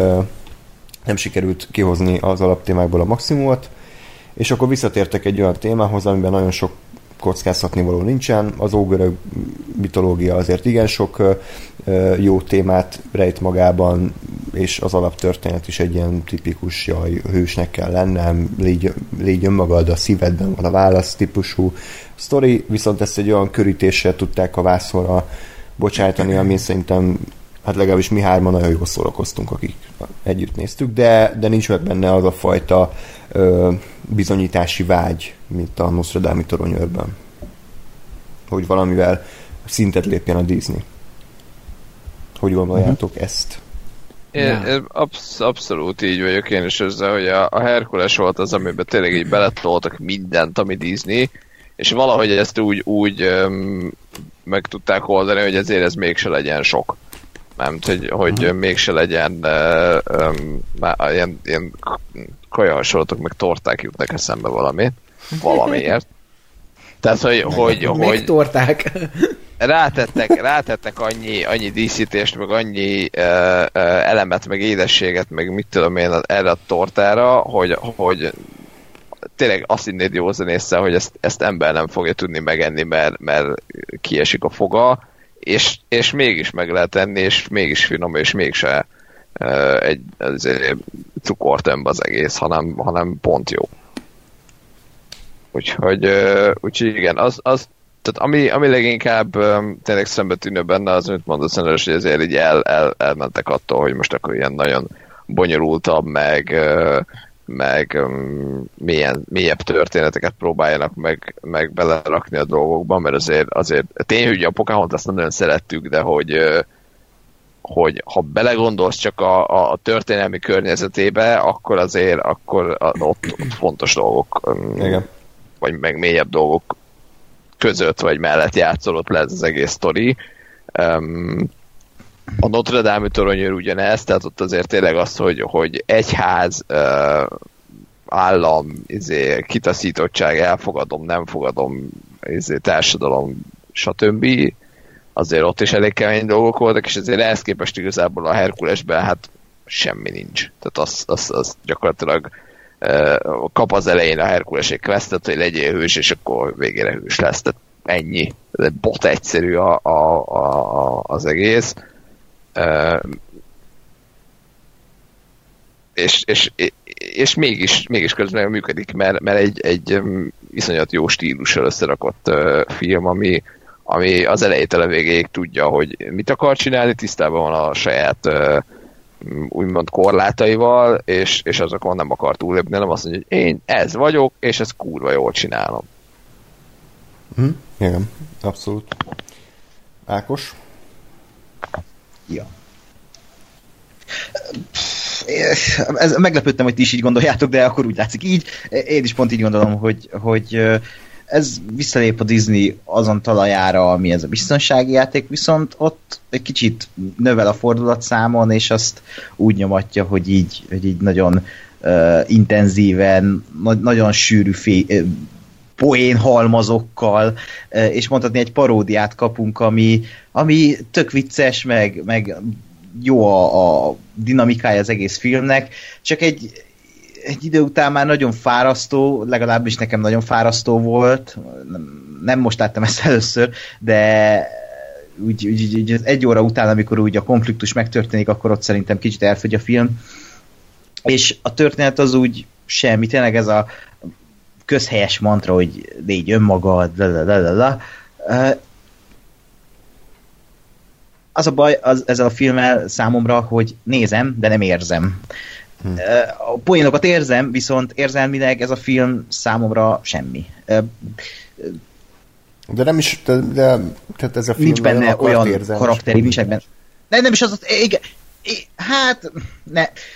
nem sikerült kihozni az alaptémákból a maximumot, és akkor visszatértek egy olyan témához, amiben nagyon sok kockáztatni való nincsen. Az ógörög mitológia azért igen sok jó témát rejt magában, és az alaptörténet is egy ilyen tipikus jaj, hősnek kell lennem, légy, légy önmagad, a szívedben van a válasz típusú sztori, viszont ezt egy olyan körítéssel tudták a vászonra bocsájtani, ami szerintem hát legalábbis mi hárman nagyon jól szórakoztunk, akik együtt néztük, de, de nincs meg benne az a fajta ö, bizonyítási vágy, mint a Nostradamus toronyőrben. Hogy valamivel szintet lépjen a Disney. Hogy gondoljátok uh-huh. ezt? Én, én absz- abszolút így vagyok én is ezzel, hogy a, a Herkules volt az, amiben tényleg így beletoltak mindent, ami Disney, és valahogy ezt úgy, úgy öm, meg tudták oldani, hogy ezért ez mégse legyen sok. Nem, hogy, hogy uh-huh. mégse legyen uh, um, má, ilyen, ilyen kajahasonlatok, meg torták jutnak eszembe valami. Valamiért. Tehát, hogy... hogy, hogy torták. Rátettek, rátettek annyi, annyi díszítést, meg annyi uh, uh, elemet, meg édességet, meg mit tudom én erre a tortára, hogy, hogy tényleg azt hinnéd józanésszel, hogy ezt, ezt ember nem fogja tudni megenni, mert, mert kiesik a foga, és, és mégis meg lehet enni, és mégis finom, és mégse uh, egy cukortömb az egész, hanem, hanem pont jó. Úgyhogy, uh, úgyhogy igen, az, az tehát ami, ami leginkább um, tényleg szembe tűnő benne, az, amit mondasz, hogy azért így el, el, elmentek attól, hogy most akkor ilyen nagyon bonyolultabb, meg, uh, meg um, milyen, mélyebb történeteket próbáljanak meg, meg belerakni a dolgokban, mert azért, azért tény, hogy a Pocahontas nem nagyon szerettük, de hogy, uh, hogy ha belegondolsz csak a, a történelmi környezetébe, akkor azért akkor ott, ott fontos dolgok, um, vagy meg mélyebb dolgok között vagy mellett játszolott le ez az egész sztori. Um, a Notre Dame toronyőr ugyanez, tehát ott azért tényleg az, hogy, hogy egyház, uh, állam, izé, kitaszítottság, elfogadom, nem fogadom, izé, társadalom, stb. Azért ott is elég kemény dolgok voltak, és azért ehhez képest igazából a Herkulesben hát semmi nincs. Tehát az, az, az gyakorlatilag uh, kap az elején a Herkules egy questet, hogy legyél hős, és akkor végére hős lesz. Tehát ennyi. Ez bot egyszerű a, a, a, az egész. Uh, és, és, és mégis, mégis közben működik, mert, mert egy, egy um, iszonyat jó stílussal összerakott uh, film, ami, ami az elejétől a végéig tudja, hogy mit akar csinálni, tisztában van a saját uh, úgymond korlátaival, és, és azokon nem akar túllépni, nem azt mondja, hogy én ez vagyok, és ezt kurva jól csinálom. Hm, igen, abszolút. Ákos? Ja. Ez, meglepődtem, hogy ti is így gondoljátok, de akkor úgy látszik így. Én is pont így gondolom, hogy, hogy ez visszalép a Disney azon talajára, ami ez a biztonsági játék, viszont ott egy kicsit növel a fordulatszámon, és azt úgy nyomatja, hogy így, hogy így nagyon uh, intenzíven, na- nagyon sűrű fé- uh, poén halmazokkal, uh, és mondhatni egy paródiát kapunk, ami, ami tök vicces, meg, meg jó a, a dinamikája az egész filmnek, csak egy egy idő után már nagyon fárasztó, legalábbis nekem nagyon fárasztó volt, nem, nem most láttam ezt először, de úgy, úgy, úgy egy óra után, amikor úgy a konfliktus megtörténik, akkor ott szerintem kicsit elfogy a film, és a történet az úgy semmi, tényleg ez a közhelyes mantra, hogy légy önmagad, lalalala. Az a baj az, ezzel a filmmel számomra, hogy nézem, de nem érzem. Hmm. A poénokat érzem, viszont érzelmileg ez a film számomra semmi. De nem is, de, de tehát ez a film nincs benne olyan érzem, karakteri, nincs benne. De nem is az, igen, hát, ne.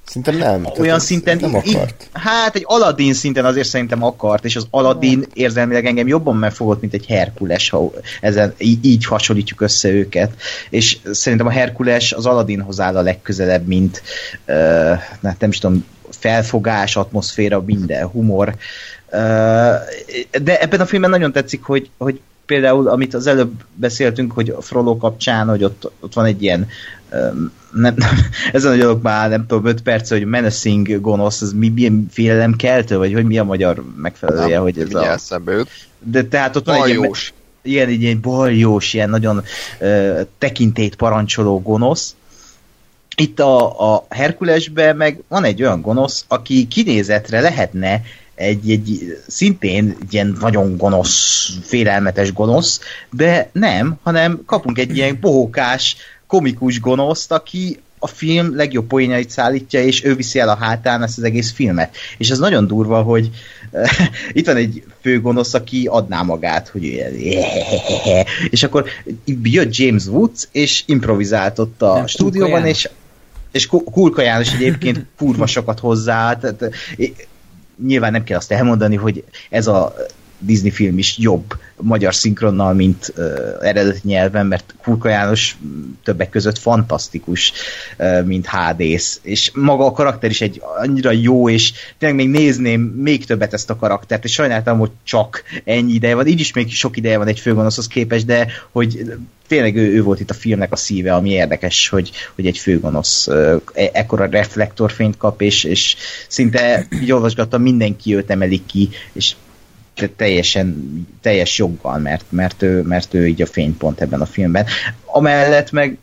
Szerintem nem. Olyan szinten nem akart. Így, hát egy Aladdin szinten azért szerintem akart, és az Aladdin érzelmileg engem jobban megfogott, mint egy Herkules, ha ezen, így, így hasonlítjuk össze őket. És szerintem a Herkules az Aladdinhoz áll a legközelebb, mint uh, nem is tudom, felfogás, atmoszféra, minden, humor. Uh, de ebben a filmben nagyon tetszik, hogy, hogy például, amit az előbb beszéltünk, hogy a Frollo kapcsán, hogy ott, ott van egy ilyen um, nem, nem, ezen a dolog már nem tudom, öt perc, hogy menacing gonosz, ez mi, milyen félelemkeltő, vagy hogy mi a magyar megfelelője, nem, hogy ez a... De tehát ott van egy ilyen, ilyen, egy ilyen baljós, ilyen nagyon uh, tekintélyt parancsoló gonosz. Itt a, a Herkulesben meg van egy olyan gonosz, aki kinézetre lehetne egy, egy szintén ilyen nagyon gonosz, félelmetes gonosz, de nem, hanem kapunk egy ilyen bohókás, komikus gonoszt, aki a film legjobb poénjait szállítja, és ő viszi el a hátán ezt az egész filmet. És ez nagyon durva, hogy uh, itt van egy főgonosz, aki adná magát, hogy és akkor jött James Woods, és improvizált ott a nem, stúdióban, és, és Kulka János egyébként kurva sokat hozzá, tehát, nyilván nem kell azt elmondani, hogy ez a Disney film is jobb magyar szinkronnal, mint uh, eredeti nyelven, mert Kulka János többek között fantasztikus, uh, mint hádész, és maga a karakter is egy annyira jó, és tényleg még nézném még többet ezt a karaktert, és sajnáltam, hogy csak ennyi ideje van, így is még sok ideje van egy főgonoszhoz képest, de hogy tényleg ő, ő volt itt a filmnek a szíve, ami érdekes, hogy, hogy egy főgonosz uh, ekkora reflektorfényt kap, és, és szinte így olvasgattam, mindenki őt emelik ki, és teljesen, teljes joggal, mert, mert, ő, mert ő így a fénypont ebben a filmben. Amellett meg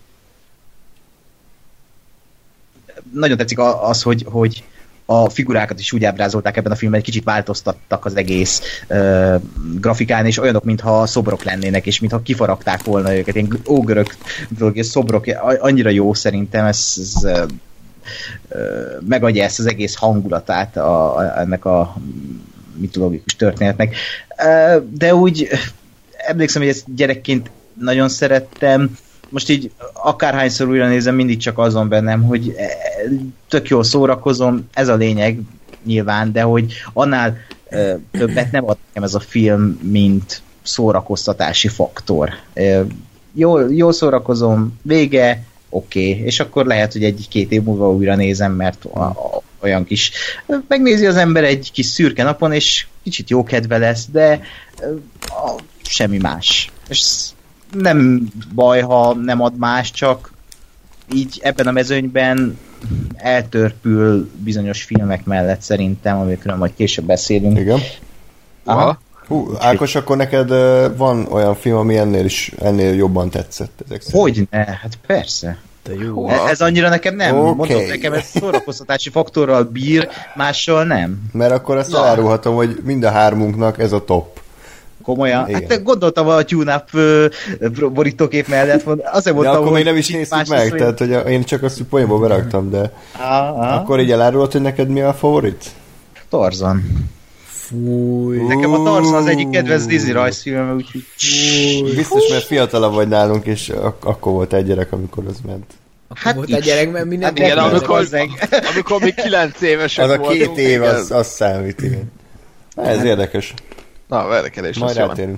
nagyon tetszik az, hogy, hogy a figurákat is úgy ábrázolták ebben a filmben, egy kicsit változtattak az egész uh, grafikán, és olyanok, mintha szobrok lennének, és mintha kifaragták volna őket. Ilyen ógörök, szobrok, annyira jó szerintem, ez, ez uh, uh, megadja ezt az egész hangulatát a, a, ennek a mitológikus történetnek. De úgy emlékszem, hogy ezt gyerekként nagyon szerettem. Most így akárhányszor újra nézem, mindig csak azon bennem, hogy tök jól szórakozom, ez a lényeg nyilván, de hogy annál többet nem ad nekem ez a film, mint szórakoztatási faktor. Jól, jól szórakozom, vége, oké, okay. És akkor lehet, hogy egy-két év múlva újra nézem, mert a, a, olyan kis, megnézi az ember egy kis szürke napon, és kicsit jó kedve lesz, de a, semmi más. És nem baj, ha nem ad más, csak így ebben a mezőnyben eltörpül bizonyos filmek mellett szerintem, amikről majd később beszélünk. Igen. Aha. Hú, Ákos, akkor neked van olyan film, ami ennél is ennél jobban tetszett? Ezek Hogyne, hát persze. De jó. Ez, ez annyira nekem nem. Okay. Mondom, nekem ez szórakoztatási faktorral bír, mással nem. Mert akkor azt elárulhatom, hogy mind a hármunknak ez a top. Komolyan? Igen. Hát gondoltam a tune-up borítókép mellett. Azért mondtam, de akkor még nem is néztük meg, szó... tehát hogy én csak azt poénból beraktam, de ah, akkor így elárulod, hogy neked mi a favorit? Tarzan. Fúj. Nekem a Tarzan az egyik kedvenc Disney rajzfilm, úgyhogy... Biztos, mert fiatalabb vagy nálunk, és ak- akkor volt egy gyerek, amikor az ment. Hát volt egy gyerek, mert minden... Hát igen, amikor, amikor még kilenc évesek voltunk. Az a voltunk, két év, az, az számít, igen. Na, ez érdekes. Na, verdekedés. Majd rátérünk.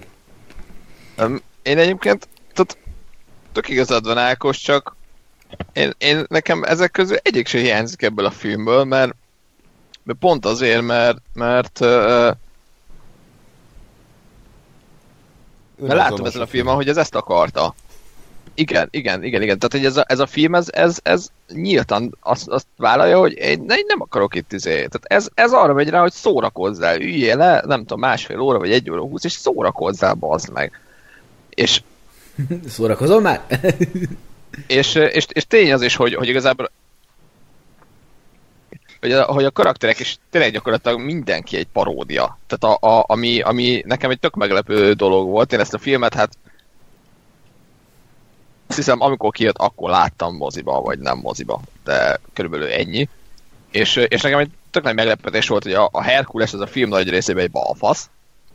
Én egyébként, tehát tök igazad van, Ákos, csak én, én nekem ezek közül egyik sem hiányzik ebből a filmből, mert, mert pont azért, mert mert, uh, mert látom ezen a filmen, hogy ez ezt akarta. Igen, igen, igen, igen. Tehát, hogy ez a, ez a film, ez, ez, ez nyíltan azt, azt vállalja, hogy én, én nem akarok itt izé. Tehát ez, ez arra megy rá, hogy szórakozzál, üljél le, nem tudom, másfél óra, vagy egy óra húsz, és szórakozzál, bazd meg. És... Szórakozol már? és, és, és tény az is, hogy, hogy igazából hogy a, hogy a karakterek is tényleg gyakorlatilag mindenki egy paródia. Tehát a, a, ami, ami nekem egy tök meglepő dolog volt. Én ezt a filmet, hát azt hiszem, amikor kijött, akkor láttam moziba, vagy nem moziba, de körülbelül ennyi. És, és nekem egy tök nagy meglepetés volt, hogy a, a Herkules az a film nagy részében egy balfasz.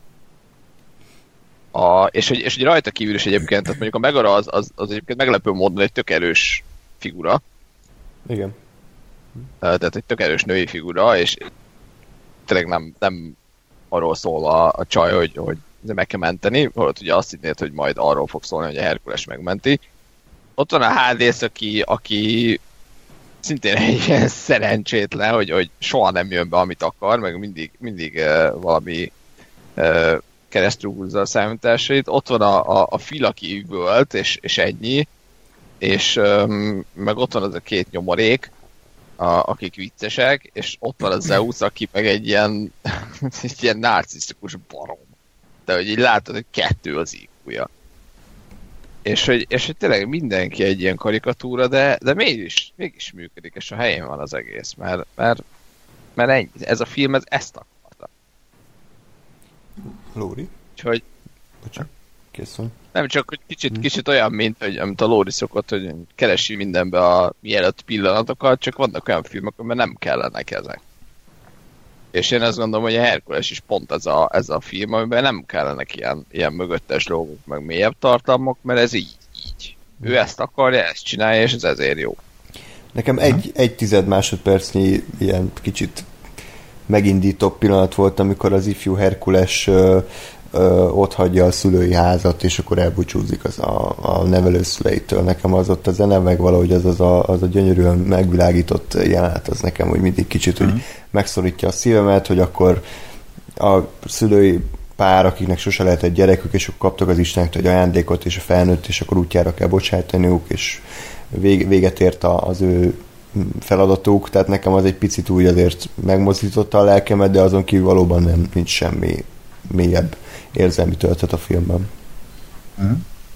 A, és, hogy, és hogy rajta kívül is egyébként, tehát mondjuk a Megara az, az, az egyébként meglepő módon egy tök erős figura. Igen. Tehát egy tök erős női figura, és tényleg nem, nem arról szól a, a csaj, hogy, hogy meg kell menteni, holott ugye azt hinnéd, hogy majd arról fog szólni, hogy a Herkules megmenti. Ott van a Hádész, aki, aki szintén egy ilyen szerencsétlen, hogy, hogy soha nem jön be, amit akar, meg mindig, mindig uh, valami uh, keresztül húzza a számításait. Ott van a, a, a Phil, aki üvölt, és, és ennyi, és um, meg ott van az a két nyomorék, a, akik viccesek, és ott van a Zeus, aki meg egy ilyen, egy ilyen narcisztikus barom. De hogy így látod, hogy kettő az í kú-ja. És hogy, és hogy tényleg mindenki egy ilyen karikatúra, de, de mégis, mégis működik, és a helyén van az egész, mert, mert, mert ennyi, ez a film ez ezt akarta. Lóri? Úgyhogy... Bocsánat, kész van. Nem csak, hogy kicsit, kicsit olyan, mint hogy, amit a Lóri szokott, hogy keresi mindenbe a mielőtt pillanatokat, csak vannak olyan filmek, amiben nem kellenek ezek. És én azt gondolom, hogy a Herkules is pont ez a, ez a film, amiben nem kellenek ilyen, ilyen mögöttes dolgok, meg mélyebb tartalmak, mert ez így, így. Ő ezt akarja, ezt csinálja, és ez ezért jó. Nekem egy, egy tized másodpercnyi ilyen kicsit megindítóbb pillanat volt, amikor az ifjú Herkules ö, ö, ott hagyja a szülői házat, és akkor elbúcsúzik az a, a nevelőszüleitől. Nekem az ott a zene, meg valahogy az, az, a, az a gyönyörűen megvilágított jelenet, az nekem hogy mindig kicsit uh-huh. úgy megszorítja a szívemet, hogy akkor a szülői pár, akiknek sose lehetett gyerekük, és akkor kaptak az Istenektől egy ajándékot, és a felnőtt, és akkor útjára kell bocsájtaniuk, és véget ért az ő feladatuk, tehát nekem az egy picit úgy azért megmozdította a lelkemet, de azon kívül valóban nem, nincs semmi mélyebb érzelmi töltet a filmben. Mm.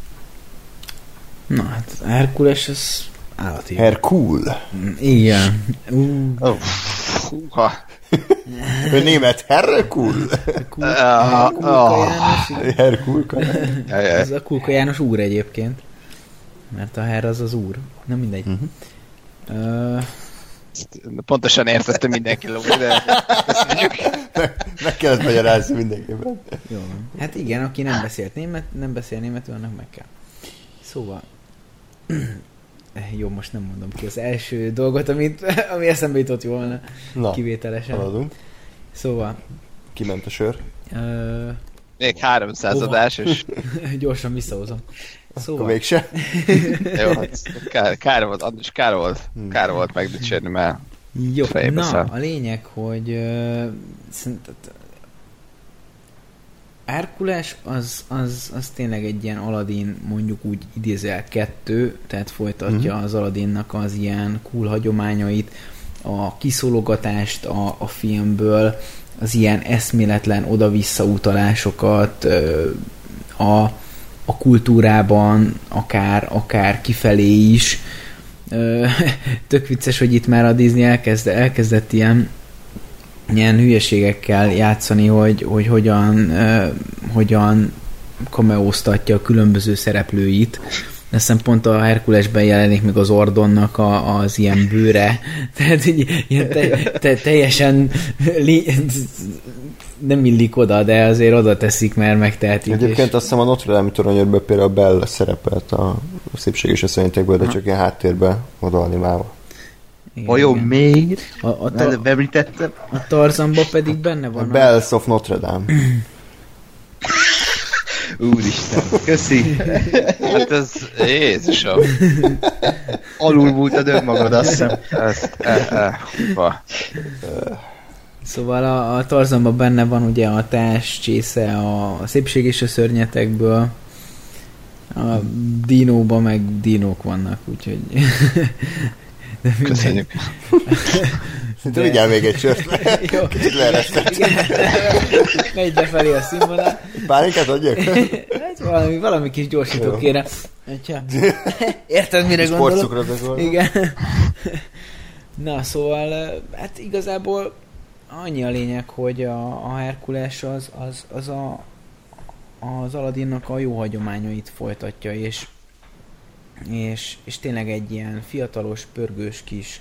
Na hát Herkules az állati. Herkul. Igen. Uh. Oh. Húha. Ő német Herkul. Kulka János. Herkulka. Ez a Kulka János úr egyébként. Mert a Her az az úr. Nem mindegy. Uh-huh. Uh, Pontosan értettem mindenki lóra, de köszönjük. Meg, meg kellett magyarázni mindenképpen. Jó. Hát igen, aki nem beszélt német, nem beszél németül, annak meg kell. Szóval jó, most nem mondom ki az első dolgot, amit, ami eszembe jutott volna. Na, kivételesen. Haladunk. Szóval kiment a sör. Uh, Még háromszáz adás, és gyorsan visszahozom. Szóval. Akkor mégse. Jó, hát kár, kár volt, Andris, kár volt, kár volt megdicsérni, mert jó, na, száll. A lényeg, hogy uh, szerinted Herkules az, az, az tényleg egy ilyen Aladdin, mondjuk úgy idézel kettő, tehát folytatja mm-hmm. az Aladdinnak az ilyen cool hagyományait, a kiszólogatást a, a filmből, az ilyen eszméletlen oda-vissza utalásokat, a, a kultúrában, akár, akár kifelé is. Tök vicces, hogy itt már a Disney elkezd, elkezdett ilyen ilyen hülyeségekkel játszani, hogy, hogy hogyan, uh, hogyan kameóztatja a különböző szereplőit. Aztán pont a Herkulesben jelenik meg az Ordonnak a, az ilyen bőre. Tehát így, ilyen te, te, teljesen li, nem illik oda, de azért oda teszik, mert megtehetik. Egyébként és... azt hiszem a Notre Dame toronyőrben például Bell szerepelt a Szépség és a Szörnyetekből, de csak ilyen háttérbe oda animálva. Vajon miért? A, a, tar- a Tarzanban pedig benne van. A Bells of Notre Dame. Úristen, köszi. Hát ez Jézusom. Alulmúltad önmagad, azt hiszem. Ezt, e, e, Szóval a, a Tarzanban benne van ugye a társ csésze a, a Szépség és a Szörnyetekből. A Dinóban meg dinók vannak, úgyhogy... Köszönjük. Szerintem vigyál még egy sört. Jó. Kicsit leeresztett. Megy befelé a színvonal. Pálinkát adjak? Hát valami, valami kis gyorsító kéne. Érted, mire gondolok? Sportcukrot. Igen. Na, szóval, hát igazából annyi a lényeg, hogy a, a Herkules az, az, az a, az Aladdinnak a jó hagyományait folytatja, és És, és tényleg egy ilyen fiatalos, pörgős kis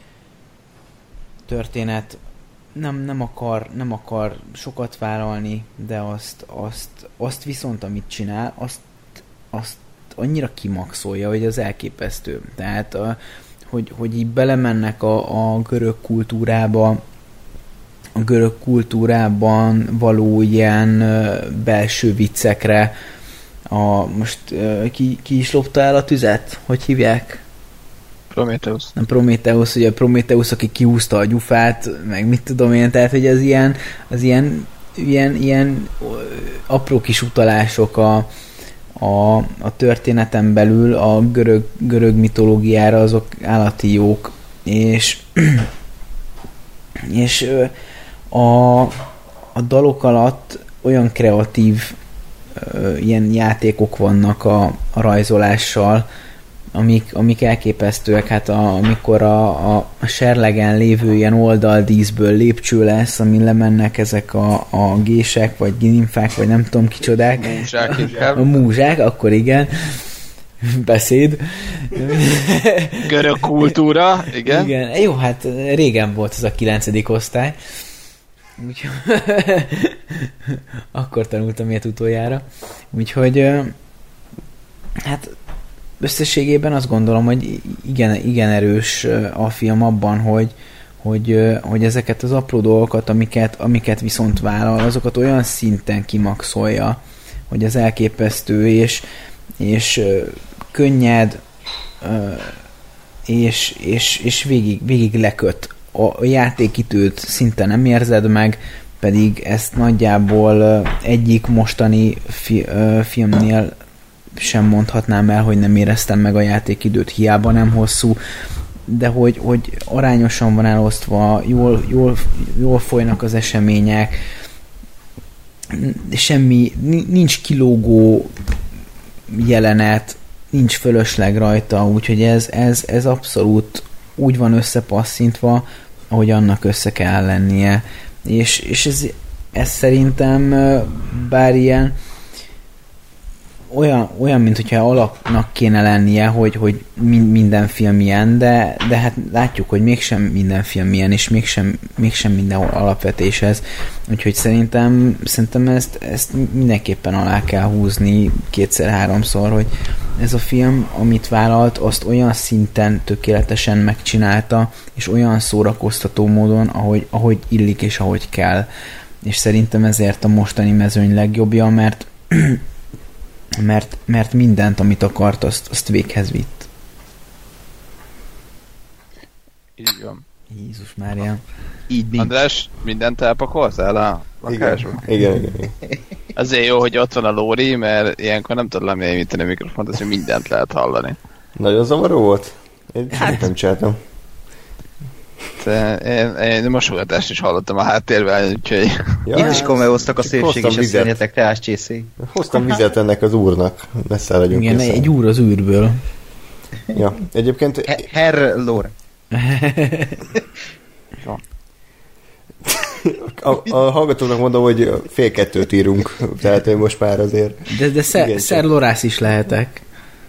történet, nem, nem, akar, nem akar sokat vállalni, de azt, azt, azt viszont, amit csinál, azt, azt annyira kimaxolja, hogy az elképesztő. Tehát a, hogy, hogy így belemennek a, a görög kultúrába, a görög kultúrában való ilyen belső viccekre. A, most ki, ki is lopta el a tüzet? Hogy hívják? Prometheus. Nem Prometheus, ugye a Prometheus, aki kihúzta a gyufát, meg mit tudom én, tehát hogy az ilyen, az ilyen, ilyen, ilyen apró kis utalások a, a, a történeten belül a görög, görög mitológiára, azok állati jók, és és a, a dalok alatt olyan kreatív ilyen játékok vannak a, a rajzolással, amik, amik elképesztőek. Hát a, amikor a, a, a serlegen lévő ilyen oldaldíszből lépcső lesz, amin lemennek ezek a, a gések, vagy nymfák, vagy nem tudom kicsodák. Múzsák inkább. A múzsák, akkor igen. Beszéd. Görög kultúra, igen. Igen. Jó, hát régen volt ez a kilencedik osztály. Úgyhogy akkor tanultam ilyet utoljára. Úgyhogy hát összességében azt gondolom, hogy igen, igen erős a film abban, hogy, hogy, hogy ezeket az apró dolgokat, amiket, amiket viszont vállal, azokat olyan szinten kimaxolja, hogy az elképesztő, és, és könnyed, és, és, és végig, végig leköt. A játékidőt szinte nem érzed meg, pedig ezt nagyjából egyik mostani fi, filmnél sem mondhatnám el, hogy nem éreztem meg a játékidőt, hiába nem hosszú, de hogy, hogy arányosan van elosztva, jól, jól, jól folynak az események, semmi, nincs kilógó jelenet, nincs fölösleg rajta, úgyhogy ez, ez, ez abszolút úgy van összepasszintva, ahogy annak össze kell lennie. És, és ez, ez szerintem bár ilyen olyan, olyan mint hogyha alapnak kéne lennie, hogy, hogy minden film ilyen, de, de hát látjuk, hogy mégsem minden film ilyen, és mégsem, mégsem mindenhol alapvetés ez. Úgyhogy szerintem, szerintem ezt, ezt mindenképpen alá kell húzni kétszer-háromszor, hogy ez a film, amit vállalt, azt olyan szinten tökéletesen megcsinálta, és olyan szórakoztató módon, ahogy, ahogy illik és ahogy kell. És szerintem ezért a mostani mezőny legjobbja, mert mert, mert mindent, amit akart, azt, azt véghez vitt. Így van. Jézus Mária. Így nincs. András, mindent elpakoltál a lakásba? Igen, igen, igen. Azért jó, hogy ott van a Lóri, mert ilyenkor nem tudod lemélyíteni a mikrofont, azért mindent lehet hallani. Nagyon zavaró volt? Én hát, nem csináltam. Én, én mosogatást is hallottam a háttérben, úgyhogy... Ja, itt is kameóztak a szépség és a szörnyetek teáscsészé. Hoztam vizet ennek az úrnak. Ne száradjunk. Igen, össze. Egy úr az űrből. Ja, egyébként... He- Herr Lore. a, a hallgatónak mondom, hogy fél kettőt írunk, tehát én most már azért... De, de szer, szer Lorász is lehetek.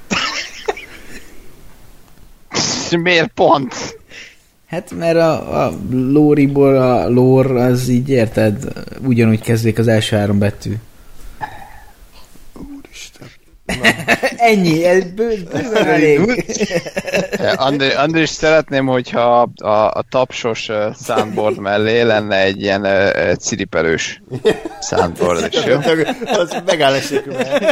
Miért pont? Hát mert a, a Lóriból a lór az így érted, ugyanúgy kezdődik az első három betű. Úristen. Ennyi, ez bőven elég. Andrés, Andrés, szeretném, hogyha a, a tapsos uh, soundboard mellé lenne egy ilyen uh, ciripelős soundboard is, jó? Az megáll esékülve.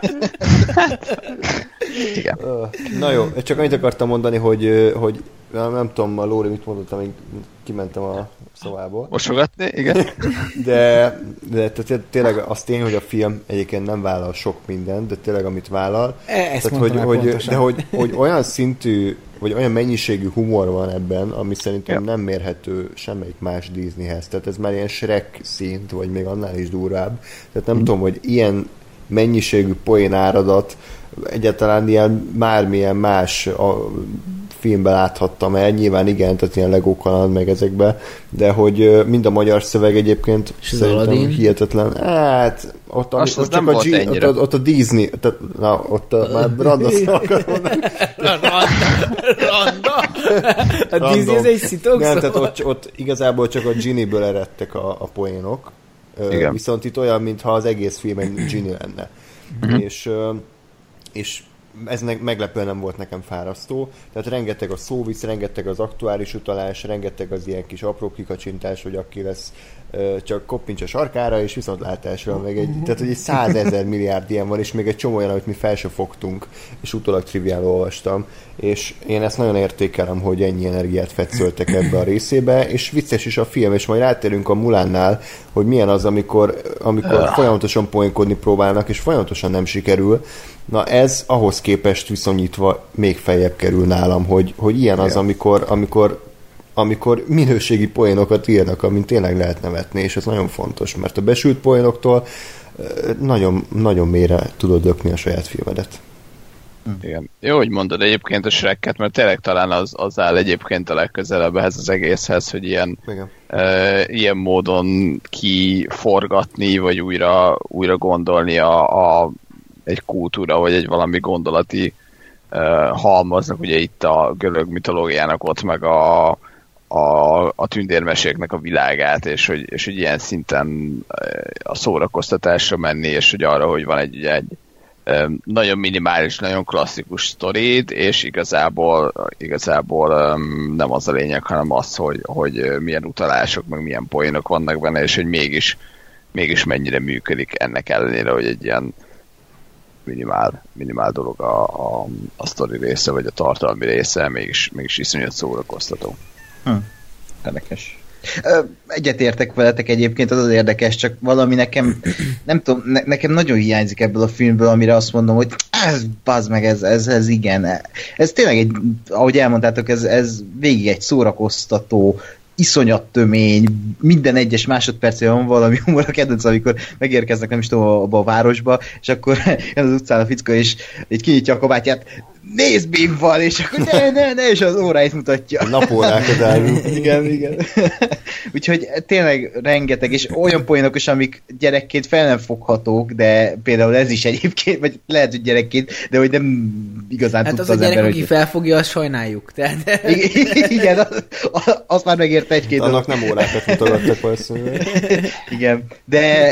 Igen. Na jó, csak annyit akartam mondani, hogy, hogy nem, nem tudom, a Lóri mit mondott, amíg kimentem a szobából. Mosogatni, igen. De, de tehát tényleg az tény, hogy a film egyébként nem vállal sok mindent, de tényleg amit vállal. Ezt tehát, hogy, hogy, de hogy, hogy olyan szintű, vagy olyan mennyiségű humor van ebben, ami szerintem ja. nem mérhető semmelyik más Disneyhez. Tehát ez már ilyen Shrek szint, vagy még annál is durvább. Tehát nem mm. tudom, hogy ilyen mennyiségű poén áradat egyáltalán ilyen bármilyen más a filmben láthattam el, nyilván igen, tehát ilyen Lego kaland meg ezekbe, de hogy mind a magyar szöveg egyébként és szerintem hihetetlen. Hát, ott, Azt ott csak a, G, ott, ott, ott a Disney, tehát, na, ott a, már Randa szavakat mondani. Randa, Randa. A Disney ez egy szitok Nem, tehát ott, ott igazából csak a Ginny-ből eredtek a, a poénok. Igen. Viszont itt olyan, mintha az egész film egy Ginny lenne. Mm-hmm. És, és ez ne, meglepően nem volt nekem fárasztó, tehát rengeteg a szóvisz, rengeteg az aktuális utalás, rengeteg az ilyen kis apró kikacsintás, hogy aki lesz, csak koppints a sarkára, és viszontlátásra, meg egy, tehát hogy egy százezer milliárd ilyen van, és még egy csomó olyan, amit mi fel se fogtunk, és utólag triviál olvastam, és én ezt nagyon értékelem, hogy ennyi energiát fetszöltek ebbe a részébe, és vicces is a film, és majd rátérünk a Mulánnál, hogy milyen az, amikor, amikor folyamatosan poénkodni próbálnak, és folyamatosan nem sikerül. Na ez ahhoz képest viszonyítva még feljebb kerül nálam, hogy, hogy ilyen az, amikor, amikor amikor minőségi poénokat írnak, amin tényleg lehet nevetni, és ez nagyon fontos, mert a besült poénoktól nagyon, nagyon mélyre tudod lökni a saját filmedet. Igen. Jó, hogy mondod egyébként a Shrek-et, mert tényleg talán az, az áll egyébként a legközelebb ehhez az egészhez, hogy ilyen, e, ilyen módon kiforgatni, vagy újra, újra gondolni a, a, egy kultúra, vagy egy valami gondolati e, halmaznak, ugye itt a görög mitológiának ott meg a A, a tündérmeséknek a világát, és hogy, és hogy ilyen szinten a szórakoztatásra menni, és hogy arra, hogy van egy, egy nagyon minimális, nagyon klasszikus sztorid, és igazából, igazából nem az a lényeg, hanem az, hogy, hogy milyen utalások, meg milyen poénok vannak benne, és hogy mégis, mégis mennyire működik ennek ellenére, hogy egy ilyen minimál, minimál dolog a, a, a sztori része, vagy a tartalmi része, mégis, mégis iszonyat szórakoztató. Hm. Érdekes. Egyetértek veletek egyébként, az az érdekes, csak valami nekem, nem tudom, ne, nekem nagyon hiányzik ebből a filmből, amire azt mondom, hogy ez, bazd meg, ez, ez, ez igen. Ez tényleg egy, ahogy elmondtátok, ez, ez végig egy szórakoztató, iszonyat tömény, minden egyes másodpercben van valami humor, a kedvenc, amikor megérkeznek, nem is tudom, abba a városba, és akkor az utcán a fickó, és így kinyitja a kabátját, nézd, bim van, és akkor ne, ne, ne, és az óráit mutatja. A napórákat állunk. Igen, igen. Úgyhogy tényleg rengeteg, és olyan poénok is, amik gyerekként fel nem foghatók, de például ez is egyébként, vagy lehet, hogy gyerekként, de hogy nem igazán hát tudta az, az, az ember, ember, aki hogy... felfogja, azt sajnáljuk. Tehát... Igen, az, az már megérte egy-két. Annak nem órákat mutogattak valószínűleg. Igen, de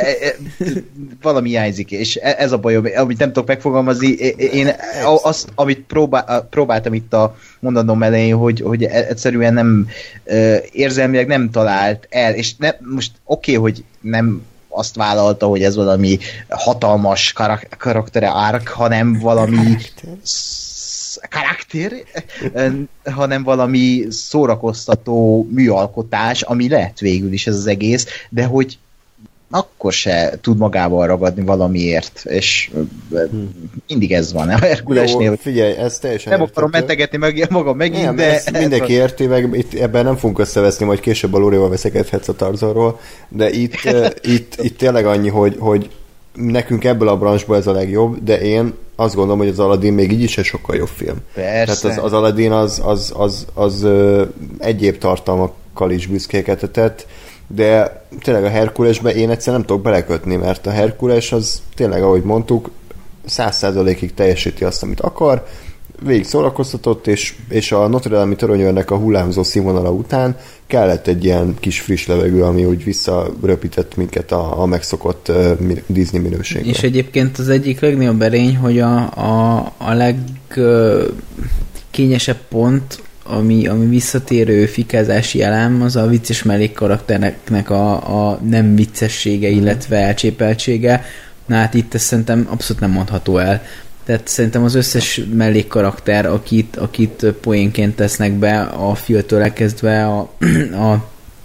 valami hiányzik, és ez a bajom, amit nem tudok megfogalmazni, én azt, amit próbál, próbáltam itt a mondanom elején, hogy, hogy egyszerűen nem érzelmileg nem talált el, és ne, most oké, okay, hogy nem azt vállalta, hogy ez valami hatalmas karak- karaktere árk, hanem valami karakter, hanem valami szórakoztató műalkotás, ami lehet végül is ez az egész, de hogy akkor se tud magával ragadni valamiért, és hmm. mindig ez van a Herkulesnél. Jó, figyelj, ez teljesen nem akarom mentegetni meg, magam megint, nem, de... Mindenki érti, meg itt, ebben nem fogunk összeveszni, majd később a Lórival veszekedhetsz a Tarzanról, de itt, itt, itt tényleg annyi, hogy, hogy nekünk ebből a branchból ez a legjobb, de én azt gondolom, hogy az Aladdin még így is egy sokkal jobb film. Persze. Tehát az, az Aladdin az, az, az, az, az egyéb tartalmakkal is büszkélkedhetett, de tényleg a Herkulesbe én egyszer nem tudok belekötni, mert a Herkules az tényleg, ahogy mondtuk, száz százalékig teljesíti azt, amit akar, végig szórakoztatott, és, és a Notre Dame-i toronyőrnek a hullámzó színvonala után kellett egy ilyen kis friss levegő, ami úgy visszaröpített minket a, a megszokott uh, Disney minőségre. És egyébként az egyik legnagyobb erény, hogy a, a, a legkényesebb pont, ami, ami visszatérő fikázási elem, az a vicces mellékkarakternek a, a nem viccessége, illetve elcsépeltsége. Na hát itt ezt szerintem abszolút nem mondható el. Tehát szerintem az összes mellékkarakter, akit, akit poénként tesznek be, a Phil-től elkezdve a, a,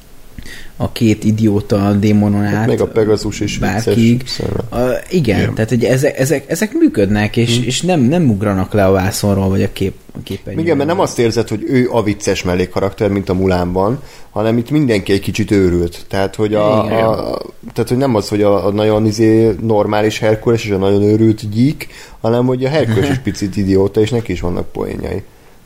a két idióta a démonon át. Még a Pegasus is bárkig. A, igen, igen, tehát hogy ezek, ezek, ezek működnek, és, hmm. és nem, nem ugranak le a vászonról, vagy a kép a képernyőről. Igen, mert nem azt érzed, hogy ő a vicces mellékkarakter, mint a Mulánban, hanem itt mindenki egy kicsit őrült. Tehát, hogy, a, a, tehát, hogy nem az, hogy a, a nagyon izé, normális Herkules és a nagyon őrült gyík, hanem hogy a Herkules is picit idióta, és neki is vannak poénjai.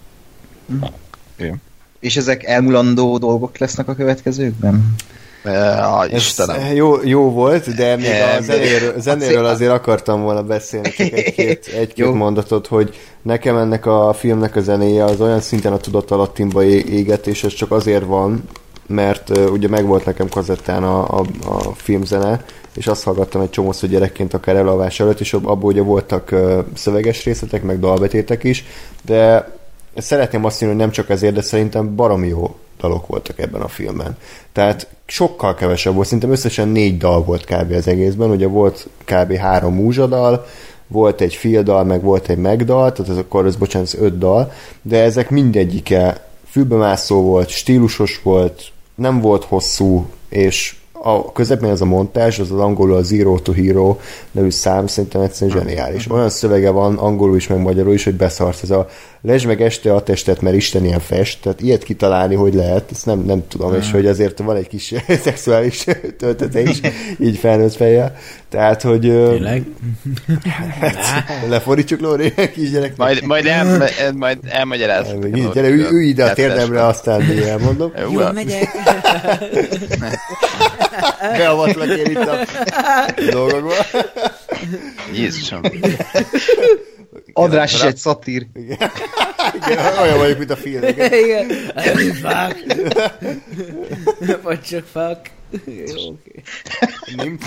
Igen. És ezek elmulandó dolgok lesznek a következőkben? Ja, Istenem. Jó, jó volt, de még a zenéről, zenéről azért akartam volna beszélni, csak egy-két, egy-két mondatot, hogy nekem ennek a filmnek a zenéje az olyan szinten a tudatalattimba éget, és ez csak azért van, mert uh, ugye megvolt nekem kazettán a, a, a filmzene, és azt hallgattam egy csomószor gyerekként akár elalvás előtt, és abból ugye voltak uh, szöveges részletek, meg dalbetétek is, de szeretném azt mondani, hogy nem csak ezért, de szerintem baromi jó dalok voltak ebben a filmben. Tehát sokkal kevesebb volt, szerintem összesen négy dal volt kb. Az egészben, ugye volt kb. három múzsadal, volt egy fildal, meg volt egy megdal, tehát ez akkor, ez bocsánat, ez öt dal, de ezek mindegyike fülbemászó volt, stílusos volt, nem volt hosszú, és a közepén ez a montázs, az az angolul a Zero to Hero nevű szám, szerintem egyszerűen zseniális. Olyan szövege van angolul is, meg magyarul is, hogy beszarsz. Ez a lesd meg este a testet, mert Isten ilyen fest, tehát ilyet kitalálni, hogy lehet, ezt nem, nem tudom, és hogy azért van egy kis szexuális töltete is, így felnőtt fejjel. Tehát, hogy... Tényleg? Hát, lefordítsuk, Lóri, kisgyerek. Majd, majd, el, majd elmagyarázunk. Gyere, ülj, ülj ide a térdemre, aztán még elmondom. Jó, megyek. Beavatlak én itt a dolgokba. Jézusom. András is egy szatír. Igen. Igen, olyan vagyok, mint a film. Igen. Fuck. Vagy csak fuck. Jó, oké. Nem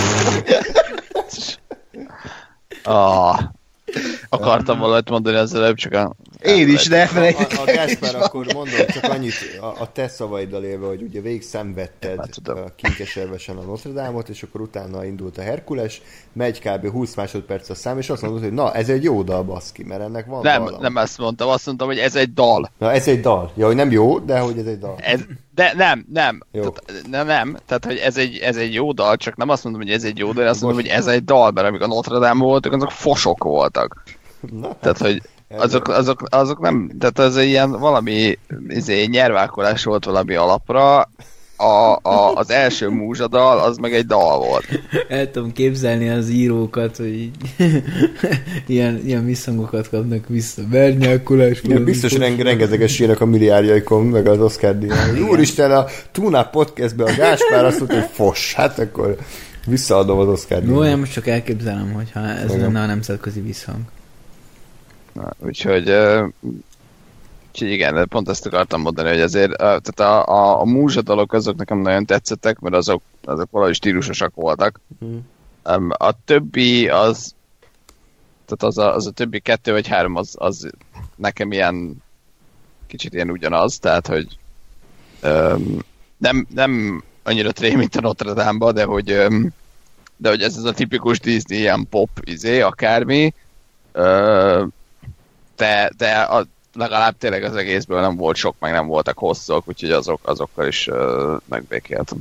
Ah, akartam valamit mondani az előbb, csak a... Én is, de a, a Gáspár, akkor mondom csak annyit a, a te szavaiddal élve, hogy ugye végig szenvedted kinkeservesen a Notre Dame-ot, és akkor utána indult a Herkules, megy kb. húsz másodperc a szám, és azt mondod, hogy na, ez egy jó dal, baszki, mert ennek van Nem, valami. nem ezt mondtam, azt mondtam, hogy ez egy dal. Na, ez egy dal. Ja, hogy nem jó, de hogy ez egy dal. Ez, de nem, nem. Jó. Tehát, nem, nem. Tehát, hogy ez egy, ez egy jó dal, csak nem azt mondom, hogy ez egy jó dal, azt mondom, hogy ez egy dal, mert amik a Notre Dame voltak, azok fosok voltak. Na, Tehát, hogy azok, azok, azok nem, tehát ez ilyen valami izé, nyervákolás volt valami alapra, a, a, az első múzsadal, az meg egy dal volt. El tudom képzelni az írókat, hogy így ilyen, ilyen visszhangokat kapnak vissza. Vernyákolás. Igen, biztos reng- rengeteges írnak a milliárdjaikon, meg az Oscar díján. Úristen, a Tuna podcastben a Gáspár azt mondta, hogy fos, hát akkor visszaadom az Oscar díján. Jó, én most csak elképzelem, hogyha ez Igen. lenne a nemzetközi visszhang. Na, úgyhogy, uh, úgyhogy igen, pont ezt akartam mondani, hogy azért uh, tehát a, a, a múzsadalok azok nekem nagyon tetszettek, mert azok, azok valahogy stílusosak voltak. Mm. Um, a többi az tehát az a, az a többi kettő vagy három az, az nekem ilyen kicsit ilyen ugyanaz, tehát hogy um, nem, nem annyira tré, mint a Notre Dame-ba, de hogy, um, de hogy ez az a tipikus Disney ilyen pop izé, akármi, uh, de, de a, legalább tényleg az egészből nem volt sok, meg nem voltak hosszúak, úgyhogy azok, azokkal is uh, megbékéltem.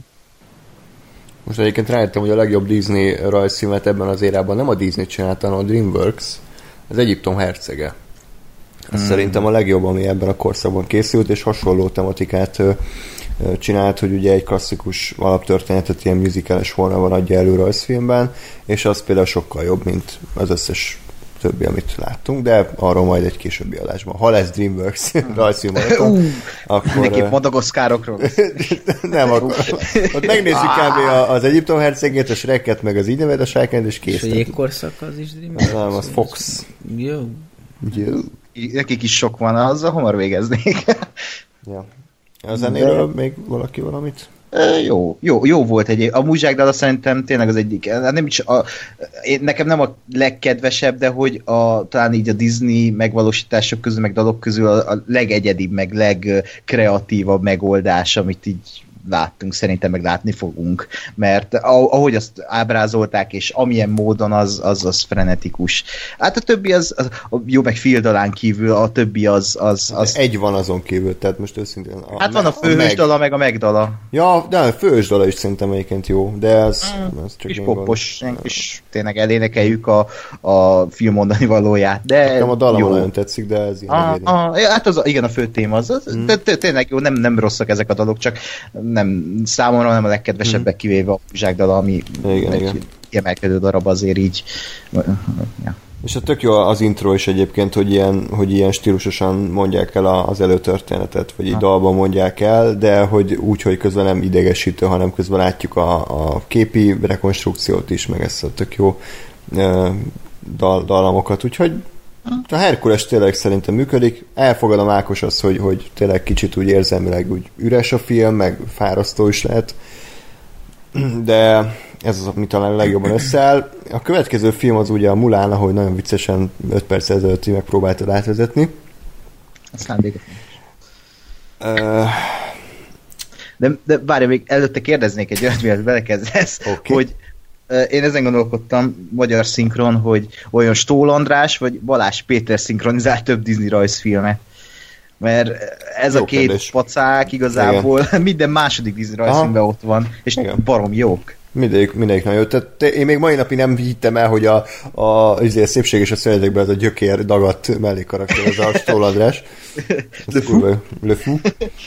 Most egyébként rájöttem, hogy a legjobb Disney rajzfilmet ebben az érában nem a Disney csinálta, hanem a DreamWorks, az Egyiptom hercege. Ez hmm. szerintem a legjobb, ami ebben a korszakban készült, és hasonló tematikát ö, ö, csinált, hogy ugye egy klasszikus alaptörténetet ilyen musicales formában adja elő rajzfilmben, és az például sokkal jobb, mint az összes többi, amit láttunk, de arról majd egy későbbi adásban. Ha lesz DreamWorks rajzfilm maraton, uh, akkor... Mindenképp Madagaszkárokról. Nem, akkor ott megnézzük kb. Az Egyiptom hercegét, a Shreket, meg az így neved a sárkányt, és kész. És a jégkorszak az is DreamWorks? Nem, az Fox. Jó. Jó. Nekik is sok van, azzal hamar végeznék. Ja. A zenéről de... még valaki valamit? Jó, jó, jó volt egy. A Múzsákdala szerintem tényleg az egyik. Nem is a, én, nekem nem a legkedvesebb, de hogy a, talán így a Disney megvalósítások közül, meg dalok közül a, a legegyedibb, meg legkreatívabb megoldás, amit így láttunk, szerintem meg látni fogunk, mert ahogy azt ábrázolták, és amilyen módon az, az, az frenetikus. Hát a többi az, az jó, meg Fildalán kívül, a többi az... az, az... Egy van azon kívül, tehát most őszintén... A, hát van a főhősdala, meg a megdala. Ja, de a főhősdala is szerintem egyébként jó, de ez, mm, ez csak kis popos, is tényleg elénekeljük a, a film mondani valóját, de nekem a dala nagyon tetszik, de ez ilyen a, a, hát az, igen, a fő téma az, az mm. de tényleg jó, nem, nem rosszak ezek a dalok, csak nem számomra nem a legkedvesebbek, kivéve a Múzsákdala, ami igen, egy igen. kiemelkedő darab azért így. Ja. És hát tök jó az intro is egyébként, hogy ilyen, hogy ilyen stílusosan mondják el az előtörténetet, vagy így dalban mondják el, de hogy úgy, hogy közben nem idegesítő, hanem közben látjuk a, a képi rekonstrukciót is, meg ezt a tök jó uh, dal, dallamokat, úgyhogy A Herkules tényleg szerintem működik. Elfogadom Ákos azt, hogy, hogy tényleg kicsit úgy érzelmileg úgy üres a film, meg fárasztó is lehet. De ez az, ami talán a legjobban összeáll. A következő film az ugye a Mulan, ahogy nagyon viccesen öt perc ezelőtt megpróbáltad átvezetni. A szándékot. Uh... De, de várj, még előtte kérdeznék egy olyat, mielőtt belekezdesz, okay. Hogy uh, én ezen gondolkodtam, magyar szinkron, hogy olyan Stól András vagy Balázs Péter szinkronizál több Disney rajzfilmet. Mert ez jó a két kérdés. Pacák igazából igen. Minden második Disney rajzfilmben ott van, és igen. Barom jók. Mindegyik, mindegyik nagyon jó. Tehát én még mai napig nem hittem el, hogy a, a, a szépség és a szövetekben ez a gyökér dagadt mellékkarakter, ez a Stól András. Le Fou.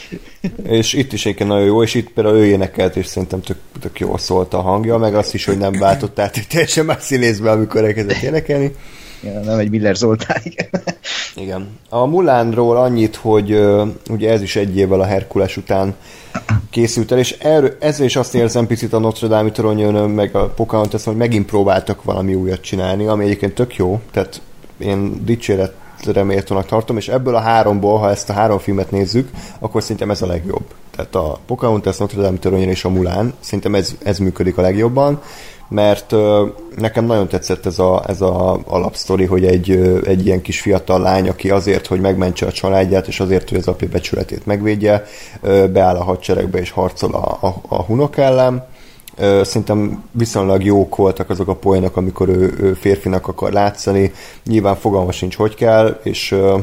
És itt is egyébként nagyon jó, és itt például ő énekelt, és szerintem tök, tök jól szólt a hangja, meg azt is, hogy nem váltott át egy teljesen más színészbe, amikor elkezdett énekelni. Ja, nem egy Miller Zoltán, igen. Igen. A Mulánról annyit, hogy uh, ugye ez is egy évvel a Herkules után készült el, és erről, ezzel is azt érzem picit a Notre Dame-i Toronyon, meg a Pocahontas, hogy megint próbáltak valami újat csinálni, ami egyébként tök jó, tehát én dicséretre méltónak tartom, és ebből a háromból, ha ezt a három filmet nézzük, akkor szerintem ez a legjobb. Tehát a Pocahontas, Notre Dame-i Toronyon és a Mulan, szerintem ez, ez működik a legjobban, mert uh, nekem nagyon tetszett ez a, ez a alapsztori, hogy egy, uh, egy ilyen kis fiatal lány, aki azért, hogy megmentse a családját, és azért, hogy az apja becsületét megvédje, uh, beáll a hadseregbe és harcol a, a, a hunok ellen. Uh, szerintem viszonylag jók voltak azok a poénok, amikor ő, ő férfinak akar látszani. Nyilván fogalma sincs, hogy kell, és uh,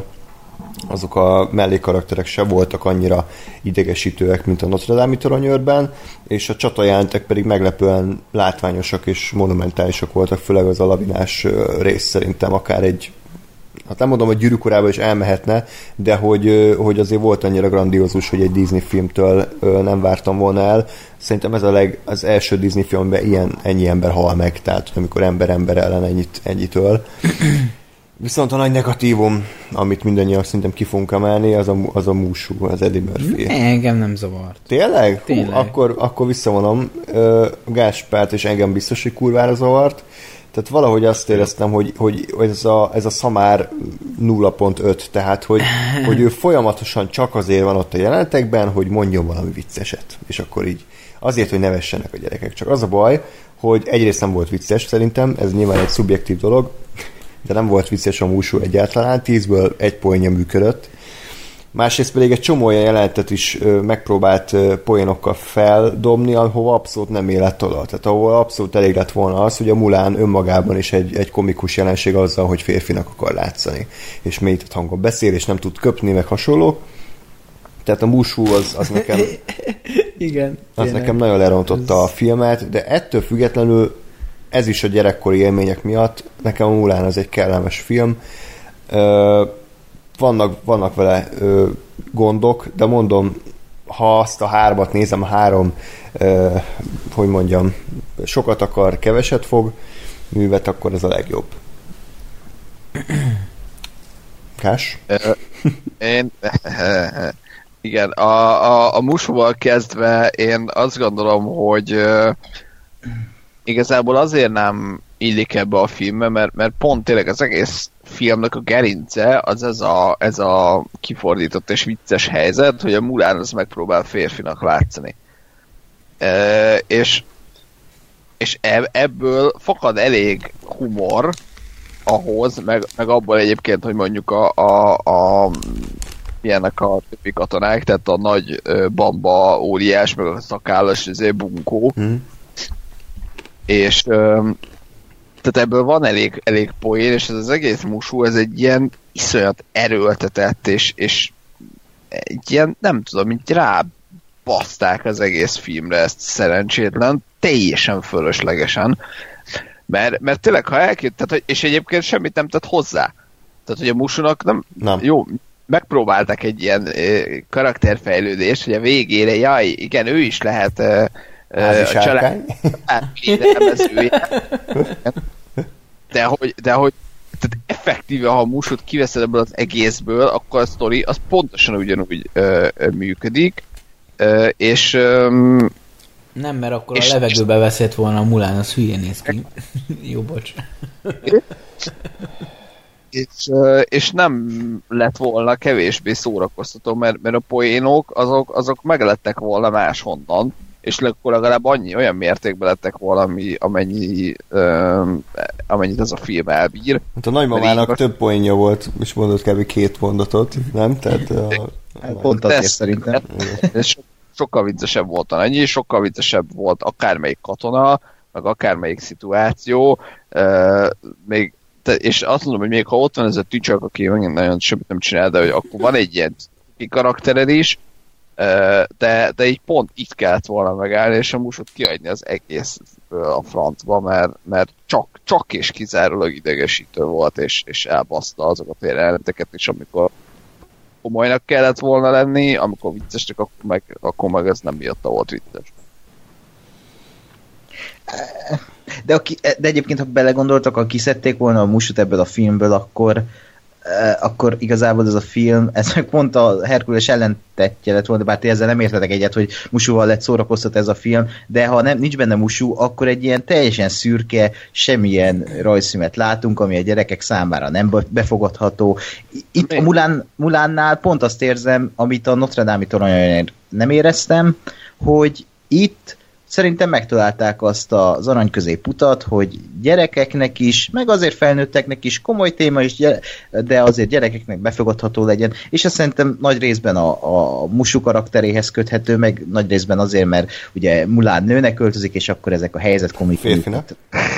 azok a mellékkarakterek se voltak annyira idegesítőek, mint a Notre Dame-i Toronyőrben, és a csatajelentek pedig meglepően látványosak és monumentálisak voltak, főleg az a lavinás rész szerintem akár egy, hát nem mondom, hogy Gyűrűk Urában is elmehetne, de hogy, hogy azért volt annyira grandiózus, hogy egy Disney filmtől nem vártam volna el. Szerintem ez a leg, az első Disney filmben ilyen, ennyi ember hal meg, tehát amikor ember ember ellen ennyit, ennyit öl. Viszont a nagy negatívum, amit mindannyian szerintem ki fogunk emelni, az a, az a Mushu, az Eddie Murphy. Ne, engem nem zavart. Tényleg? Tényleg. Hú, akkor, akkor visszavonom. Gáspárt és engem biztos, hogy kurvára zavart. Tehát valahogy azt éreztem, hogy, hogy ez, a, ez a szamár nulla pont öt, tehát hogy, hogy ő folyamatosan csak azért van ott a jelenetekben, hogy mondjon valami vicceset. És akkor így azért, hogy nevessenek a gyerekek. Csak az a baj, hogy egyrészt nem volt vicces szerintem, ez nyilván egy szubjektív dolog, de nem volt vicces a Mushu egyáltalán, tízből egy poénja működött. Másrészt pedig egy csomó olyan jelenetet is ö, megpróbált ö, poénokkal feldobni, ahova abszolút nem élet oda. Tehát ahol abszolút elég lett volna az, hogy a Mulan önmagában is egy, egy komikus jelenség azzal, hogy férfinak akar látszani. És mélyített hangon beszél, és nem tud köpni, meg hasonló. Tehát a Mushu az, az nekem igen, az nekem nagyon lerontotta a filmet, de ettől függetlenül ez is a gyerekkori élmények miatt, nekem a Mulan az egy kellemes film. Ö, vannak, vannak vele ö, gondok, de mondom, ha azt a hármat nézem, a három, ö, hogy mondjam, sokat akar, keveset fog művet, akkor ez a legjobb. Kás? Én... Igen, a, a, a Mushuval kezdve én azt gondolom, hogy uh, igazából azért nem illik ebbe a filmbe, mert, mert pont tényleg az egész filmnek a gerince az ez a, ez a kifordított és vicces helyzet, hogy a Mulan az megpróbál férfinak látszani. Uh, és és ebből fakad elég humor ahhoz, meg, meg abból egyébként, hogy mondjuk a, a, a ilyenek a többi katonák, tehát a nagy ö, bamba óriás, meg a szakállas bunkó. Mm. És ö, tehát ebből van elég, elég poén, és ez az egész Mushu, ez egy ilyen iszonyat erőltetett, és, és egy ilyen, nem tudom, mint rá baszták az egész filmre ezt szerencsétlen, teljesen fölöslegesen. Mert, mert tényleg, ha elkét, tehát, és egyébként semmit nem tett hozzá. Tehát, hogy a Mushunak nem, nem. Jó, megpróbáltak egy ilyen ö, karakterfejlődést, hogy a végére, jaj, igen, ő is lehet ö, ö, a család védelmezője. De hogy, de hogy tehát effektíve, ha a Mushut kiveszed ebből az egészből, akkor a sztori az pontosan ugyanúgy ö, ö, működik, ö, és ö, nem, mert akkor a levegőbe veszett volna a Mulan, az hülyén néz ki. Jó, bocs. és, és nem lett volna kevésbé szórakoztató, mert, mert a poénok azok, azok meglettek volna máshonnan, és akkor legalább annyi, olyan mértékben lettek valami, amennyi, um, amennyit ez a film elbír. Hát a nagymamának így, több poénja volt, és mondott kb. Két mondatot, nem? Tehát, a, a, pont azért szerintem. Ez so, sokkal viccesebb volt a annyi, sokkal viccesebb volt akármelyik katona, meg akármelyik szituáció, uh, még, te, és azt mondom, hogy még ha ott van ez a tücsök, aki megint nagyon semmit nem csinál, de hogy akkor van egy ilyen karaktered is, De, de így pont itt kellett volna megállni, és a musot kiadni az egész a francba, mert, mert csak, csak és kizárólag idegesítő volt, és, és elbaszta azokat a jeleneteket is, amikor komolynak kellett volna lenni, amikor viccesnek, akkor meg, akkor meg ez nem miatta volt vicces. De, aki, de egyébként, ha belegondoltak, ha kiszedték volna a musot ebből a filmből, akkor akkor igazából ez a film, ez meg pont a Herkules ellentetje lett volna, bár ti ezzel nem értetek egyet, hogy Musúval lett szórakoztat ez a film, de ha nem, nincs benne Musú, akkor egy ilyen teljesen szürke, semmilyen rajzfilmet látunk, ami a gyerekek számára nem befogadható. Itt a Mulán, Mulánnál pont azt érzem, amit a Notre Dame-i toronyon nem éreztem, hogy itt szerintem megtalálták azt az arany középutat, hogy gyerekeknek is, meg azért felnőtteknek is komoly téma is, de azért gyerekeknek befogadható legyen, és ezt szerintem nagy részben a, a Musú karakteréhez köthető, meg nagy részben azért, mert ugye Mulán nőnek költözik, és akkor ezek a helyzet komikus. Férfinak?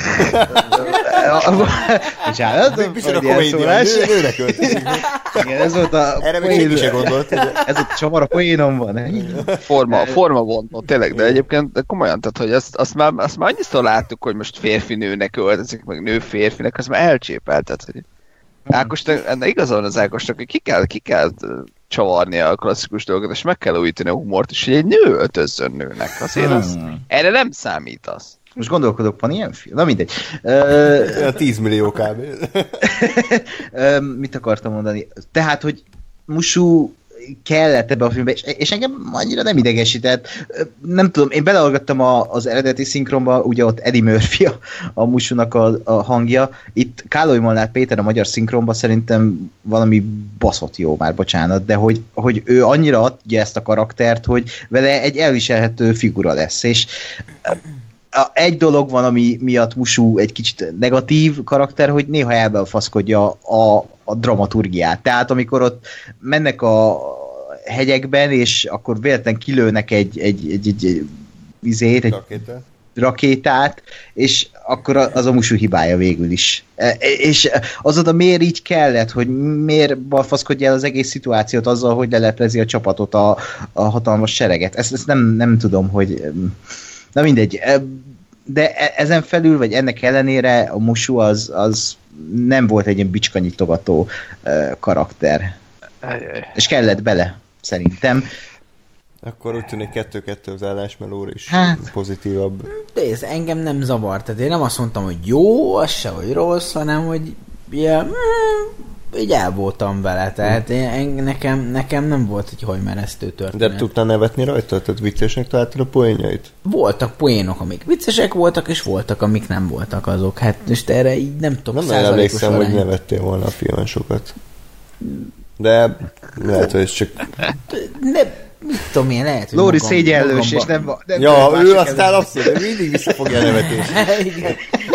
Bocsánat, micsoda komédia, nőnek költözik. Igen, ez volt a... Erre még senki se gondolt. Ez a csavar a poénom van. Forma, forma vontott, tényleg, de egyébként de komolyan, tehát, hogy ezt, azt, már, azt már annyiszor láttuk, hogy most férfi nőnek költözik, meg nő férfinek, az már elcsépelt, tehát, hogy Ákos, ennek igazán az Ákosnak, hogy ki kell, ki kell csavarni a klasszikus dolgokat, és meg kell újítani a humort, és hogy egy nő öltözzön nőnek. Azért az, hmm. erre nem számítasz. Most gondolkodok, van ilyen film? Na mindegy. Uh, tíz millió kb. Mit akartam mondani? Tehát, hogy Musú kellett ebbe a filmbe, és, és engem annyira nem idegesített. Nem tudom, én belehallgattam a, az eredeti szinkronba, ugye ott Eddie Murphy a, a Musúnak a, a hangja. Itt Káloly Molnár Péter a magyar szinkronba szerintem valami baszott jó, már bocsánat, de hogy, hogy ő annyira adja ezt a karaktert, hogy vele egy elviselhető figura lesz, és egy dolog van, ami miatt Musú egy kicsit negatív karakter, hogy néha elbefaszkodja a, a dramaturgiát. Tehát amikor ott mennek a hegyekben, és akkor véletlen kilőnek egy, egy, egy, egy, egy, izét, egy rakétát. rakétát, és akkor az a Musú hibája végül is. És az oda miért így kellett, hogy miért balfaszkodja el az egész szituációt azzal, hogy leleplezi a csapatot, a, a hatalmas sereget. Ezt, ezt nem, nem tudom, hogy... Na mindegy, de ezen felül, vagy ennek ellenére a Musú az, az nem volt egy ilyen bicskanyitogató karakter. Ajaj. És kellett bele, szerintem. Akkor úgy tűnik kettő-kettő az állásmelór is hát, pozitívabb. De ez engem nem zavart, tehát én nem azt mondtam, hogy jó, az se, hogy rossz, hanem, hogy ilyen, így el voltam vele, tehát én, nekem, nekem nem volt egy hajmeresztő történet. De tudtál nevetni rajta? Tehát viccesnek találtad a poénjait? Voltak poénok, amik viccesek voltak, és voltak, amik nem voltak azok. Hát most erre így nem tudok százalékos. Nem emlékszem, hogy nevettél volna a filmen sokat. De lehet, hogy ez csak... De mit tudom én, lehet, hogy Lóri szégyellős, és nem... nem ja, nem ő aztán abszolút, ő mindig visszafogja a nevetést. Igen.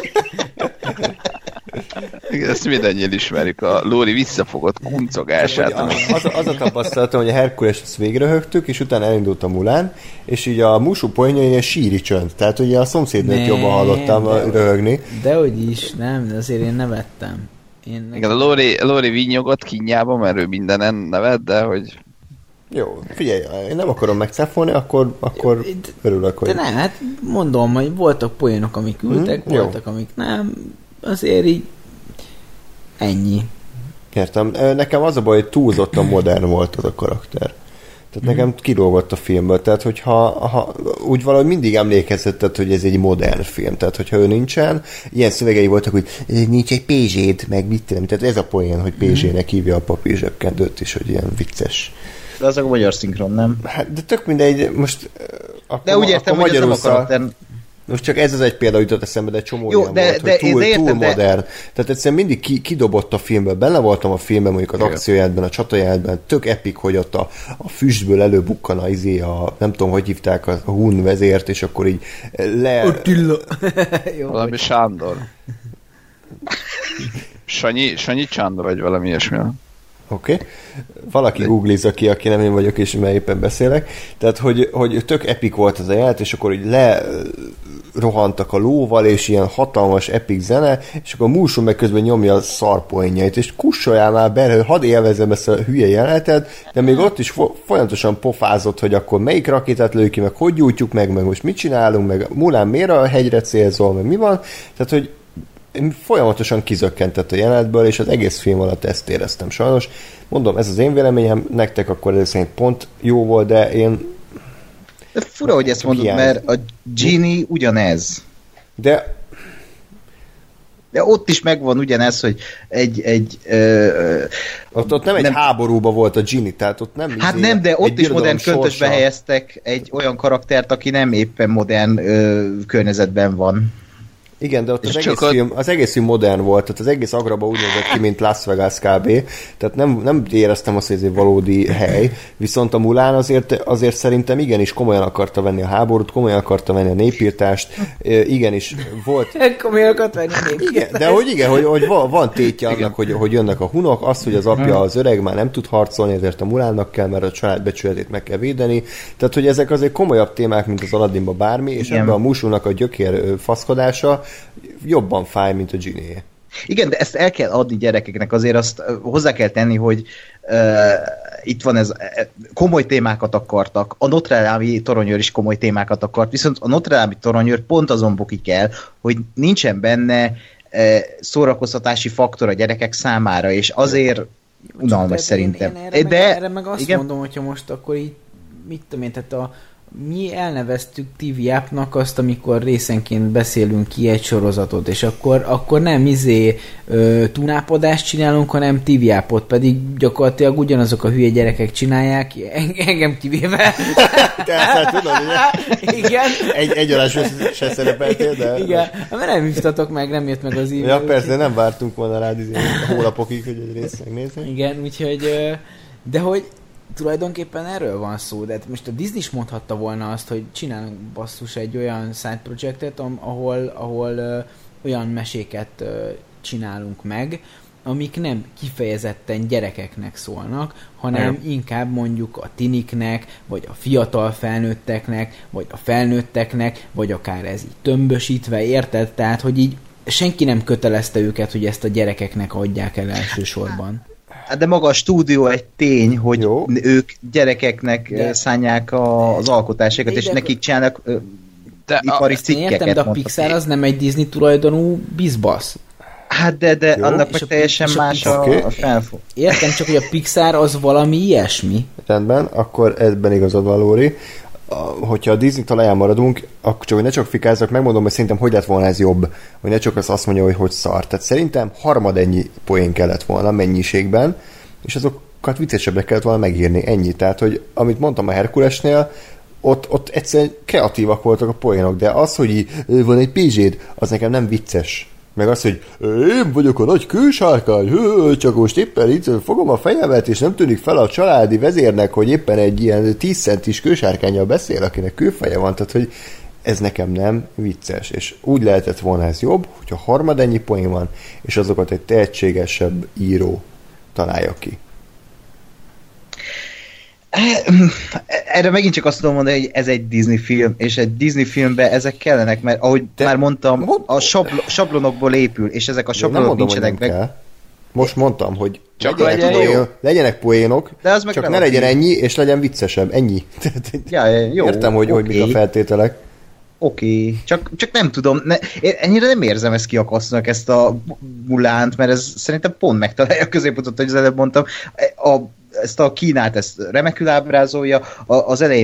Igen, ezt mindannyian ismerjük, a Lóri visszafogott kuncogását. Az, az, az a tapasztalatom, hogy a Herkules ezt végrehögtük, és utána elindult a Mulán, és így a Musú poénja ilyen síri csönd. Tehát ugye a szomszédnőt jobban hallottam de, röhögni. Dehogy is, nem, de azért én nevettem. Én Igen, a Lóri, Lóri vinyogott kínjában, mert ő mindenen nevet, de hogy... Jó, figyelj, én nem akarom megcáfolni, akkor, akkor örülök, hogy... De nem, hát mondom, hogy voltak poénok, amik ültek, hmm, voltak, jó. amik nem, azért így ennyi. Értem. Nekem az a baj, hogy túlzottan modern volt az a karakter. Tehát hmm. nekem kilógott a filmből. Tehát, hogyha ha, úgy valahogy mindig emlékeztetett, hogy ez egy modern film. Tehát, hogyha ő nincsen, ilyen szövegei voltak, hogy nincs egy pé zséd, meg mit tudom. Tehát ez a poén, hogy pé zsének hívja a papír zsebkendőt is, hogy ilyen vicces. De azok a magyar szinkron, nem? Hát, de tök mindegy, most... Akkor, de úgy értem, hogy ez nem a karakter... Most csak ez az egy példa jutott eszembe, de csomó Jó, ilyen de, volt, de, hogy túl, de értem, túl de... modern. Tehát egyszerűen mindig ki, kidobott a filmből. Benne voltam a filmben, mondjuk az akciójátban, a csatajátban, tök epik, hogy ott a, a füstből előbukkan a, izé, a nem tudom, hogy hívták a, a Hun vezért, és akkor így le... Attila. Valami Sándor. Sanyi, Sanyi Csándor, vagy valami ilyesmi. Oké. Okay. Valaki googlizza ki, aki nem én vagyok, és mert éppen beszélek. Tehát, hogy, hogy tök epik volt az a jelenet, és akkor így le rohantak a lóval, és ilyen hatalmas epik zene, és akkor Mushu meg közben nyomja a szarpoénjait, és kussoljál már bele, hogy hadd élvezem ezt a hülye jelenetet, de még ott is folyamatosan pofázott, hogy akkor melyik rakétát lőjük ki, meg hogy gyújtjuk meg, meg most mit csinálunk, meg Mulan miért a hegyre célzol, meg mi van. Tehát, hogy folyamatosan kizökkentett a jelenetből, és az egész film alatt ezt éreztem sajnos. Mondom, ez az én véleményem, nektek akkor ez szerint pont jó volt, de én... De fura, hogy ezt mondod, mert a Genie ugyanez. De... De ott is megvan ugyanez, hogy egy... egy ö, ott, ott nem, nem egy háborúba volt a Genie, tehát ott nem... Hát nem, de ott is modern költösbe helyeztek egy olyan karaktert, aki nem éppen modern ö, környezetben van. Igen, de ott az egész, film, az egész film modern volt, tehát az egész Agraba úgy nézett ki, mint Las Vegas kb. Tehát nem, nem éreztem azt, hogy ez egy valódi hely, viszont a Mulan azért, azért szerintem igenis komolyan akarta venni a háborút, komolyan akarta venni a népírtást, igenis volt... komolyan akarta venni a népírtást. Igen, de hogy igen, hogy, hogy van, van tétje annak, hogy, hogy jönnek a hunok, az, hogy az apja az öreg már nem tud harcolni, ezért a Mulánnak kell, mert a család becsületét meg kell védeni. Tehát, hogy ezek azért komolyabb témák, mint az Aladdinban bármi, és ebben a Mushunak a gyökér faszkodása jobban fáj, mint a Genie. Igen, de ezt el kell adni gyerekeknek, azért azt hozzá kell tenni, hogy uh, itt van ez, uh, komoly témákat akartak, a Notre Dame-i toronyőr is komoly témákat akart, viszont a Notre Dame-i toronyőr pont azon bukik el, hogy nincsen benne uh, szórakoztatási faktor a gyerekek számára, és azért unalmas szerintem. Én, én erre, de, meg, erre meg azt igen? mondom, hogyha most akkor így, mit tudom én, tehát a mi elneveztük té vé appnak azt, amikor részenként beszélünk ki egy sorozatot, és akkor, akkor nem izé ö, tunápodást csinálunk, hanem té vé appot, pedig gyakorlatilag ugyanazok a hülye gyerekek csinálják, engem kivéve. Te ezt tudod, ugye? Igen. Egy, egy órás se szerepeltél, de... Igen, mert nem hívtatok meg, nem jött meg az e-mail. Ja, persze, nem vártunk volna rád a hónapokig, hogy egy részt megnézni. Igen, úgyhogy... De hogy tulajdonképpen erről van szó, de most a Disney is mondhatta volna azt, hogy csinálunk basszus egy olyan side projectet, ahol, ahol ö, olyan meséket ö, csinálunk meg, amik nem kifejezetten gyerekeknek szólnak, hanem Ajá. inkább mondjuk a tiniknek, vagy a fiatal felnőtteknek, vagy a felnőtteknek, vagy akár ez így tömbösítve, érted? Tehát, hogy így senki nem kötelezte őket, hogy ezt a gyerekeknek adják el elsősorban. De maga a stúdió egy tény, hogy Jó. ők gyerekeknek de. szánják a, az alkotásokat, és de. nekik csinálnak de ipari a, cikkeket. Értem, de a Pixar az nem egy Disney tulajdonú bizbasz. Hát de, de Jó. annak meg teljesen a, más a, okay. a felfog. Értem, csak hogy a Pixar az valami ilyesmi. Rendben, akkor ebben igazad van, Lóri. Hogyha a Disney talaján maradunk, akkor csak, hogy ne csak fikázzak, megmondom, hogy szerintem hogy lett volna ez jobb, hogy ne csak az azt mondja, hogy hogy szar. Tehát szerintem harmad ennyi poén kellett volna mennyiségben, és azokat viccesebbre kellett volna megírni, ennyi. Tehát, hogy amit mondtam a Herkulesnél, ott, ott egyszerűen kreatívak voltak a poénok, de az, hogy így, van egy pézséd, az nekem nem vicces. Meg az, hogy én vagyok a nagy kősárkány, csak most éppen itt fogom a fejemet, és nem tűnik fel a családi vezérnek, hogy éppen egy ilyen tíz centis kősárkánnyal beszél, akinek kőfeje van, tehát hogy ez nekem nem vicces. És úgy lehetett volna ez jobb, hogyha harmad ennyi poén van, és azokat egy tehetségesebb író találja ki. Erre megint csak azt tudom mondani, hogy ez egy Disney film, és egy Disney filmben ezek kellenek, mert ahogy Te már mondtam, a sabl- sablonokból épül, és ezek a sablonok mondom, nincsenek meg. Kell. Most mondtam, hogy csak legyenek, legyen poén, legyenek poénok, de az csak ne legyen ennyi, és legyen viccesebb, ennyi. Ja, jó, értem, hogy, okay. hogy mik a feltételek. Oké, okay. csak, csak nem tudom, ne, én ennyire nem érzem ezt kiakasztnak, ezt a Mulánt, mert ez szerintem pont megtalálja a középpontot, hogy az előbb mondtam. A, ezt a Kínát, ezt remekül ábrázolja, a, az elején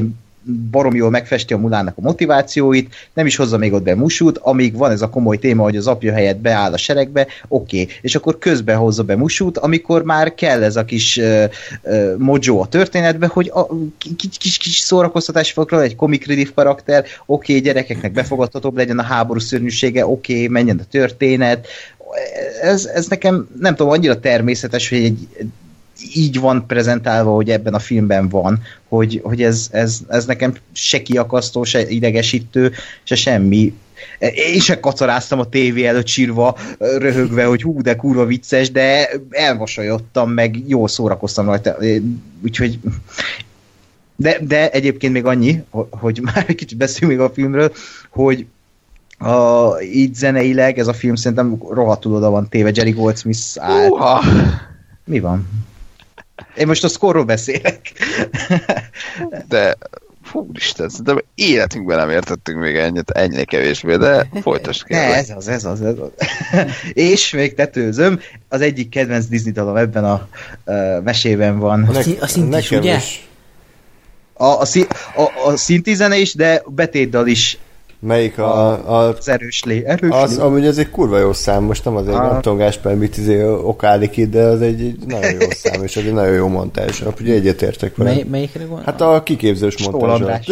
barom jól megfesti a Mulánnak a motivációit, nem is hozza még ott be Musút, amíg van ez a komoly téma, hogy az apja helyett beáll a seregbe, oké, okay. És akkor közben hozza be Musút, amikor már kell ez a kis uh, uh, mojo a történetbe, hogy a kis, kis, kis szórakoztatás foglalja, egy comic relief karakter, oké, okay, gyerekeknek befogadhatóbb legyen a háború szörnyűsége, oké, okay, menjen a történet. Ez, ez nekem, nem tudom, annyira természetes, hogy egy így van prezentálva, hogy ebben a filmben van, hogy, hogy ez, ez, ez nekem se kiakasztó, se idegesítő, se semmi. Én se kacaráztam a tévé előtt sírva, röhögve, hogy hú, de kurva vicces, de elmosolyodtam, meg jól szórakoztam rajta. Úgyhogy de, de egyébként még annyi, hogy már egy kicsit beszéljünk még a filmről, hogy a, így zeneileg ez a film szerintem rohadtul oda van téve, Jerry Goldsmith állt. Uh-ha. Mi van? Én most a score-ról beszélek. De, fúristen, de életünkben nem értettünk még ennyit, ennyire kevésbé, de folytasd ki. Ez az, ez az, ez az. És még tetőzöm, az egyik kedvenc Disney dalom ebben a uh, mesében van. A, szín, a szint is, ugye? A, a, a, a szinti zene is, de betétdal is. Melyik a... a az erős lé. Erős az, lé. amúgy ez egy kurva jó szám, most nem az egy nem tudom Gáspár mit izé okálik itt, de az egy, egy nagyon jó szám, és az egy nagyon jó montázs. Ugye egyetértek vele. Mely, melyikre gondol? Hát a kiképzős montázs.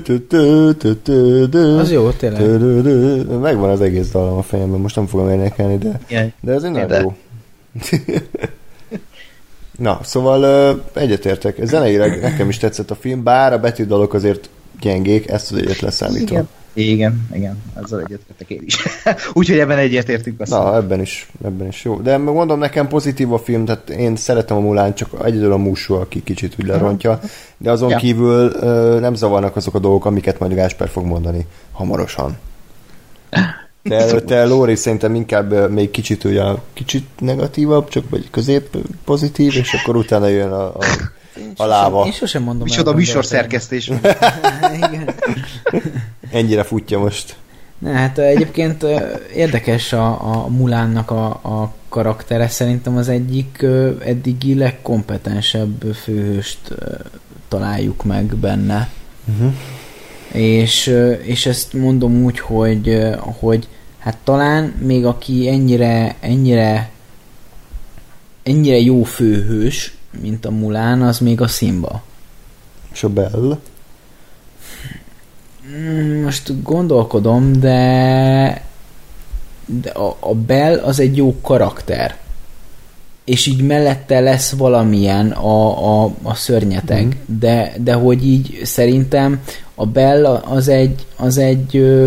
Az jó, tényleg. Megvan az egész dalom a fejemben, most nem fogom énekelni, de, de ez egy nagyon jó. Na, szóval uh, egyetértek. Zeneileg nekem is tetszett a film, bár a betűdalok azért gyengék, ezt az egyet leszámítva. Igen. Igen, igen, azzal egyetértek én is. Úgyhogy ebben egyetértünk azt. Na, ebben is, ebben is jó. De mondom, nekem pozitív a film, tehát én szeretem a Mulán, csak egyedül a Musú, aki kicsit úgy lerontja, de azon ja. kívül uh, nem zavarnak azok a dolgok, amiket majd Gáspár fog mondani hamarosan. Te, te Lóri, szerintem inkább még kicsit ugye kicsit negatívabb, csak vagy közép pozitív, és akkor utána jön a, a, a láva. Én sosem mondom. Micsoda műsorszerkesztés. Igen. Ennyire futja most. Ne, hát egyébként érdekes a, a Mulánnak a, a karaktere, szerintem az egyik eddigi legkompetensebb főhőst találjuk meg benne. Uh-huh. És, és ezt mondom úgy, hogy, hogy hát talán még aki ennyire, ennyire ennyire jó főhős, mint a Mulán, az még a Simba. És a Bell? Most gondolkodom, de, de a, a Bell az egy jó karakter. És így mellette lesz valamilyen a, a, a szörnyeteg. Mm. De, de hogy így szerintem a Bell az egy, az egy ő,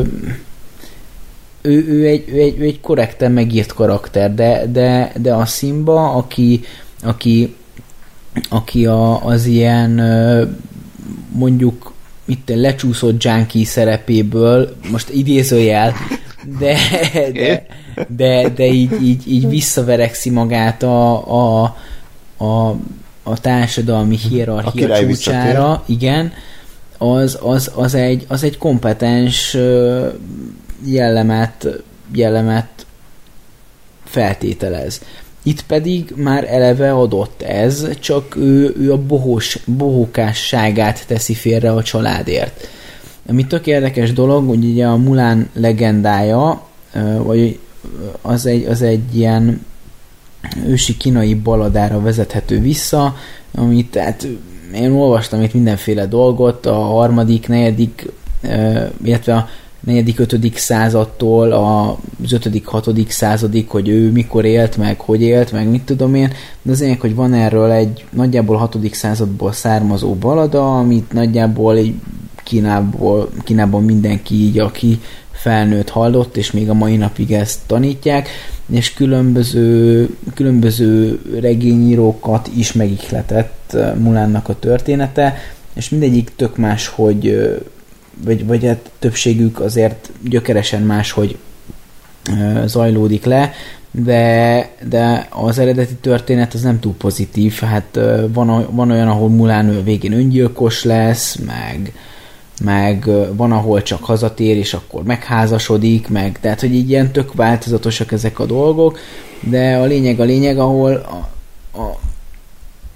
ő, egy, ő, egy, ő egy korrekten megírt karakter, de, de, de a Simba, aki, aki, aki a, az ilyen mondjuk itt lecsúszott junkie szerepéből, most idézőjel, de, de, de, de így, így, így visszaverekszi magát a, a, a, a társadalmi hierarchia csúcsára, igen, az, az, az, egy, az egy kompetens jellemet, jellemet feltételez. Itt pedig már eleve adott ez, csak ő, ő a bohós, bohókásságát teszi félre a családért. Ami tök érdekes dolog, hogy ugye a Mulán legendája, vagy az egy, az egy ilyen ősi kínai balladára vezethető vissza, amit tehát én olvastam itt mindenféle dolgot, a harmadik, negyedik, illetve a negyedik, ötödik századtól az ötödik, hatodik századig, hogy ő mikor élt, meg hogy élt, meg mit tudom én, de az lényeg, hogy van erről egy nagyjából hatodik századból származó balada, amit nagyjából egy Kínából, Kínában mindenki így, aki felnőtt hallott, és még a mai napig ezt tanítják, és különböző, különböző regényírókat is megihletett Mulánnak a története, és mindegyik tök más, hogy vagy, vagy hát többségük azért gyökeresen más, hogy zajlódik le, de, de az eredeti történet az nem túl pozitív, hát van, van olyan, ahol Mulán végén öngyilkos lesz, meg meg van, ahol csak hazatér, és akkor megházasodik, meg, tehát, hogy így ilyen tök változatosak ezek a dolgok, de a lényeg a lényeg, ahol a, a,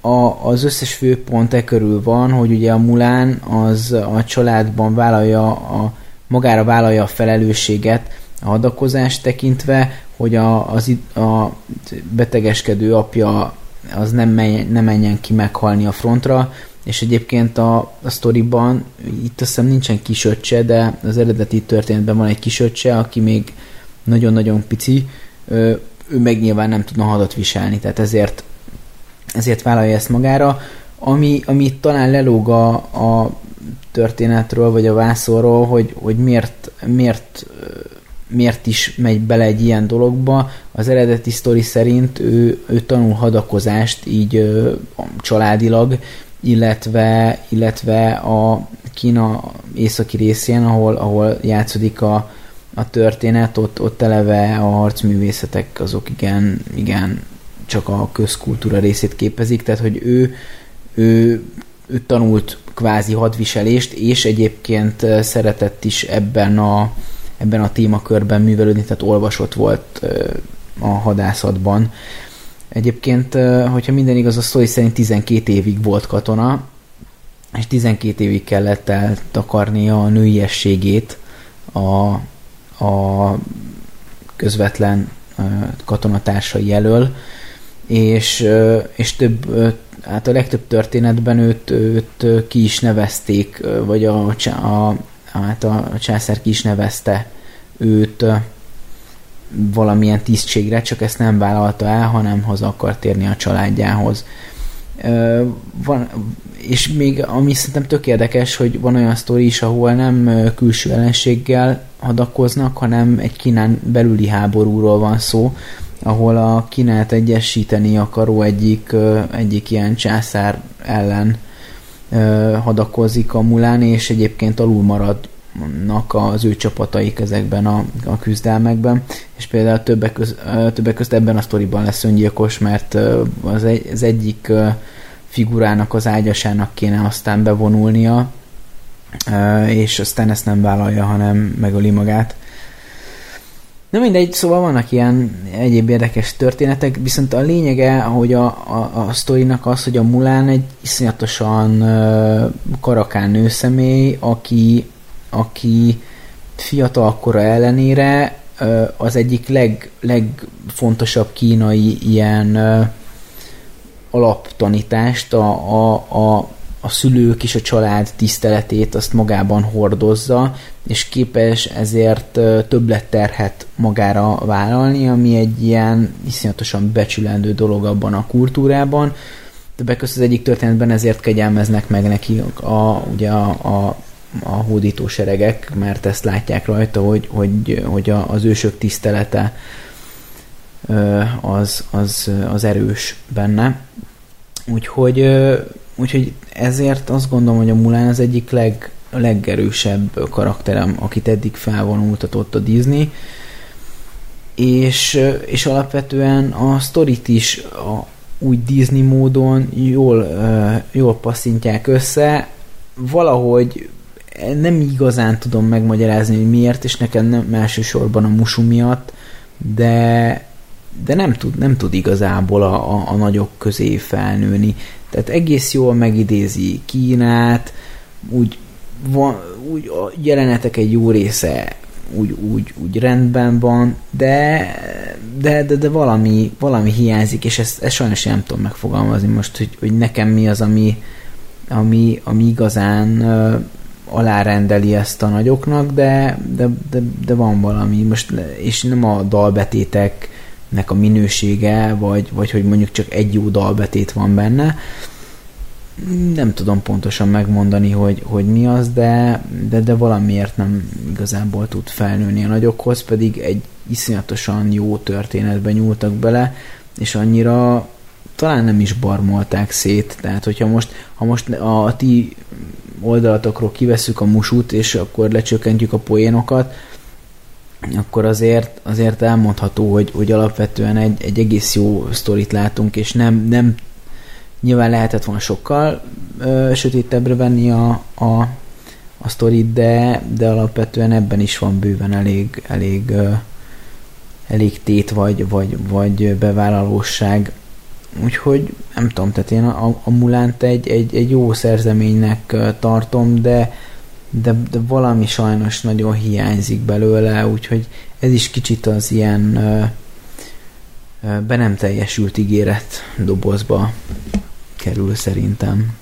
a, az összes főpont e körül van, hogy ugye a Mulan az a családban vállalja a, magára vállalja a felelősséget a hadakozást tekintve, hogy a, az, a betegeskedő apja az nem, menj, nem menjen ki meghalni a frontra, és egyébként a, a sztoriban itt azt hiszem nincsen kisöccse, de az eredeti történetben van egy kisöccse, aki még nagyon-nagyon pici, ő, ő meg nyilván nem tudna hadat viselni, tehát ezért, ezért vállalja ezt magára. Ami, ami talán lelóg a, a történetről, vagy a vászorról, hogy, hogy miért, miért, miért is megy bele egy ilyen dologba. Az eredeti sztori szerint ő, ő tanul hadakozást így családilag, illetve, illetve a Kína északi részén, ahol, ahol játszódik a, a történet, ott, ott eleve a harcművészetek azok igen, igen csak a közkultúra részét képezik, tehát hogy ő, ő, ő tanult kvázi hadviselést, és egyébként szeretett is ebben a, ebben a témakörben művelődni, tehát olvasott volt a hadászatban. Egyébként, hogyha minden igaz, a sztori szerint tizenkét évig volt katona, és tizenkét évig kellett eltakarnia a nőiességét a, a közvetlen katonatársai elől, és, és több, hát a legtöbb történetben őt, őt ki is nevezték, vagy a, a, hát a császár ki is nevezte őt valamilyen tisztségre, csak ezt nem vállalta el, hanem haza akar térni a családjához. Van, és még ami szerintem tök érdekes, hogy van olyan sztori is, ahol nem külső ellenséggel hadakoznak, hanem egy Kínán belüli háborúról van szó, ahol a Kínát egyesíteni akaró egyik, egyik ilyen császár ellen hadakozik a Mulan, és egyébként alul maradnak az ő csapataik ezekben a, a küzdelmekben, és például többek, köz, többek között ebben a sztoriban lesz öngyilkos, mert az, egy, az egyik figurának az ágyasának kéne aztán bevonulnia, és aztán ezt nem vállalja, hanem megöli magát. Na mindegy, szóval vannak ilyen egyéb érdekes történetek, viszont a lényege, hogy a, a, a sztorinak az, hogy a Mulan egy iszonyatosan uh, karakán nőszemély, aki, aki fiatalkora ellenére uh, az egyik leg, legfontosabb kínai ilyen uh, alaptanítást, a, a, a a szülők és a család tiszteletét azt magában hordozza, és képes ezért többletterhet magára vállalni, ami egy ilyen iszonyatosan becsülendő dolog abban a kultúrában. Többek között az egyik történetben ezért kegyelmeznek meg neki a, ugye a, a, a hódítóseregek, mert ezt látják rajta, hogy, hogy, hogy a, az ősök tisztelete az, az, az erős benne. Úgyhogy Úgyhogy ezért azt gondolom, hogy a Mulan az egyik leg, legerősebb karakterem, akit eddig felvonultatott a Disney, és, és alapvetően a sztorit is a, úgy Disney módon jól, jól passzintják össze. Valahogy nem igazán tudom megmagyarázni, hogy miért, és nekem nem elsősorban a Mushu miatt, de, de nem, tud, nem tud igazából a, a, a nagyok közé felnőni. Tehát egész jól megidézi Kínát, úgy, van, úgy a jelenetek egy jó része úgy, úgy, úgy rendben van, de, de, de, de valami, valami hiányzik, és ezt, ezt sajnos nem tudom megfogalmazni most, hogy, hogy nekem mi az, ami, ami, ami igazán uh, alárendeli ezt a nagyoknak, de, de, de, de van valami, most, és nem a dalbetétek nek a minősége, vagy, vagy hogy mondjuk csak egy jó dalbetét van benne. Nem tudom pontosan megmondani, hogy, hogy mi az, de, de, de valamiért nem igazából tud felnőni a nagyokhoz, pedig egy iszonyatosan jó történetben nyúltak bele, és annyira talán nem is barmolták szét. Tehát, hogyha most, ha most a, a ti oldalatokról kivesszük a Musút, és akkor lecsökkentjük a poénokat, akkor azért, azért elmondható, hogy, hogy alapvetően egy, egy egész jó sztorit látunk, és nem, nem nyilván lehetett volna sokkal ö, sötétebbre venni a, a, a sztorit, de, de alapvetően ebben is van bőven elég, elég, ö, elég tét vagy, vagy, vagy bevállalóság úgyhogy nem tudom, tehát én a, a Mulánt egy, egy, egy jó szerzeménynek tartom, de, de, de valami sajnos nagyon hiányzik belőle, úgyhogy ez is kicsit az ilyen ö, ö, be nem teljesült ígéret dobozba kerül szerintem.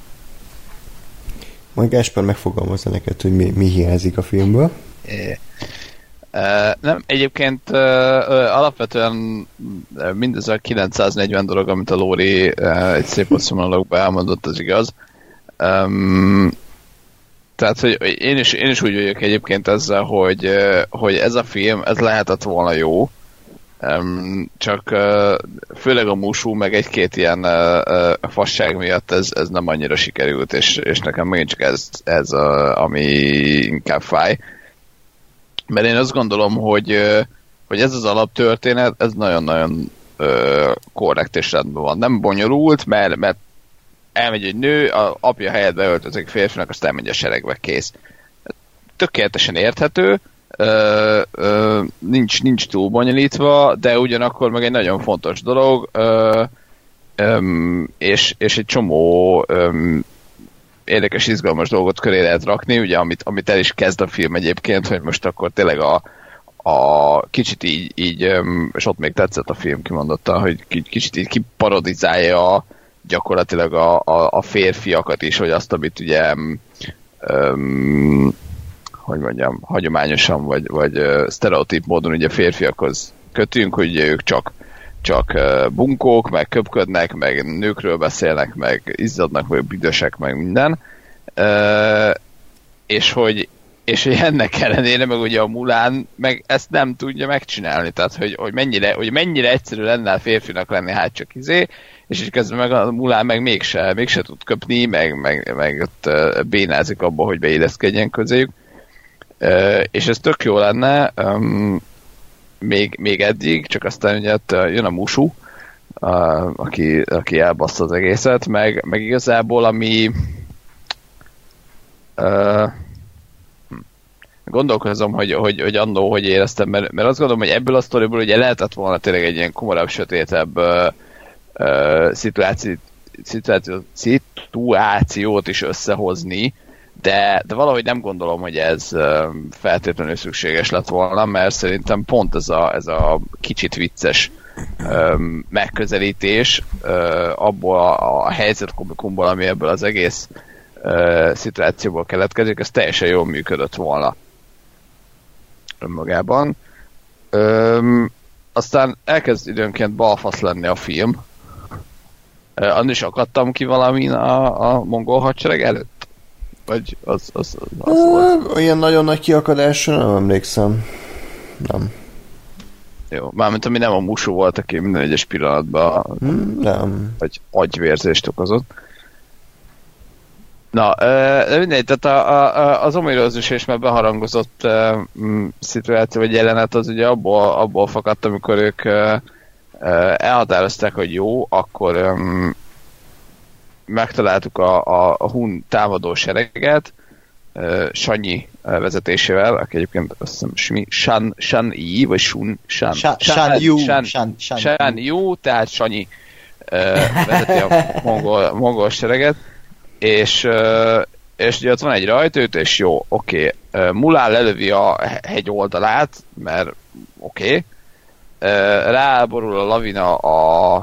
Majd Gáspár megfogalmazza neked, hogy mi, mi hiányzik a filmből. É. Uh, nem, egyébként uh, uh, alapvetően mindez a kilencszáznegyven dolog, amit a Lóri uh, egy szép hosszúmonológban elmondott, az igaz. Um, tehát, hogy én is, én is úgy vagyok egyébként ezzel, hogy, uh, hogy ez a film, ez lehetett volna jó, um, csak uh, főleg a Mushu, meg egy-két ilyen uh, uh, fasság miatt ez, ez nem annyira sikerült, és, és nekem megint csak ez, ez uh, ami inkább fáj. Mert én azt gondolom, hogy, hogy ez az alaptörténet, ez nagyon-nagyon ö, korrekt és rendben van. Nem bonyolult, mert, mert elmegy egy nő, a apja helyett beöltözik férfinak, aztán elmegy a seregbe, kész. Tökéletesen érthető, ö, ö, nincs, nincs túl bonyolítva, de ugyanakkor meg egy nagyon fontos dolog, ö, ö, és, és egy csomó ö, érdekes, izgalmas dolgot köré lehet rakni, ugye, amit, amit el is kezd a film egyébként, hogy most akkor tényleg a, a kicsit így, így, és ott még tetszett a film kimondottan, hogy kicsit így kiparodizálja gyakorlatilag a, a, a férfiakat is, hogy azt, amit ugye um, hogy mondjam, hagyományosan, vagy, vagy sztereotíp módon ugye férfiakhoz kötünk, hogy ők csak csak bunkók, meg köpködnek, meg nőkről beszélnek, meg izzadnak, meg büdösek, meg minden. Uh, és, hogy, és hogy ennek ellenére, meg ugye a Mulán meg ezt nem tudja megcsinálni, tehát hogy, hogy, mennyire, hogy mennyire egyszerű lenne a férfinak lenni, hát csak izé, és így közben meg a Mulán meg mégse, mégse tud köpni, meg, meg, meg ott bénázik abba, hogy beilleszkedjen közéjük. Uh, és ez tök jó lenne, um, Még, még eddig, csak aztán ugye jön a Mushu, a, aki, aki elbassza az egészet, meg, meg igazából ami uh, gondolkozom, hogy, hogy, hogy annó, hogy éreztem, mert, mert azt gondolom, hogy ebből a sztoriból ugye lehetett volna tényleg egy ilyen komorabb, sötétebb uh, uh, szituáció, szituáció, szituációt is összehozni, De, de valahogy nem gondolom, hogy ez uh, feltétlenül szükséges lett volna, mert szerintem pont ez a, ez a kicsit vicces um, megközelítés uh, abból a, a helyzetkomikumból, ami ebből az egész uh, szituációból keletkezik, ez teljesen jól működött volna önmagában. Um, aztán elkezd időnként balfasz lenni a film. Uh, annak is akadtam ki valamin a, a mongol hadsereg előtt. Vagy az, az, az, az volt. Olyan nagyon nagy kiakadásra nem emlékszem. Nem. Jó, mármint ami nem a Mushu volt, aki minden egyes pillanatban hmm, nem. Vagy agyvérzést okozott. Na, de mindegy, tehát a, a, az omirózus és már beharangozott uh, szituáció vagy jelenet az ugye abból, abból fakadt, amikor ők uh, elhatározták, hogy jó, akkor um, megtaláltuk a, a, a Hun támadó sereget, uh, Sanyi vezetésével, aki egyébként azt hiszem Shan, Shan Yi, vagy Shun, Shan, Shan, Shan Yu, Shan, Shan, Shan, Shan Yu, tehát Sanyi uh, vezeti a mongol, mongol sereget, és, uh, és ugye ott van egy rajtőt, és jó, oké, okay. uh, Mulán lelövi a hegy oldalát, mert oké, okay. uh, ráborul a lavina a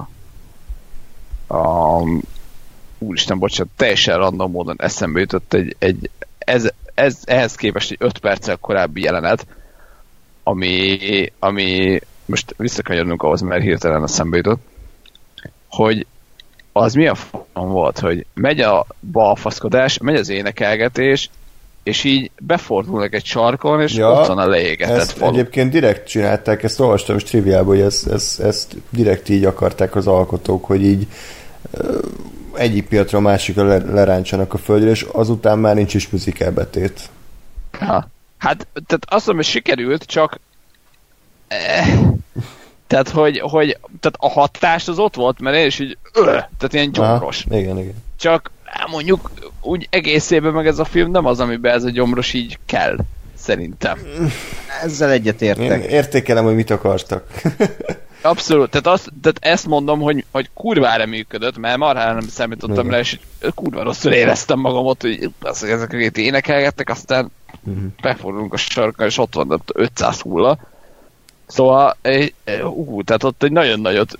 a úristen, bocsánat, teljesen random módon eszembe jutott egy, egy ez, ez, ehhez képest egy öt perccel korábbi jelenet, ami, ami most visszakanyarodunk ahhoz, mert hirtelen eszembe jutott, hogy az mi a f***on volt, hogy megy a balfaszkodás, megy az énekelgetés, és így befordulnak egy sarkon, és ja, ott van a leégetett falu. Egyébként direkt csinálták, ezt olvastam is triviában, hogy ezt, ezt, ezt direkt így akarták az alkotók, hogy így egyik piatra a másikra leráncsanak a földre, és azután már nincs is műzikelbetét. Ha. Hát, tehát azt mondom, hogy sikerült, csak eh, tehát, hogy, hogy tehát a hatás az ott volt, mert én is így öh, tehát ilyen gyomros. Aha, igen, igen. Csak mondjuk úgy egészében meg ez a film nem az, amiben ez a gyomros így kell, szerintem. Ezzel egyetértek. Én értékelem, hogy mit akartak. Abszolút, tehát, azt, tehát ezt mondom, hogy, hogy kurvára működött, mert marhára nem számítottam rá, és kurva rosszul éreztem magam ott, hogy ezek itt énekelgettek, aztán uh-huh. befordulunk a sarkon, és ott van ötszáz hulla. Szóval, ú, tehát ott egy nagyon nagyot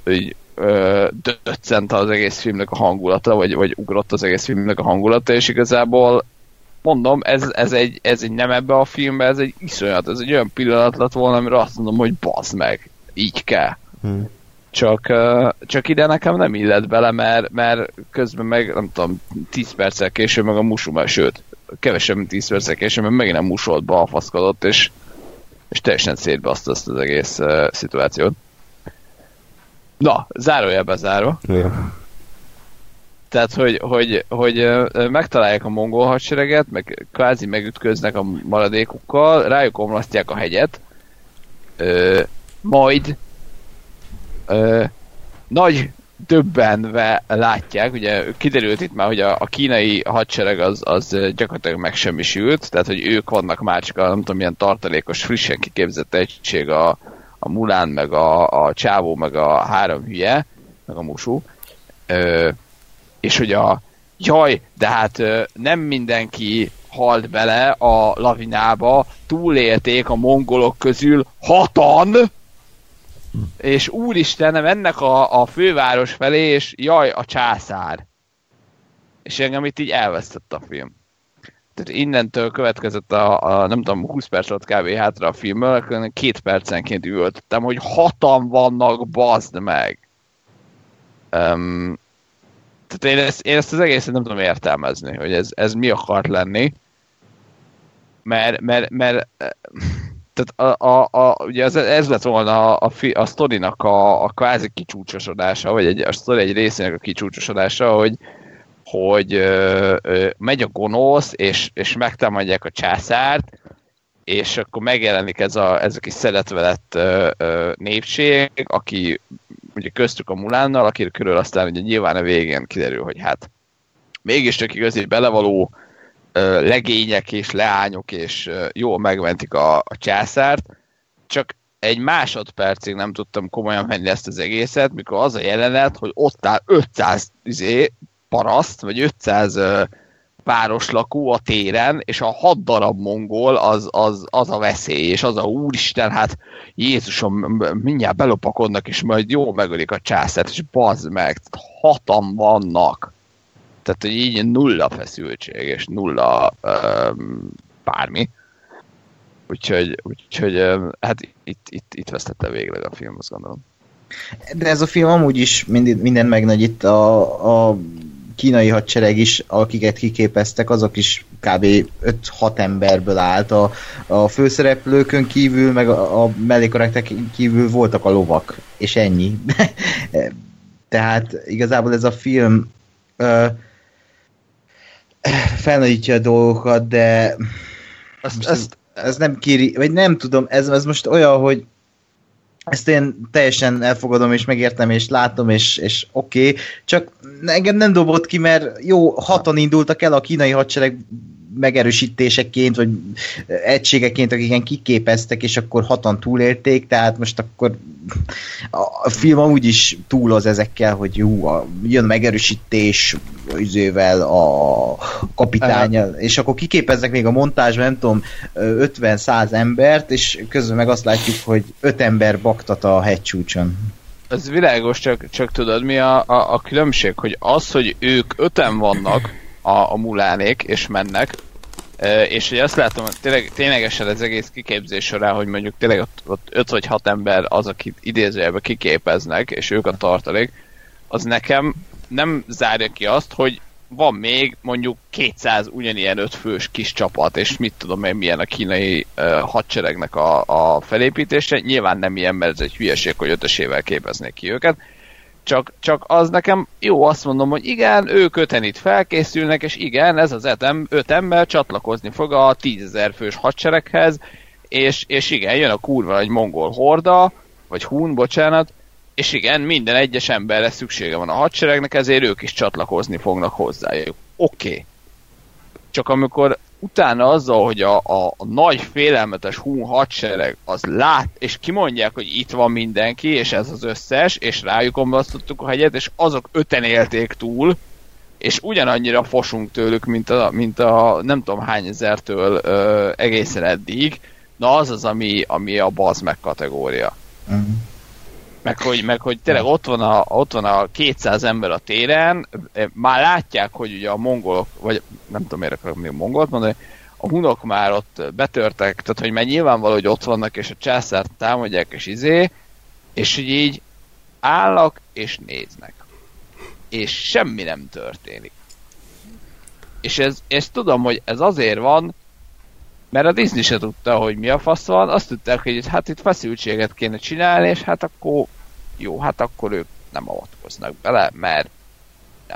döccent az egész filmnek a hangulata, vagy, vagy ugrott az egész filmnek a hangulata, és igazából mondom, ez, ez, egy, ez egy nem ebbe a filmbe, ez egy iszonyat, ez egy olyan pillanat lett volna, amire azt mondom, hogy bazd meg, így kell. Hmm. Csak, csak ide nekem nem illett bele, mert, mert közben meg, nem tudom, tíz perccel később meg a musú, sőt, kevesebb, mint tíz perccel később, mert megint nem musolt, balfaszkodott, és, és teljesen szétbaszta azt az egész uh, szituációt. Na, zárójelbe zárva. Yeah. Tehát, hogy, hogy, hogy megtalálják a mongol hadsereget, meg kvázi megütköznek a maradékukkal, rájuk omlasztják a hegyet, ö, majd ö, nagy döbbenve látják, ugye kiderült itt már, hogy a, a kínai hadsereg az, az gyakorlatilag megsemmisült, tehát, hogy ők vannak már csak a, nem tudom, milyen tartalékos, frissen kiképzett egység, a, a Mulán, meg a, a Csávó, meg a három hülye, meg a Musú, ö, és hogy a jaj, de hát nem mindenki halt bele a lavinába, túlélték a mongolok közül hatan, és úristen, mennek a, a főváros felé, és jaj, a császár. És engem itt így elvesztett a film. Tehát innentől következett a, a nem tudom, húsz perc alatt kb. Hátra a filmből, két percenként üvöltöttem, hogy hatan vannak, bazd meg. Um, Tehát én ezt, én ezt az egészet nem tudom értelmezni, hogy ez, ez mi akart lenni. Mert, mert, mert tehát a, a, a, ugye ez, ez lett volna a, a, a sztorinak a, a kvázi kicsúcsosodása, vagy egy, a sztori egy részének a kicsúcsosodása, hogy, hogy ö, ö, megy a gonosz, és, és megtámadják a császárt, és akkor megjelenik ez a, ez a kis szeretve lett ö, ö, népség, aki ugye köztük a Mulánnal, akire körül aztán ugye nyilván a végén kiderül, hogy hát mégis csak igazi belevaló ö, legények és leányok, és ö, jól megmentik a, a császárt, csak egy másodpercig nem tudtam komolyan menni ezt az egészet, mikor az a jelenet, hogy ott áll ötszáz izé, paraszt, vagy ötszáz ö, városlakó a téren, és a hat darab mongol az, az, az a veszély, és az a úristen, hát Jézusom, mindjárt belopakodnak, és majd jól megölik a császárt, és bazd meg, hatan vannak. Tehát, hogy így nulla feszültség, és nulla um, bármi. Úgyhogy, úgyhogy hát itt, itt, itt vesztette végleg a film, azt gondolom. De ez a film amúgy is minden, minden megnagyít a, a kínai hadsereg is, akiket kiképeztek, azok is kb. öt-hat emberből állt. A, a főszereplőkön kívül, meg a, a mellékkaraktereken kívül voltak a lovak, és ennyi. Tehát igazából ez a film ö, felnagyítja a dolgokat, de ezt, ez, ez nem kéri, vagy nem tudom, ez, ez most olyan, hogy ezt én teljesen elfogadom, és megértem, és látom, és, és oké, okay. Csak engem nem dobott ki, mert jó, hatan indultak el a kínai hadsereg megerősítéseként, vagy egységeként, akiken kiképeztek, és akkor hatan túlélték, tehát most akkor a film amúgy is túloz ezekkel, hogy jó, a, jön megerősítés üzővel a kapitánnyal, és akkor kiképeznek még a montázsban, nem tudom, ötven-száz embert, és közben meg azt látjuk, hogy öt ember baktat a hegycsúcson. Ez világos, csak, csak tudod, mi a, a, a különbség, hogy az, hogy ők öten vannak, a, a mulánék, és mennek, e, és hogy azt látom, hogy tényleg, ténylegesen az egész kiképzés során, hogy mondjuk tényleg ott, ott öt vagy hat ember az, akit idézőjelben kiképeznek, és ők a tartalék, az nekem nem zárja ki azt, hogy van még mondjuk kétszáz ugyanilyen ötfős kis csapat, és mit tudom én, milyen a kínai uh, hadseregnek a, a felépítése. Nyilván nem ilyen, mert ez egy hülyeség, hogy ötösével képeznék ki őket. Csak, csak az nekem jó, azt mondom, hogy igen, ők öten itt felkészülnek, és igen, ez az ötem, öt ember csatlakozni fog a tízezer fős hadsereghez, és, és igen, jön a kurva egy mongol horda, vagy hun, bocsánat, és igen, minden egyes emberre szüksége van a hadseregnek, ezért ők is csatlakozni fognak hozzájuk. Oké. Okay. Csak amikor utána azzal, hogy a, a, a nagy félelmetes hun hadsereg az lát, és kimondják, hogy itt van mindenki, és ez az összes, és rájuk omlasztottuk a hegyet, és azok öten élték túl, és ugyanannyira fosunk tőlük, mint a, mint a nem tudom hány ezertől ö, egészen eddig, na az az, ami, ami a bazd meg kategória. Uh-huh. Meg, hogy, meg hogy tényleg ott van, a, ott van a kétszáz ember a téren, már látják, hogy ugye a mongolok, vagy nem tudom, miért akarok még mongolt mondani, a hunok már ott betörtek, tehát hogy már nyilvánvaló, hogy ott vannak, és a császárt támadják, és izé, és hogy így állnak, és néznek. És semmi nem történik. És ez, ez tudom, hogy ez azért van, mert a Disney se tudta, hogy mi a fasz van, azt tudták, hogy hát itt feszültséget kéne csinálni, és hát akkor jó, hát akkor ők nem avatkoznak bele, mert nem.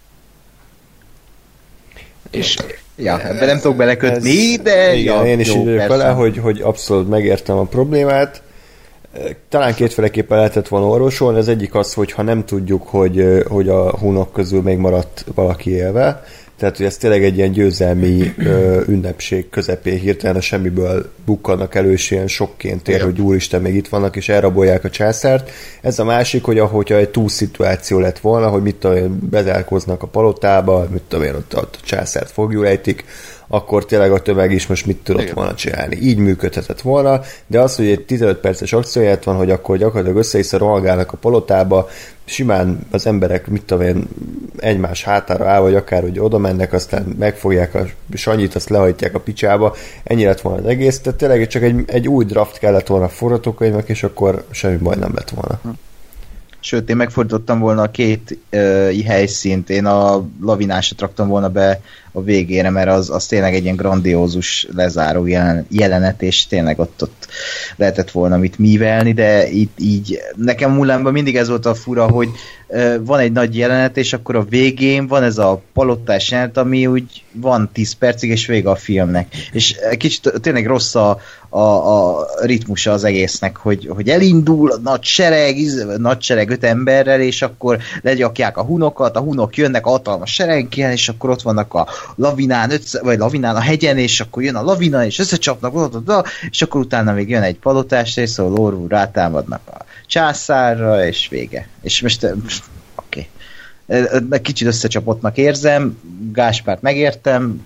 És ja, ebben nem tudok belekötni, ez, de igen, ja, én is így vagyok vele, hogy, hogy abszolút megértem a problémát. Talán kétféleképpen lehetett volna orvosolni, az egyik az, hogy ha nem tudjuk, hogy, hogy a hunok közül még maradt valaki élve, tehát, hogy ez tényleg egy ilyen győzelmi ö, ünnepség közepén hirtelen a semmiből bukkannak elő, és ilyen sokként ér, hogy úristen, még itt vannak, és elrabolják a császárt. Ez a másik, hogy ahogyha egy túlszituáció lett volna, hogy mit tudom én, bezárkoznak a palotába, mit tudom én, ott, ott a császárt foglyul ejtik, akkor tényleg a tömeg is most mit tudott igen. volna csinálni. Így működhetett volna, de az, hogy egy tizenöt perces akcióját van, hogy akkor gyakorlatilag össze-vissza rohangálnak a palotába, simán az emberek, mit tudom én, egymás hátára áll, vagy akár, hogy oda mennek, aztán megfogják a Sanyit, azt lehajtják a picsába, ennyi lett volna az egész, tehát tényleg csak egy, egy új draft kellett volna a forgatókönyvnek, és akkor semmi baj nem lett volna. Sőt, én megfordítottam volna a két uh, helyszínt, én a lavinásra raktam volna be a végére, mert az, az tényleg egy ilyen grandiózus lezáró jelen, jelenet, és tényleg ott, ott lehetett volna mit művelni, de itt így, nekem Mulánban mindig ez volt a fura, hogy uh, van egy nagy jelenet, és akkor a végén van ez a palottás jelenet, ami úgy van tíz percig, és vége a filmnek. És kicsit tényleg rossz a, a, a ritmusa az egésznek, hogy, hogy elindul a nagy sereg, nagy sereg öt emberrel, és akkor legyakják a hunokat, a hunok jönnek a hatalmas sereggel, és akkor ott vannak a lavinán, ötsz, vagy lavinán a hegyen, és akkor jön a lavina, és összecsapnak, és akkor utána még jön egy palotás rész, ahol orvú rátámadnak a császárra, és vége. És most oké. Okay. Kicsit összecsapottnak érzem, Gáspárt megértem,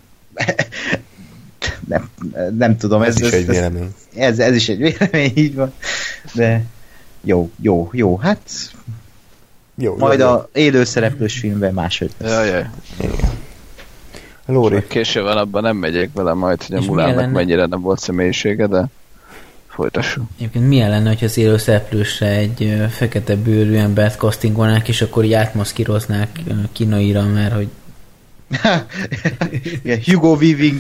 nem, nem tudom. Ez, ez is ez, egy vélemény. Ez, ez is egy vélemény, így van. De jó, jó, jó, hát jó, majd jó, a élőszereplős filmben máshogy. Jaj, jaj. Lóri. Késő van, abban nem megyek vele majd, hogy a Mulánnak mennyire nem volt személyisége, de folytassuk. Egyébként milyen lenne, hogyha az élőszereplősre egy fekete bőrű embert castingolnák, és akkor így átmaszkíroznák kínaira, mert hogy yeah, Hugo Weaving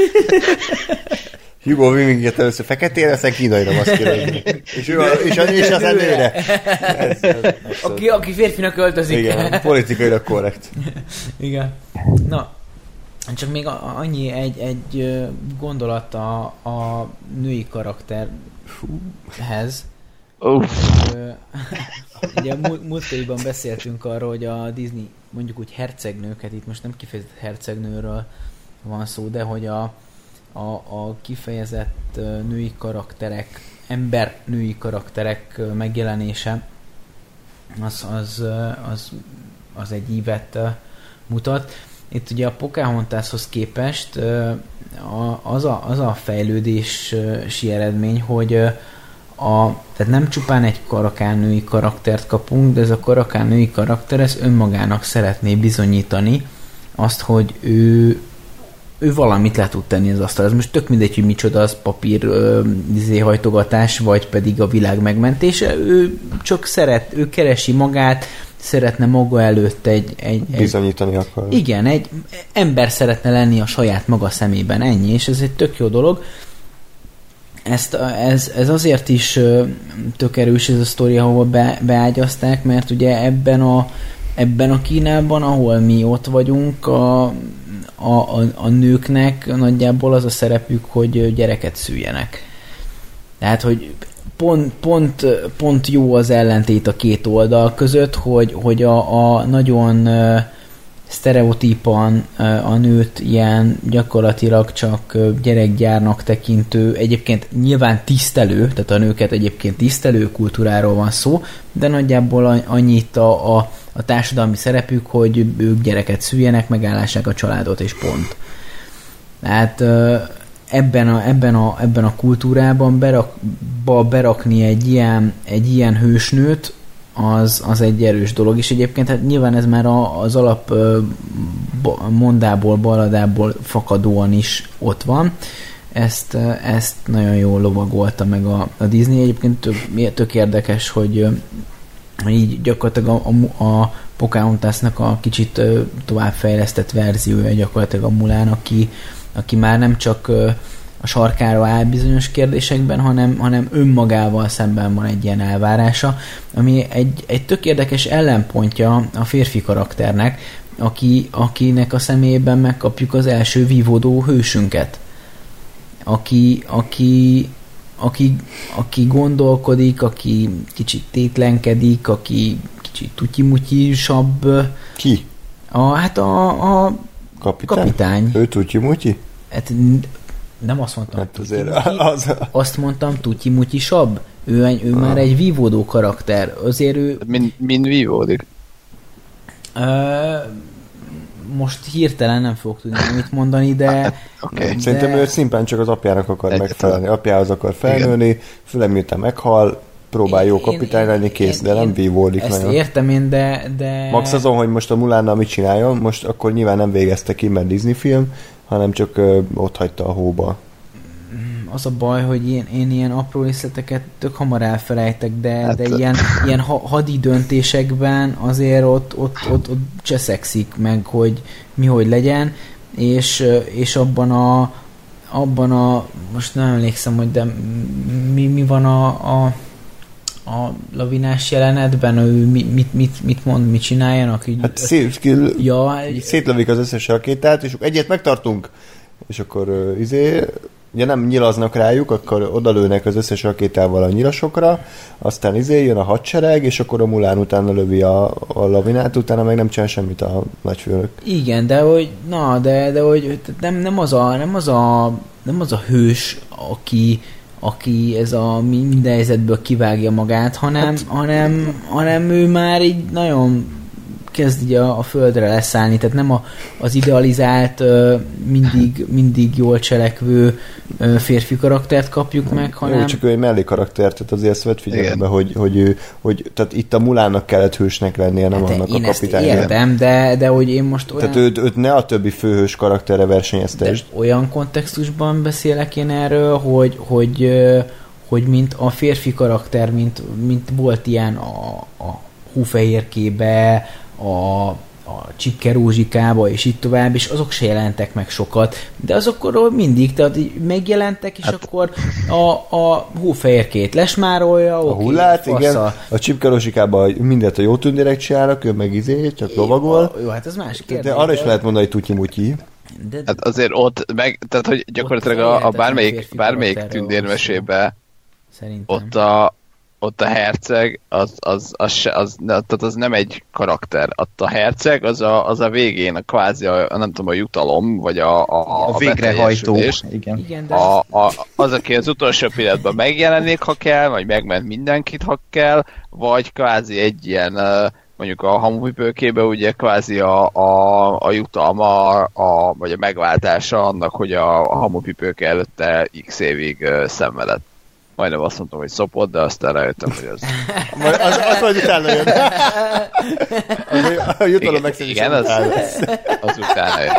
Hugo Weaving-et először feketére, aztán kínaira maszkírozni. és, ő a, és, a, és aztán nőre. Ez, ez, aki, aki férfinak öltözik. Igen, politikailag korrekt. Igen. Na, csak még annyi egy, egy gondolat a, a női karakterhez. Uh. Ugye múltkoriban beszéltünk arról, hogy a Disney mondjuk úgy hercegnőket, itt most nem kifejezett hercegnőről van szó, de hogy a, a, a kifejezett női karakterek, ember női karakterek megjelenése az, az, az, az egy ívet mutat. Itt ugye a Pocahontashoz képest az a, az a fejlődési eredmény, hogy a, tehát nem csupán egy karakánői karaktert kapunk, de ez a karakánői karakter ez önmagának szeretné bizonyítani azt, hogy ő, ő valamit le tud tenni az asztalra. Ez most tök mindegy, hogy micsoda az papír izéhajtogatás, vagy pedig a világ megmentése. Ő csak szeret, ő keresi magát, szeretne maga előtt egy... egy bizonyítani egy, akar. Igen, egy ember szeretne lenni a saját maga szemében, ennyi, és ez egy tök jó dolog. Ezt, ez, ez azért is tök erős ez a sztori, ahol be, beágyazták, mert ugye ebben a, ebben a Kínában, ahol mi ott vagyunk, a, a, a, a nőknek nagyjából az a szerepük, hogy gyereket szüljenek. Tehát, hogy pont, pont, pont jó az ellentét a két oldal között, hogy, hogy a, a nagyon sztereotípan a nőt ilyen gyakorlatilag csak gyerekgyárnak tekintő, egyébként nyilván tisztelő, tehát a nőket egyébként tisztelő kultúráról van szó, de nagyjából annyit a, a, a társadalmi szerepük, hogy ők gyereket szüljenek, megállássák a családot, és pont. Tehát ebben a, ebben a, ebben a kultúrában berak, berakni egy ilyen, egy ilyen hősnőt, az, az egy erős dolog, és egyébként hát nyilván ez már a, az alap mondából, balladából fakadóan is ott van. Ezt, ezt nagyon jól lovagolta meg a, a Disney. Egyébként tök, tök érdekes, hogy így gyakorlatilag a, a, a Pocahontasnak a kicsit továbbfejlesztett verziója gyakorlatilag a Mulan, aki, aki már nem csak a sarkára áll bizonyos kérdésekben, hanem, hanem önmagával szemben van egy ilyen elvárása, ami egy, egy tök érdekes ellenpontja a férfi karakternek, aki, akinek a személyében megkapjuk az első vívódó hősünket. Aki, aki, aki, aki gondolkodik, aki kicsit tétlenkedik, aki kicsit tutyi-mutyisabb. Ki? A, hát a, a kapitány. kapitány. Ő tutyi-mutyi? Hát nem azt mondtam, hát azért az... azt mondtam tutyi-mutyisabb. Ő, egy, ő ah. már egy vívódó karakter. Azért ő... Min, min vívódik? Ö, most hirtelen nem fogok tudni mit mondani, de... Hát, okay. de... Szerintem ő szimplán csak az apjának akar Egyetlen. megfelelni. Apjához akar felnőni, főleg miután meghal, próbál jó kapitány lenni, kész, én, de nem vívódik ezt nagyon. Értem én, de... de... Max azon, hogy most a Mulánnal mit csináljon, most akkor nyilván nem végezte ki, mert Disney film, hanem csak ö, ott hagyta a hóba. Az a baj, hogy én, én ilyen apró részleteket tök hamar elfelejtek, de, hát, de ilyen, ilyen hadi döntésekben azért ott, ott, ott, ott cseszekszik meg, hogy mi hogy legyen, és, és abban a abban a, most nem emlékszem, hogy de mi, mi van a, a a lavinás jelenetben, ő mit, mit, mit mond, mit csináljanak? Így, hát szét, ja, szétlövik az összes rakétát, és egyet megtartunk, és akkor uh, izé, ugye nem nyilaznak rájuk, akkor odalőnek az összes rakétával a nyilasokra, aztán izé jön a hadsereg, és akkor a Mulán utána lövi a, a lavinát, utána meg nem csinál semmit a nagyfőnök. Igen, de hogy, na, de, de hogy nem, nem, az a, nem, az a, nem az a hős, aki aki ez a minden helyzetből kivágja magát, hanem, hát, hanem, hanem ő már így nagyon kezd így a, a földre leszállni, tehát nem a, az idealizált, mindig, mindig jól cselekvő férfi karaktert kapjuk meg, hanem... Jó, csak ő egy mellék karakter, tehát azért ezt vett figyelembe, hogy, hogy, ő, hogy tehát itt a Mulánnak kellett hősnek lennie, nem hát annak a kapitánynak. Én ezt értem, de, de hogy én most olyan... Tehát őt, őt ne a többi főhős karakterre versenyeztesd. Olyan kontextusban beszélek én erről, hogy, hogy, hogy mint a férfi karakter, mint, mint volt ilyen a, a Hófehérkébe, a, a Csipke Rózsikába, és így tovább, és azok se jelentek meg sokat, de azokról mindig, tehát megjelentek, és hát, akkor a, a Hófehérkét lesmárolja, a oké, hullát, igen, a Csipke Rózsikában mindent a jó tündérek csinálnak, ő meg izé, csak lovagol. Jó, hát ez más kérdés. De arra is lehet mondani, hogy tutyi-mutyi. De, hát azért ott, meg, tehát hogy gyakorlatilag a, a bármelyik, bármelyik tündérmesébe ott a ott a herceg, az, az, az, az, az, tehát az nem egy karakter. Ott a herceg, az a, az a végén a kvázi, a, nem tudom, a jutalom, vagy a, a, a végrehajtó. Igen. Igen, de a, a, az, aki az utolsó pillanatban megjelenik, ha kell, vagy megment mindenkit, ha kell, vagy kvázi egy ilyen, mondjuk a Hamupipőkébe ugye kvázi a, a, a jutalma, a, vagy a megváltása annak, hogy a, a Hamupipőke előtte x évig szenvedett. Majdnem azt mondtam, hogy szopott, de aztán rájöttem, hogy az... az, az majd utána jön. A jutalom megszedés igen, az, az utána jön.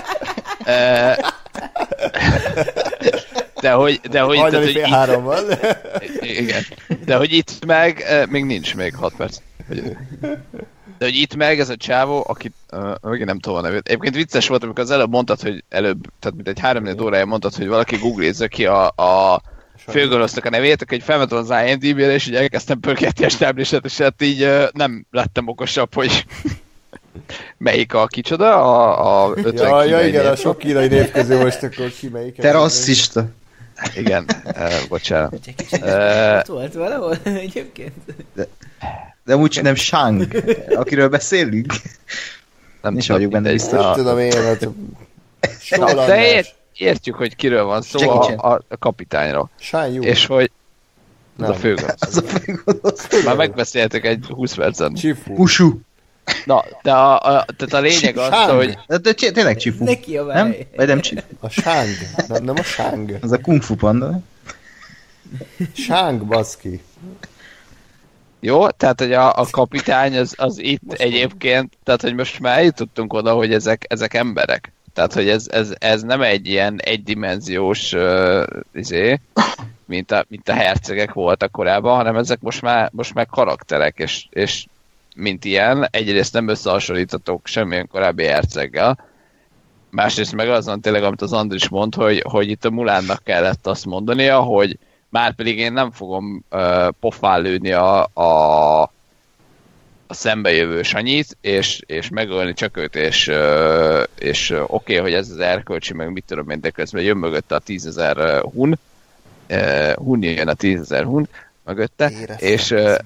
De hogy... De hogy, de, hogy fél három van. Igen. De hogy itt meg... Még nincs még hat perc. De hogy itt meg ez a csávó, akit... Uh, nem tudom a nevét. Egyébként vicces volt, amikor az előbb mondtad, hogy előbb... Tehát mint egy három-négy órája mondtad, hogy valaki googlézze ki a... a főgonosznak a nevét, akkor így felmentem az I M D B-re, és így elkezdtem pörgetni a stáblisát, és hát így uh, nem lettem okosabb, hogy melyik a kicsoda, a, a ötven ja, ja, igen, a sok kínai név közül most akkor ki melyik. Te rasszista. Igen, uh, bocsánat. Uh, volt valahol egyébként. De, de úgy nem Shang, akiről beszélünk. Nem is vagyok benne biztos. Nem tudom én, hát... Na, de ért, értjük, hogy kiről van szó, a, a, a kapitányról. Sájú. És hogy ez nem. a főgonosz. Az a főgonosz. Már megbeszéltük egy húsz percen. Csifu. Húsú. Na, de a, a, tehát a lényeg az, Shang. hogy... De, de tényleg Csifu. Neki a nem? Vagy nem Csifu? A Shang. Nem, nem a Shang. Az a Kung Fu Panda, nem? Shang, baszki. Jó, tehát hogy a, a kapitány az, az itt most egyébként, tehát hogy most már eljutottunk oda, hogy ezek, ezek emberek. Tehát, hogy ez, ez, ez nem egy ilyen egydimenziós uh, izé, mint a, mint a hercegek voltak korábban, hanem ezek most már, most már karakterek, és, és mint ilyen, egyrészt nem összehasonlíthatók semmilyen korábbi herceggel, másrészt meg azon tényleg, amit az Andris mond, hogy, hogy itt a Mulánnak kellett azt mondania, hogy már pedig én nem fogom uh, pofán lőni a, a, a szembejövő Sanyit, és, és megölni csak őt, és, uh, és uh, oké, okay, hogy ez az erkölcsi, meg mit tudom én, de közben jön mögötte a tízezer uh, hun, uh, hun jön a tízezer hun mögötte, éreztem, és uh,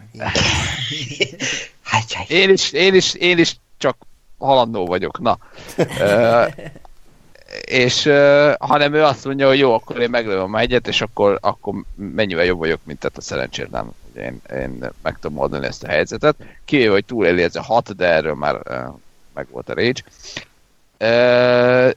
én, is, én, is, én is csak halandó vagyok, na. Uh, és uh, hanem ő azt mondja, hogy jó, akkor én meglövöm egyet, és akkor, akkor mennyivel jobb vagyok, mint tehát a szerencsétlen. Én, én meg tudom oldani ezt a helyzetet. Kivéve, hogy túléli ez a hat, de erről már uh, meg volt a rage. Uh,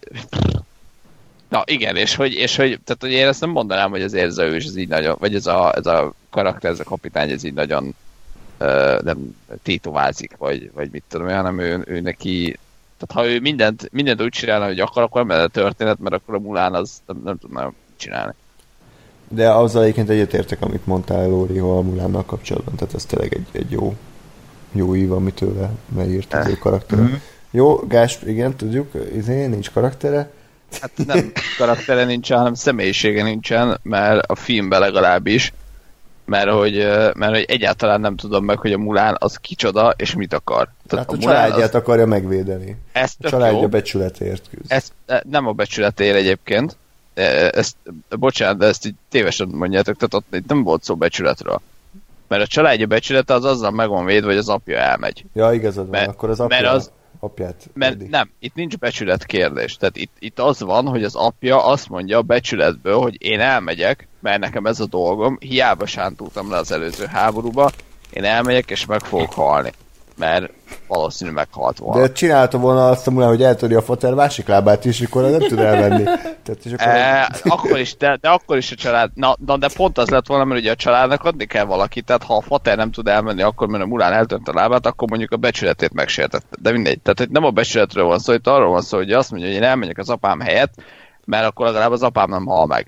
na igen, és hogy, és hogy, tehát, hogy én ezt nem mondanám, hogy azért ez a ős, ez így nagyon, vagy ez a, ez a karakter, ez a kapitány, ez így nagyon uh, nem tétovázik, vagy, vagy mit tudom én, hanem ő, ő neki. Tehát ha ő mindent, mindent úgy csinálna, hogy akar, akkor nem lenne történet, mert akkor a Mulán az nem, nem tudna csinálni. De azzal egyébként egyetértek, amit mondtál, Lóri, a Mulánnal kapcsolatban. Tehát ez tényleg egy, egy jó, jó ív, amit tőle megírt az ő karaktere. Mm-hmm. Jó, Gásp, igen, tudjuk, izé, nincs karaktere. Hát nem karaktere nincsen, hanem személyisége nincsen, mert a filmben legalábbis, mert hogy, mert hogy egyáltalán nem tudom meg, hogy a Mulán az kicsoda, és mit akar. Tehát hát a, a családját az... akarja megvédeni. Ez a családja becsületért küzd. Ez nem a becsületér egyébként. Ezt, bocsánat, de ezt így tévesen mondjátok, tehát ott itt nem volt szó becsületről. Mert a családja becsülete az azzal meg van védve, hogy az apja elmegy. Ja, igazad van, mert, akkor az apja az, apját mert védi. Nem, itt nincs becsület kérdés. Tehát itt, itt az van, hogy az apja azt mondja a becsületből, hogy én elmegyek, mert nekem ez a dolgom, hiába sántultam le az előző háborúba, én elmegyek és meg fogok halni. Mert valószínűleg meghalt volna. De csinálta volna azt a Mulán, hogy eltöri a fater másik lábát is, akkor nem tud elvenni. Tehát, és akkor... E, akkor is, de, de akkor is a család, na, na de pont az lett volna, mert ugye a családnak adni kell valaki, tehát ha a fater nem tud elmenni akkor, mert a Mulán eltönt a lábát, akkor mondjuk a becsületét megsértette. De mindegy, tehát hogy nem a becsületről van szó, itt arról van szó, hogy azt mondja, hogy én elmegyek az apám helyett, mert akkor legalább az apám nem hal meg.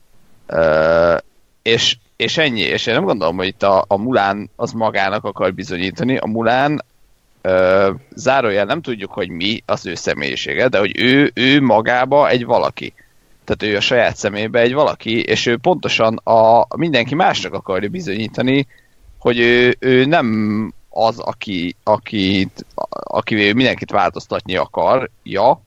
E, és És ennyi, és én nem gondolom, hogy itt a, a Mulán az magának akar bizonyítani. A Mulán ö, zárójel nem tudjuk, hogy mi az ő személyisége, de hogy ő, ő magába egy valaki. Tehát ő a saját szemébe egy valaki, és ő pontosan a mindenki másnak akarja bizonyítani, hogy ő, ő nem az, aki, akit, aki mindenkit változtatni akarja.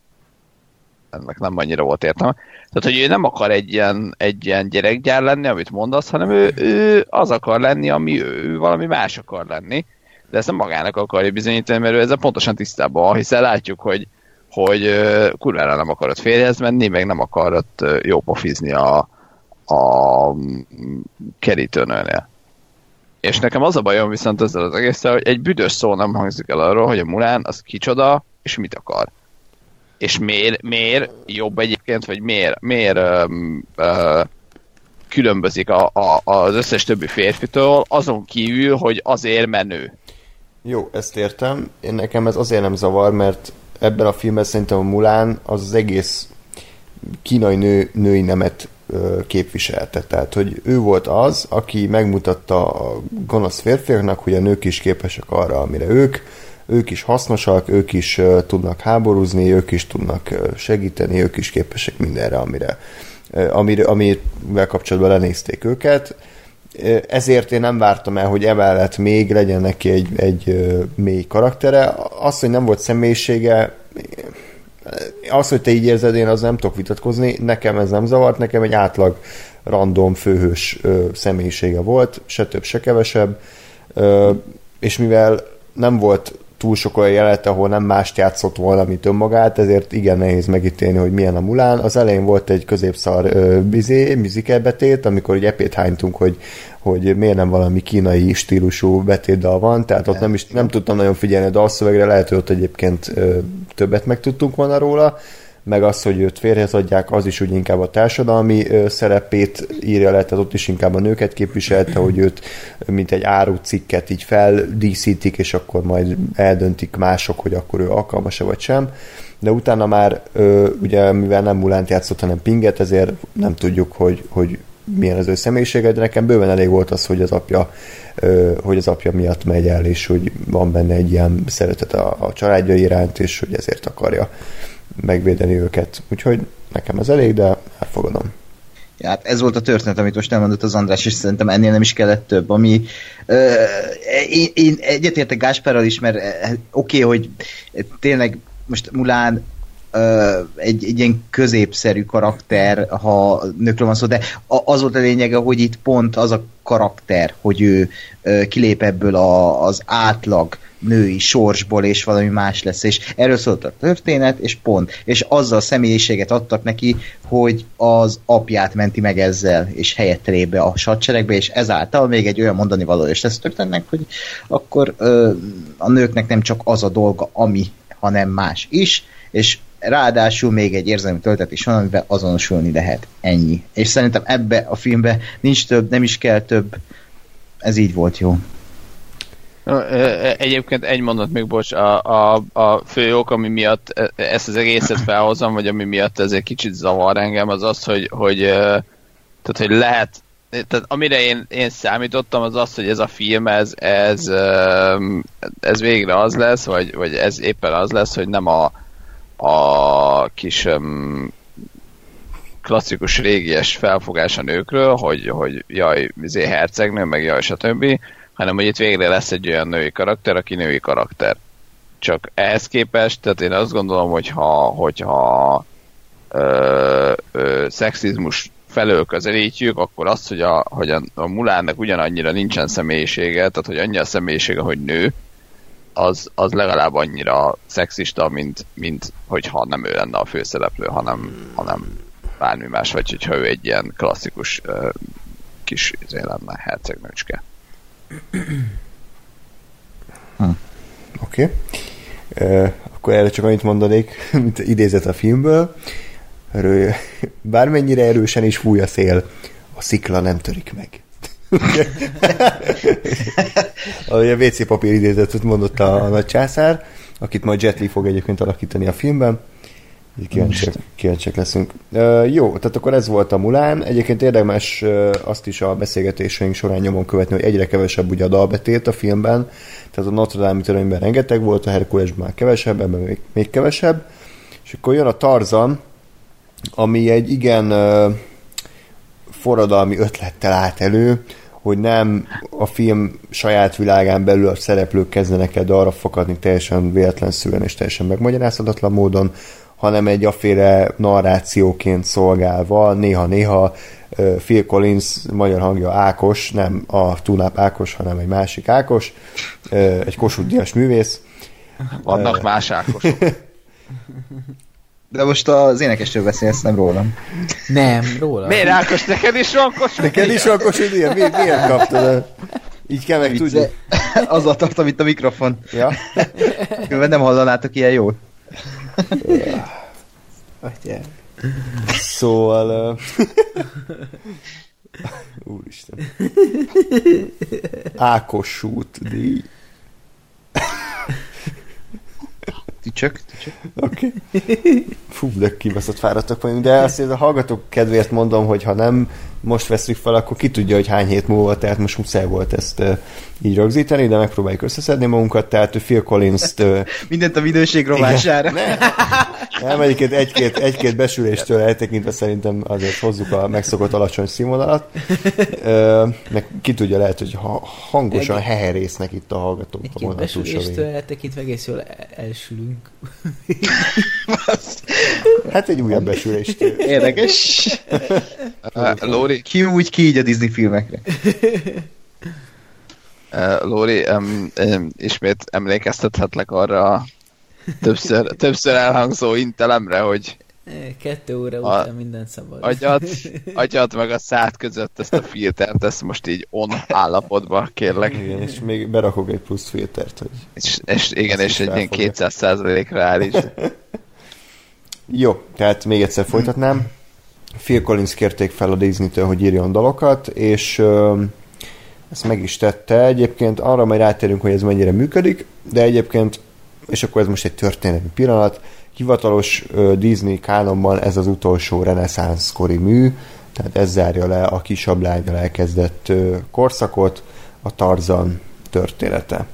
Ennek nem annyira volt értelme. Tehát, hogy ő nem akar egy ilyen, egy ilyen gyerekgyár lenni, amit mondasz, hanem ő, ő az akar lenni, ami ő, ő valami más akar lenni. De ezt nem magának akarja bizonyítani, mert ő ezzel pontosan tisztában van, hiszen látjuk, hogy, hogy kurvára nem akarod férjhez menni, meg nem akarod jó pofizni a, a kerítőnőnél. És nekem az a bajom viszont ezzel az egészen, hogy egy büdös szó nem hangzik el arról, hogy a Mulán az kicsoda, és mit akar. És miért, miért jobb egyébként, vagy miért, miért öm, ö, különbözik a, a, az összes többi férfitől, azon kívül, hogy azért menő. Jó, ezt értem. Én nekem ez azért nem zavar, mert ebben a filmben szerintem a Mulán az, az egész kínai nő, női nemet ö, képviselte. Tehát, hogy ő volt az, aki megmutatta a gonosz férfiaknak, hogy a nők is képesek arra, amire ők, ők is hasznosak, ők is uh, tudnak háborúzni, ők is tudnak uh, segíteni, ők is képesek mindenre, amire, uh, amire, amivel kapcsolatban lenézték őket. Uh, ezért én nem vártam el, hogy emellett még legyen neki egy, egy uh, mély karaktere. Az, hogy nem volt személyisége, az, hogy te így érzed, én az nem tudok vitatkozni, nekem ez nem zavart, nekem egy átlag random főhős uh, személyisége volt, se több, se kevesebb, uh, és mivel nem volt túl sok olyan jelet, ahol nem mást játszott volna, mint önmagát, ezért igen nehéz megítélni, hogy milyen a Mulan. Az elején volt egy középszar uh, bizé, musical betét, amikor ugye epét hánytunk, hogy, hogy miért nem valami kínai stílusú betétdal van, tehát ott nem, is, nem tudtam nagyon figyelni a dalszövegre, lehet, hogy ott egyébként uh, többet megtudtunk volna róla, meg az, hogy őt férjhez adják, az is úgy inkább a társadalmi ö, szerepét írja le, tehát ott is inkább a nőket képviselte, hogy őt mint egy árucikket így feldíszítik, és akkor majd eldöntik mások, hogy akkor ő alkalmas-e vagy sem. De utána már ö, ugye mivel nem Mulánt játszott, hanem Pinget, ezért nem tudjuk, hogy, hogy milyen az ő személyisége, de nekem bőven elég volt az, hogy az apja, ö, hogy az apja miatt megy el, és hogy van benne egy ilyen szeretet a, a családja iránt, és hogy ezért akarja megvédeni őket. Úgyhogy nekem ez elég, de elfogadom. Ja, hát ez volt a történet, amit most elmondott az András, és szerintem ennél nem is kellett több, ami ö, én, én egyetértek Gáspárral is, mert oké, okay, hogy tényleg most Mulan ö, egy, egy ilyen középszerű karakter, ha nőkről van szó, de az volt a lényege, hogy itt pont az a karakter, hogy ő ö, kilép ebből a, az átlag női sorsból, és valami más lesz, és erről szólt a történet, és pont. És azzal személyiséget adtak neki, hogy az apját menti meg ezzel, és helyettelébe a hadseregbe, és ezáltal még egy olyan mondani való is lesz történnek, hogy akkor ö, a nőknek nem csak az a dolga, ami, hanem más is, és ráadásul még egy érzelmi töltet is van, amivel azonosulni lehet. Ennyi. És szerintem ebbe a filmbe nincs több, nem is kell több. Ez így volt jó. Egyébként egy mondat még, bocs, a, a, a fő ok, ami miatt ezt az egészet felhozom, vagy ami miatt ez egy kicsit zavar engem, az az, hogy, hogy, tehát, hogy lehet, tehát amire én, én számítottam, az az, hogy ez a film, ez, ez, ez végre az lesz, vagy, vagy ez éppen az lesz, hogy nem a, a kis um, klasszikus régies felfogás a nőkről, hogy, hogy jaj, izé hercegnő, meg jaj, stb., hanem hogy itt végre lesz egy olyan női karakter, aki női karakter. Csak ehhez képest, tehát én azt gondolom, hogyha, hogyha ö, ö, szexizmus felől közelítjük, akkor azt, hogy a, hogy a, a Mulánnak ugyanannyira nincsen személyisége, tehát hogy annyi a személyisége, hogy nő, az, az legalább annyira szexista, mint, mint hogyha nem ő lenne a főszereplő, hanem, hanem bármi más, vagy hogyha ő egy ilyen klasszikus ö, kis izé lenne, hercegnőcske. Hm. Oké. Okay. Uh, akkor erre csak annyit mondanék, mint idézet a filmből. Erő, bármennyire erősen is fúj a szél, a szikla nem törik meg. Ahogy a vé cé papír idézetet mondott a, a nagy császár, akit majd Jet Li fog egyébként alakítani a filmben. Kíváncsiak, kíváncsiak leszünk. Uh, jó, tehát akkor ez volt a Mulan. Egyébként érdemes uh, azt is a beszélgetéseink során nyomon követni, hogy egyre kevesebb ugye a dalbetét a filmben. Tehát a Notre Dame törvényben rengeteg volt, a Herkulesben már kevesebb, ebben még, még kevesebb. És akkor jön a Tarzan, ami egy igen uh, forradalmi ötlettel állt elő, hogy nem a film saját világán belül a szereplők kezdenek el arra fakadni teljesen véletlenszerűen és teljesen megmagyarázhatatlan módon, hanem egy aféle narrációként szolgálva, néha-néha uh, Phil Collins magyar hangja Ákos, nem a Túnáp Ákos, hanem egy másik Ákos, uh, egy Kossuth Díjas művész. Vannak uh, más Ákosok. De most az énekesről beszélsz, nem rólam. Nem, rólam. Miért Ákos? Neked is van Kossuth? Neked is van Kossuth Díjas? Mi, miért kaptad? Így kell meg tudni. Azzal tartom itt a mikrofon. Ja? Nem hallanátok ilyen jól. Atyám. Szóval... Uh... Úristen. Ákossuth díj. Tücsök, tücsök. Oké. Okay. Fú, de kibaszott fáradtak vagyunk, de azt a hallgatók kedvéért mondom, hogy ha nem most veszük fel, akkor ki tudja, hogy hány hét múlva, tehát most muszáj volt ezt uh, így rögzíteni, de megpróbáljuk összeszedni magunkat, tehát Phil Collins-t... Uh, mindent a minőség rovására. Nem, nem egyébként egy-két, egy-két besüléstől eltekintve szerintem azért hozzuk a megszokott alacsony színvonalat. Uh, meg ki tudja, lehet, hogy ha hangosan heherésznek itt a hallgatók. Egy-két besüléstől eltekintve egész jól elsülünk. Hát egy újabb besüléstől. Érdekes. Uh, Lóri? Ki úgy, ki így a Disney filmekre. Uh, Lóri, um, um, ismét emlékeztethetlek arra a többször, többször elhangzó intelemre, hogy kettő óra a, után minden szabad. Agyat, agyat meg a szád között ezt a filtert, ezt most így on állapotba kérlek. Igen, és még berakok egy plusz filtert, hogy... És, és igen, és egy ilyen kétszáz százalékra állíts. Jó, tehát még egyszer folytatnám. Phil Collins kérték fel a Disney-től, hogy írjon dalokat, és ö, ezt meg is tette. Egyébként arra majd rátérünk, hogy ez mennyire működik, de egyébként, és akkor ez most egy történelmi pillanat, hivatalos ö, Disney kánonban ez az utolsó reneszánszkori mű, tehát ez zárja le a kisablánnyal elkezdett ö, korszakot, a Tarzan története.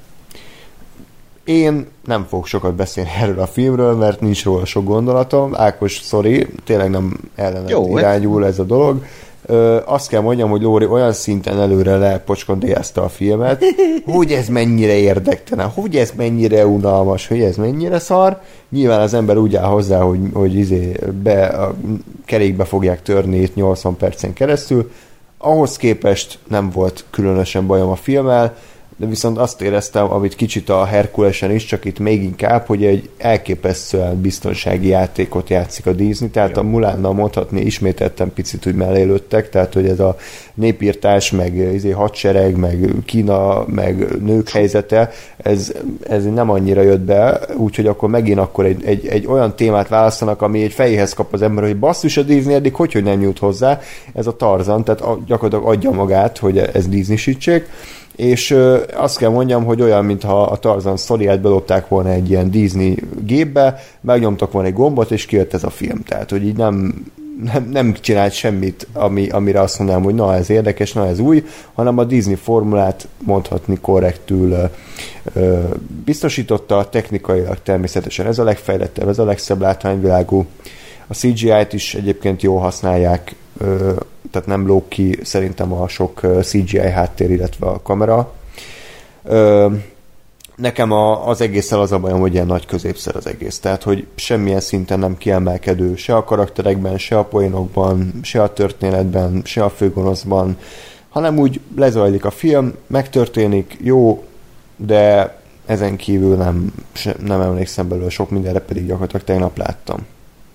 Én nem fogok sokat beszélni erről a filmről, mert nincs róla sok gondolatom. Ákos, sorry, tényleg nem ellenet irányul ez a dolog. Ö, azt kell mondjam, hogy Lóri olyan szinten előre lepocskondélyázta a filmet, hogy ez mennyire érdektelen, hogy ez mennyire unalmas, hogy ez mennyire szar. Nyilván az ember úgy áll hozzá, hogy, hogy izé be, a kerékbe fogják törni itt nyolcvan percen keresztül. Ahhoz képest nem volt különösen bajom a filmmel, de viszont azt éreztem, amit kicsit a Herkulesen is, csak itt még inkább, hogy egy elképesztően biztonsági játékot játszik a Disney, tehát a Mulánnal mondhatni ismételten picit úgy mellélődtek, tehát hogy ez a népírtás, meg izé, hadsereg, meg Kína, meg nők helyzete, ez, ez nem annyira jött be, úgyhogy akkor megint akkor egy, egy, egy olyan témát választanak, ami egy fejéhez kap az ember, hogy basszus, a Disney eddig hogy, hogy nem jut hozzá, ez a Tarzan, tehát gyakorlatilag adja magát, hogy ez Disney-sítsék, és ö, azt kell mondjam, hogy olyan, mintha a Tarzan sztoriát belopták volna egy ilyen Disney gépbe, megnyomtak volna egy gombot, és kijött ez a film. Tehát, hogy így nem, nem, nem csinált semmit, ami, amire azt mondanám, hogy na, ez érdekes, na, ez új, hanem a Disney formulát mondhatni korrektül ö, ö, biztosította, technikailag természetesen ez a legfejlettebb, ez a legszebb látványvilágú. A cé gé í-t is egyébként jól használják, ö, tehát nem lóg ki szerintem a sok cé gé í háttér, illetve a kamera. Ö, nekem a, az egészen az a bajom, hogy ilyen nagy középszer az egész. Tehát, hogy semmilyen szinten nem kiemelkedő, se a karakterekben, se a poénokban, se a történetben, se a főgonoszban, hanem úgy lezajlik a film, megtörténik, jó, de ezen kívül nem, nem emlékszem belőle sok mindenre, pedig gyakorlatilag tegnap láttam.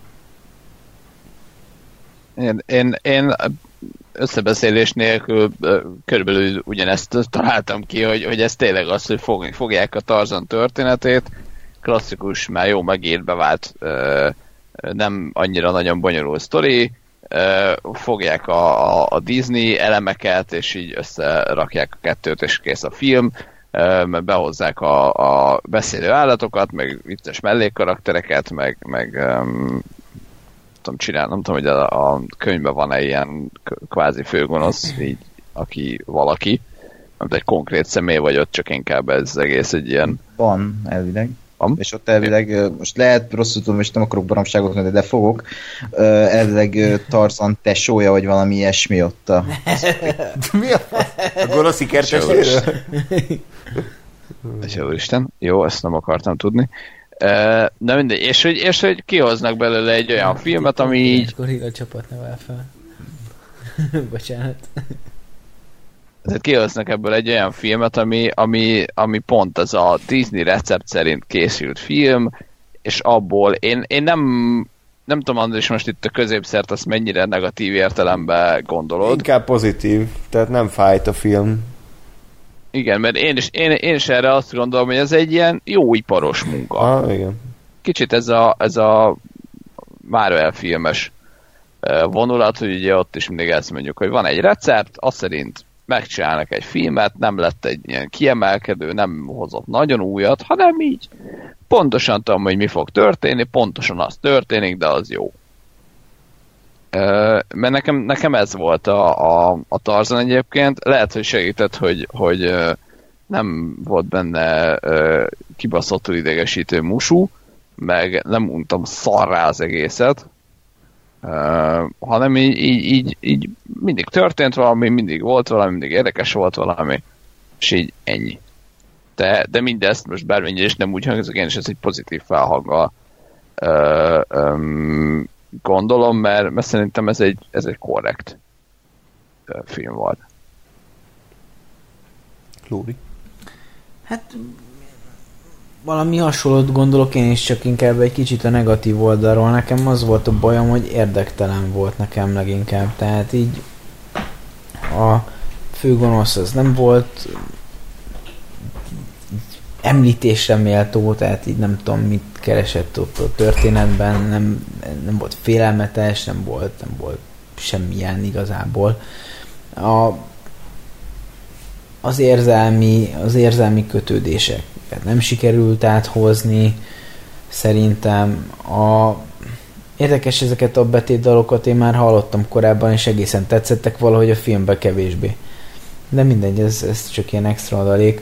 Én, én, én összebeszélés nélkül körülbelül ugyanezt találtam ki, hogy, hogy ez tényleg az, hogy fog, fogják a Tarzan történetét, klasszikus, már jó megírt, bevált, nem annyira nagyon bonyolult sztori, fogják a, a, a Disney elemeket, és így összerakják a kettőt, és kész a film, behozzák a, a beszélő állatokat, meg vicces mellékkaraktereket, meg, meg um, tudom csinálni, nem tudom, hogy a, a könyvben van-e ilyen kvázi főgonosz, így, aki valaki, nem egy konkrét személy, vagy ott csak inkább ez egész egy ilyen... Van, elvileg. Van? És ott elvileg, most lehet rosszul tudom, és nem akarok baromságot mondani, de fogok, elvileg Tarzan tesója, vagy valami ilyesmi ott a... Mi a A gonosz ikertestéről? Atya úristen, jó, ezt nem akartam tudni. Na mindegy, és hogy, és hogy kihoznak belőle egy olyan filmet, ami így... Gorilla csapat nevel fel. Bocsánat. Tehát kihoznak ebből egy olyan filmet, ami, ami, ami pont az a Disney recept szerint készült film, és abból én, én nem, nem tudom, András, most itt a középszert azt mennyire negatív értelemben gondolod. Inkább pozitív, tehát nem fájt a film. Igen, mert én is, én, én is erre azt gondolom, hogy ez egy ilyen jó iparos munka. Ah, igen. Kicsit ez a, ez a Marvel filmes vonulat, hogy ugye ott is mindig ezt mondjuk, hogy van egy recept, azt szerint megcsinálnak egy filmet, nem lett egy ilyen kiemelkedő, nem hozott nagyon újat, hanem így pontosan tudom, hogy mi fog történni, pontosan az történik, de az jó. Mert nekem, nekem ez volt a, a, a Tarzan egyébként. Lehet, hogy segített, hogy, hogy nem volt benne kibaszottul idegesítő musú, meg nem untam szarrá az egészet, hanem így, így, így, így mindig történt valami, mindig volt valami, mindig érdekes volt valami, és így ennyi. De, de mindezt most bármennyire is nem úgy hangzik, én is ez egy pozitív felhanggal gondolom, mert, mert szerintem ez egy, ez egy korrekt film volt. Lóri? Hát valami hasonlót gondolok én is, csak inkább egy kicsit a negatív oldalról. Nekem az volt a bajom, hogy érdektelen volt nekem leginkább. Tehát így a főgonosz az nem volt említésre méltó, tehát így nem tudom, mit keresett ott a történetben, nem, nem volt félelmetes, nem volt, nem volt semmilyen igazából. A, az érzelmi, az érzelmi kötődéseket nem sikerült áthozni, szerintem. A, érdekes, ezeket a betétdalokat én már hallottam korábban, és egészen tetszettek, valahogy a filmben kevésbé. De mindegy, ez, ez csak ilyen extra adalék.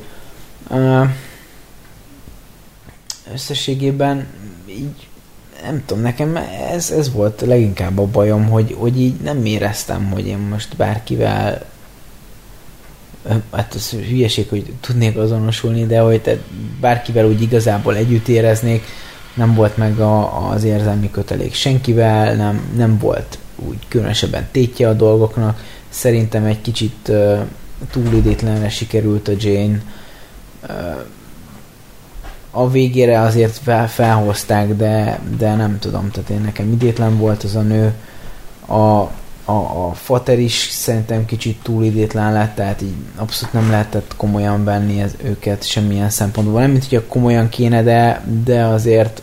Összességében így nem tudom, nekem ez, ez volt leginkább a bajom, hogy, hogy így nem éreztem, hogy én most bárkivel, hát az hülyeség, hogy tudnék azonosulni, de hogy te bárkivel úgy igazából együtt éreznék, nem volt meg a, az érzelmi kötelék senkivel, nem, nem volt úgy különösebben tétje a dolgoknak. Szerintem egy kicsit uh, túl idétlenre sikerült a Jane. Uh, a végére azért fel, felhozták, de, de nem tudom, tehát én nekem idétlen volt az a nő. A, a, a Fater is szerintem kicsit túl idétlen lett, tehát így abszolút nem lehetett komolyan venni ez, őket semmilyen szempontból. Nem, mint hogy komolyan kéne, de, de azért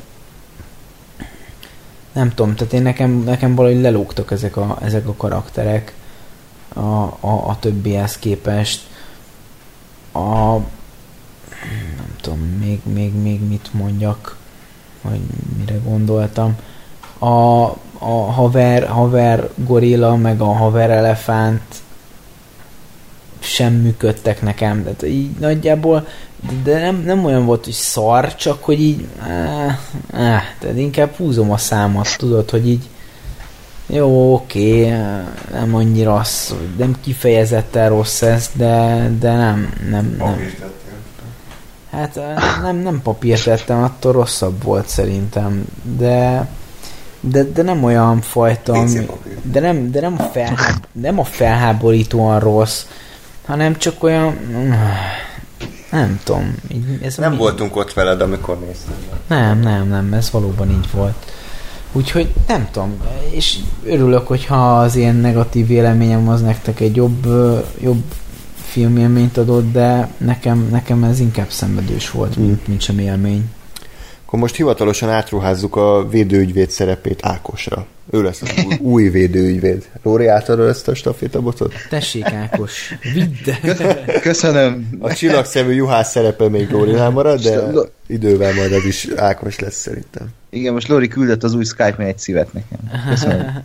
nem tudom, tehát én nekem, nekem valahogy lelógtak ezek a, ezek a karakterek a, a, a többihez képest. A nem tudom, még, még, még mit mondjak, vagy mire gondoltam. A, a haver, haver gorilla, meg a haver elefánt sem működtek nekem, de így nagyjából, de nem, nem olyan volt, hogy szar, csak hogy így áh, áh, tehát inkább húzom a számat, tudod, hogy így jó, oké, nem annyira rossz, nem kifejezetten rossz ez, de, de nem, nem, nem. Hát nem, nem papírt tettem, attól rosszabb volt szerintem, de de, de nem olyan fajta, ami, de nem, de nem a, felháb, nem a felháborítóan rossz, hanem csak olyan, nem tudom. Ez nem mi? voltunk ott veled, amikor néztem. Nem, nem, nem, ez valóban így volt. Úgyhogy nem tudom, és örülök, hogyha az ilyen negatív véleményem az nektek egy jobb, jobb filmélményt adott, de nekem, nekem ez inkább szenvedős volt, mm. mint, mint sem élmény. Akkor most hivatalosan átruházzuk a védőügyvéd szerepét Ákosra. Ő lesz az új, új védőügyvéd. Lóri, átadod ezt a stafétabotot? Tessék, Ákos, vidd! Köszönöm. A csillagszemű juhász szerepe még Lórinál marad, de idővel majd az is Ákos lesz szerintem. Igen, most Lóri küldött az új Skype-en egy szívet nekem. Köszönöm.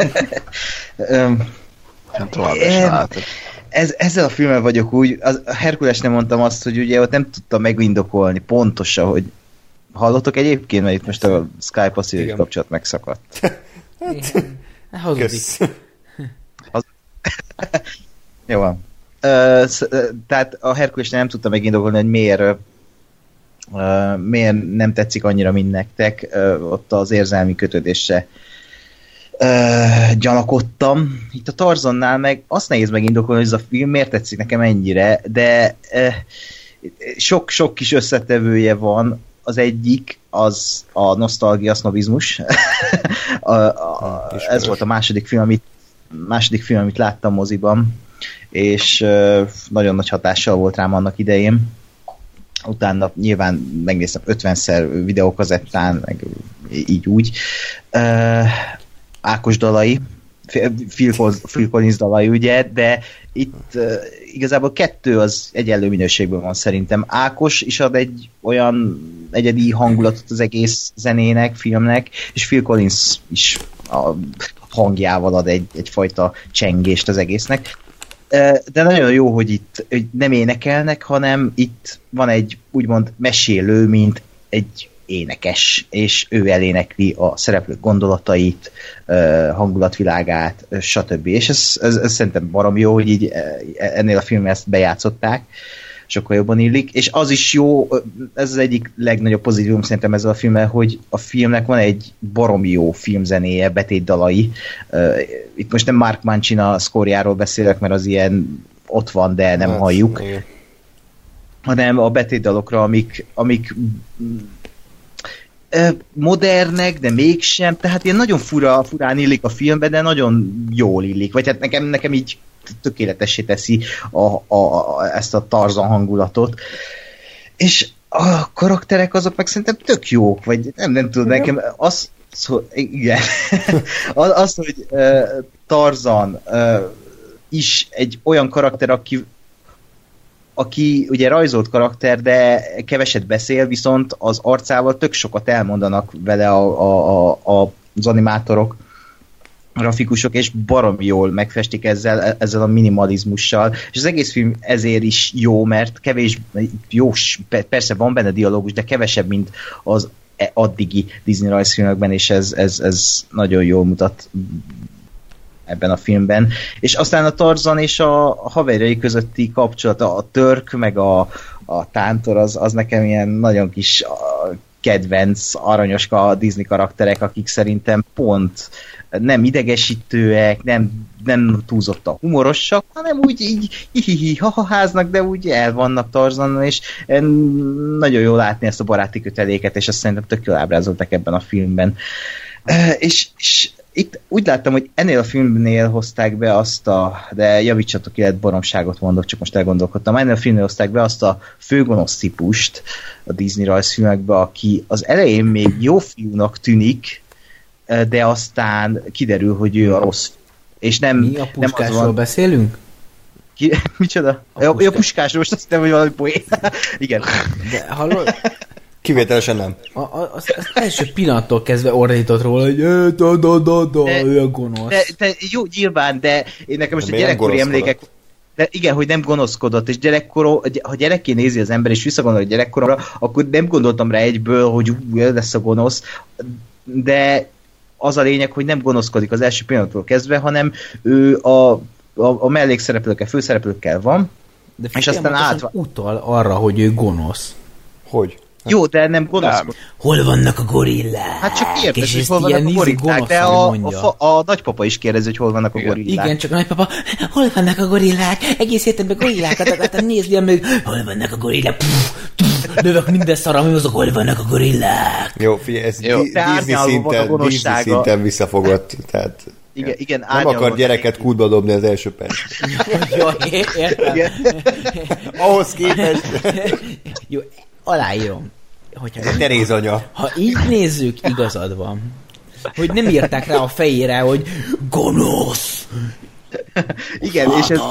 Nem tovább is át. Ez, ezzel a filmmel vagyok úgy, az, a Herkulesnél mondtam azt, hogy ugye ott nem tudtam megindokolni pontosan, hogy hallottok egyébként, mert itt most a Skype passzív kapcsolat megszakadt. Hát, Kösz. Jó van. Uh, tehát a Herkulesnél nem tudtam megindokolni, hogy miért, uh, miért nem tetszik annyira, mint nektek. Uh, ott az érzelmi kötődésre Uh, gyanakodtam. Itt a Tarzannál meg azt nehéz megindokolni, hogy ez a film miért tetszik nekem ennyire, de uh, sok-sok kis összetevője van. Az egyik, az a nosztalgia, sznobizmus. a, a, ez volt a második film, amit, második film, amit láttam moziban, és uh, nagyon nagy hatással volt rám annak idején. Utána nyilván megnéztem ötvenszer videókazettán, meg így úgy. Uh, Ákos dalai, Phil, Phil Collins dalai, ugye, de itt uh, igazából kettő az egyenlő minőségben van szerintem. Ákos is ad egy olyan egyedi hangulatot az egész zenének, filmnek, és Phil Collins is a hangjával ad egy, egyfajta csengést az egésznek. Uh, de nagyon jó, hogy itt hogy nem énekelnek, hanem itt van egy úgymond mesélő, mint egy énekes, és ő elénekli a szereplők gondolatait, hangulatvilágát, stb. És ez, ez, ez szerintem barom jó, hogy így ennél a filmnél ezt bejátszották, sokkal jobban illik, és az is jó, ez az egyik legnagyobb pozitívum szerintem ezzel a filmmel, hogy a filmnek van egy barom jó filmzenéje, betétdalai. Itt most nem Mark Mancina szkórjáról beszélek, mert az ilyen ott van, de nem hát, halljuk. Igen. hanem a betétdalokra, amik, amik modernek, de mégsem, tehát ilyen nagyon fura, furán illik a filmbe, de nagyon jól illik, vagy hát nekem, nekem így tökéletessé teszi a, a, a, ezt a Tarzan hangulatot. És a karakterek azok meg szerintem tök jók, vagy nem, nem tudom, nekem az, szó, igen, az, az, hogy uh, Tarzan uh, is egy olyan karakter, aki aki ugye rajzolt karakter, de keveset beszél, viszont az arcával tök sokat elmondanak vele a, a, a, az animátorok, grafikusok, és baromi jól megfestik ezzel, ezzel a minimalizmussal, és az egész film ezért is jó, mert kevés, jó, persze van benne dialógus, de kevesebb, mint az addigi Disney rajzfilmekben, és ez, ez, ez nagyon jól mutat ebben a filmben. És aztán a Tarzan és a haverjai közötti kapcsolata, a Törk meg a, a Tántor, az, az nekem ilyen nagyon kis kedvenc, aranyoska Disney karakterek, akik szerintem pont nem idegesítőek, nem, nem túlzottan humorosak, hanem úgy így hihihi hahaháznak, de úgy el vannak Tarzanon, és nagyon jó látni ezt a baráti köteléket, és azt szerintem tök jól ábrázoltak ebben a filmben. És, és itt úgy láttam, hogy ennél a filmnél hozták be azt a, de javítsatok, illetve baromságot mondok, csak most elgondolkodtam, ennél a filmnél hozták be azt a főgonosz típust a Disney rajzfilmekbe, aki az elején még jó fiúnak tűnik, de aztán kiderül, hogy ő a rossz. És nem, mi a Puskásról nem van... beszélünk? Ki... Micsoda? A, a, a Puskásról, most azt hiszem, hogy valami poén. Igen. De hallod? Kivételesen nem. A, a, az, az első pillanattól kezdve ordított róla, hogy da, da, da, da, ő a gonosz. De, de jó, nyilván, de én nekem most de a gyerekkori emlékek... De igen, hogy nem gonoszkodott, és gyerekkor, ha gyerekké nézi az ember, és visszagondol a gyerekkoromra, akkor nem gondoltam rá egyből, hogy ú, lesz a gonosz, de az a lényeg, hogy nem gonoszkodik az első pillanattól kezdve, hanem ő a, a, a mellékszereplőkkel, főszereplőkkel van, de és aztán át... utal arra, hogy ő gonosz. Hogy? Jó, de nem gonoszkodik. Hol vannak a gorillák? Hát csak érted, hogy hol vannak a gorillák, de a, a, a, a nagypapa is kérdezi, hogy hol vannak a gorillák. Igen, csak a nagypapa, hol vannak a gorillák? Egész értemben gorillákat, hát nézni, még hol vannak a gorillák? Növök minden szar, ami azok, hol vannak a gorillák? Jó, figyelj, ez Jó, Disney szinten, Disney szinten visszafogott, tehát... Igen, igen, nem akar gyereket kútba dobni az első perc. Jó, értem. Ahhoz képest... Jó, aláírom. Hogyha Teréz anya. Ha így nézzük, igazad van. Hogy nem írták rá a fejére, hogy gonosz. Igen, és ez,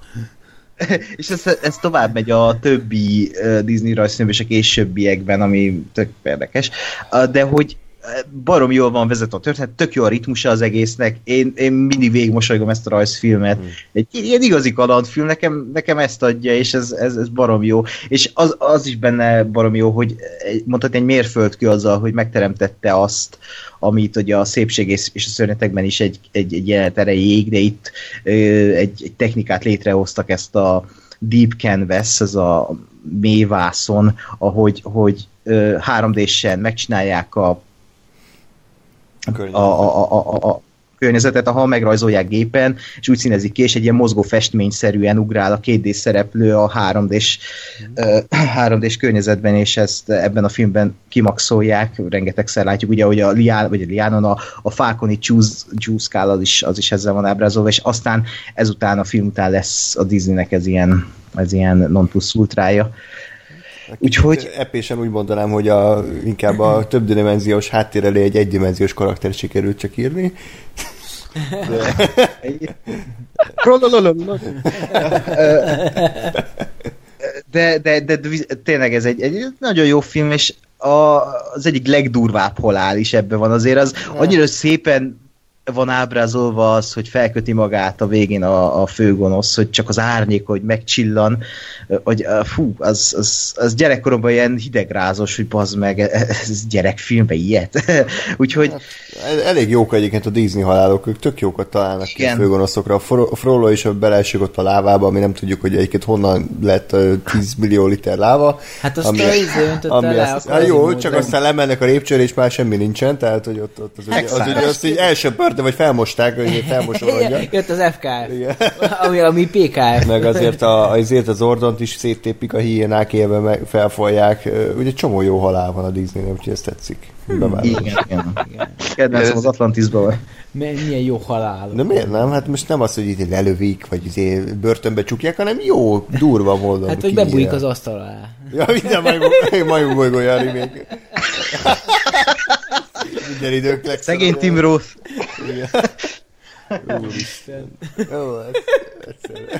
és ez, ez tovább megy a többi uh, Disney rajzfilmben és a későbbiekben, ami tök érdekes. Uh, de hogy barom jól van vezetve a történet, tök jó a ritmusa az egésznek, én, én mindig végigmosolygom ezt a rajzfilmet. Hmm. Egy ilyen igazi kalandfilm, nekem, nekem ezt adja, és ez, ez, ez barom jó. És az, az is benne barom jó, hogy mondhatni egy mérföldkő azzal, hogy megteremtette azt, amit ugye a Szépség és a Szörnyetekben is egy, egy, egy jelenet erejéig, de itt ö, egy, egy technikát létrehoztak, ezt a Deep Canvas, ez a mélyvászon, ahogy hogy, ö, három dé-sen megcsinálják a A, a, a, a, a környezetet, ahol megrajzolják gépen, és úgy színezik ki, és egy ilyen mozgó festményszerűen ugrál a két dé szereplő a három dés, mm. uh, három dés környezetben, és ezt ebben a filmben kimaxolják, rengetegszer látjuk, ugye, hogy a lián, vagy a liánon a, a fákoni csúszkál, az is, az is ezzel van ábrázolva, és aztán ezután a film után lesz a Disneynek ez ilyen, ez ilyen non plus ultrája. Úgyhogy... Epésen úgy mondanám, hogy a, inkább a többdimenziós háttér elé egy egydimenziós karakter sikerült csak írni. De, de, de, de tényleg ez egy, egy nagyon jó film, és a, az egyik legdurvább halál is ebben van. Azért az annyira szépen van ábrázolva az, hogy felköti magát a végén a, a főgonosz, hogy csak az árnyék, hogy megcsillan, hogy fú, az, az, az gyerekkoromban ilyen hidegrázos, hogy bazd meg, ez gyerekfilmben ilyet. Úgyhogy... Hát, elég jók egyébként a Disney halálok, ők tök jókat találnak ki a főgonoszokra. A Frollo is beleesik ott a lávába, ami nem tudjuk, hogy egyébként honnan lett tíz millió liter láva. Hát azt a izé öntötte le. Hát jó, csak aztán lemennek a lépcsőre, és már semmi nincsen, tehát hogy ott, ott az, ugye, az, ugye, azt így elsöpört törte, vagy felmosták, hogy felmosolódja. Jött az ef ká ef, ami, ami pé ká ef. Meg azért, a, azért az Ordont is széttépik a hiénák, élve meg felfolják. Ugye csomó jó halál van a Disney-nél, úgyhogy ezt tetszik. Hmm, igen, igen. igen. Kedvencem az Atlantisban van. Milyen jó halál. De miért nem? Hát most nem az, hogy itt lelövik, vagy izé börtönbe csukják, hanem jó, durva módon. Hát, hogy bebújik az asztal alá. Ja, minden majom bolygója a remake. Minden idők legszebb. Szegény Tim Roth. Úristen. Jó, egyszerűen.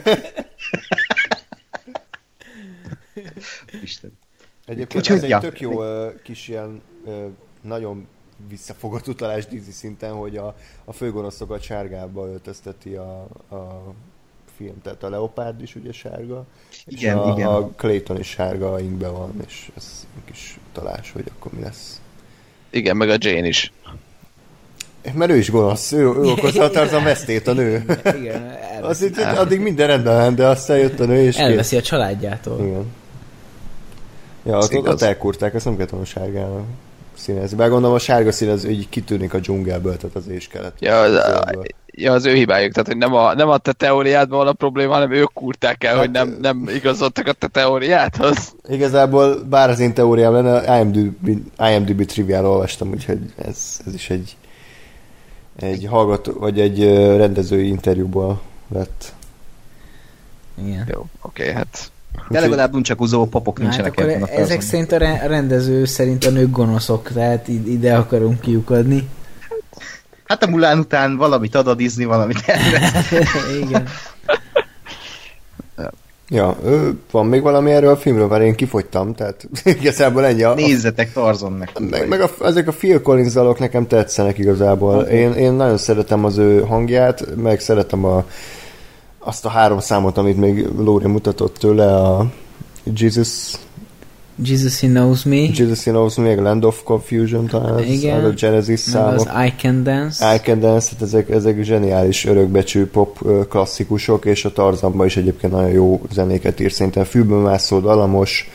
Isten. Egyébként ez egy tök jó uh, kis ilyen uh, nagyon visszafogott utalás Disney szinten, hogy a, a főgonoszokat sárgába öltözteti a, a film. Tehát a Leopárd is ugye sárga, igen, és a, igen. a Clayton is sárga inkben van, és ez egy kis utalás, hogy akkor mi lesz. Igen, meg a Jane is. Mert ő is gonosz, ő, ő okozza a Tarzan vesztét, a nő. Igen, az itt, addig minden rendben, de aztán jött a nő, és elveszi kész. A családjától. Igen. Ja, ott, ott elkúrták, ezt nem kellett volna sárgának színezni. Bár gondolom a sárga szín az így kitűnik a dzsungelből, tehát az is kellett. Ja, az, ja, az ő hibájuk, tehát hogy nem a, nem a te teóriádban van a probléma, hanem ők kúrták el, hát, hogy nem, nem igazodtak a te teóriádhoz. Igazából bár az én teóriám lenne, I M D B trivián olvastam, úgyhogy ez, ez is egy egy hallgató, vagy egy rendezői interjúból vett. Igen. Jó, oké, okay, hát de legalább uncsakozó papok nincsenek hát ebben a ezek szerint a rendező szerint a nők gonoszok, tehát ide akarunk kiukadni. Hát a Mulán után valamit ad a Disney, valamit elvesz. Igen. Ja, van még valami erről a filmről, mert én kifogytam, tehát igazából ennyi. A, Nézzetek Tarzannek. Meg, meg a, ezek a Phil Collins dalok nekem tetszenek igazából. Okay. Én, én nagyon szeretem az ő hangját, meg szeretem a, azt a három számot, amit még Lóri mutatott tőle, a Jesus... Jesus He Knows Me. Jesus He Knows Me, a Land of Confusion talán, igen, az a Genesis számok. Az I Can Dance. I Can Dance, hát ezek, ezek zseniális örökbecsű pop klasszikusok, és a Tarzanban is egyébként nagyon jó zenéket ír, szerintem fülből mászó, dalamos,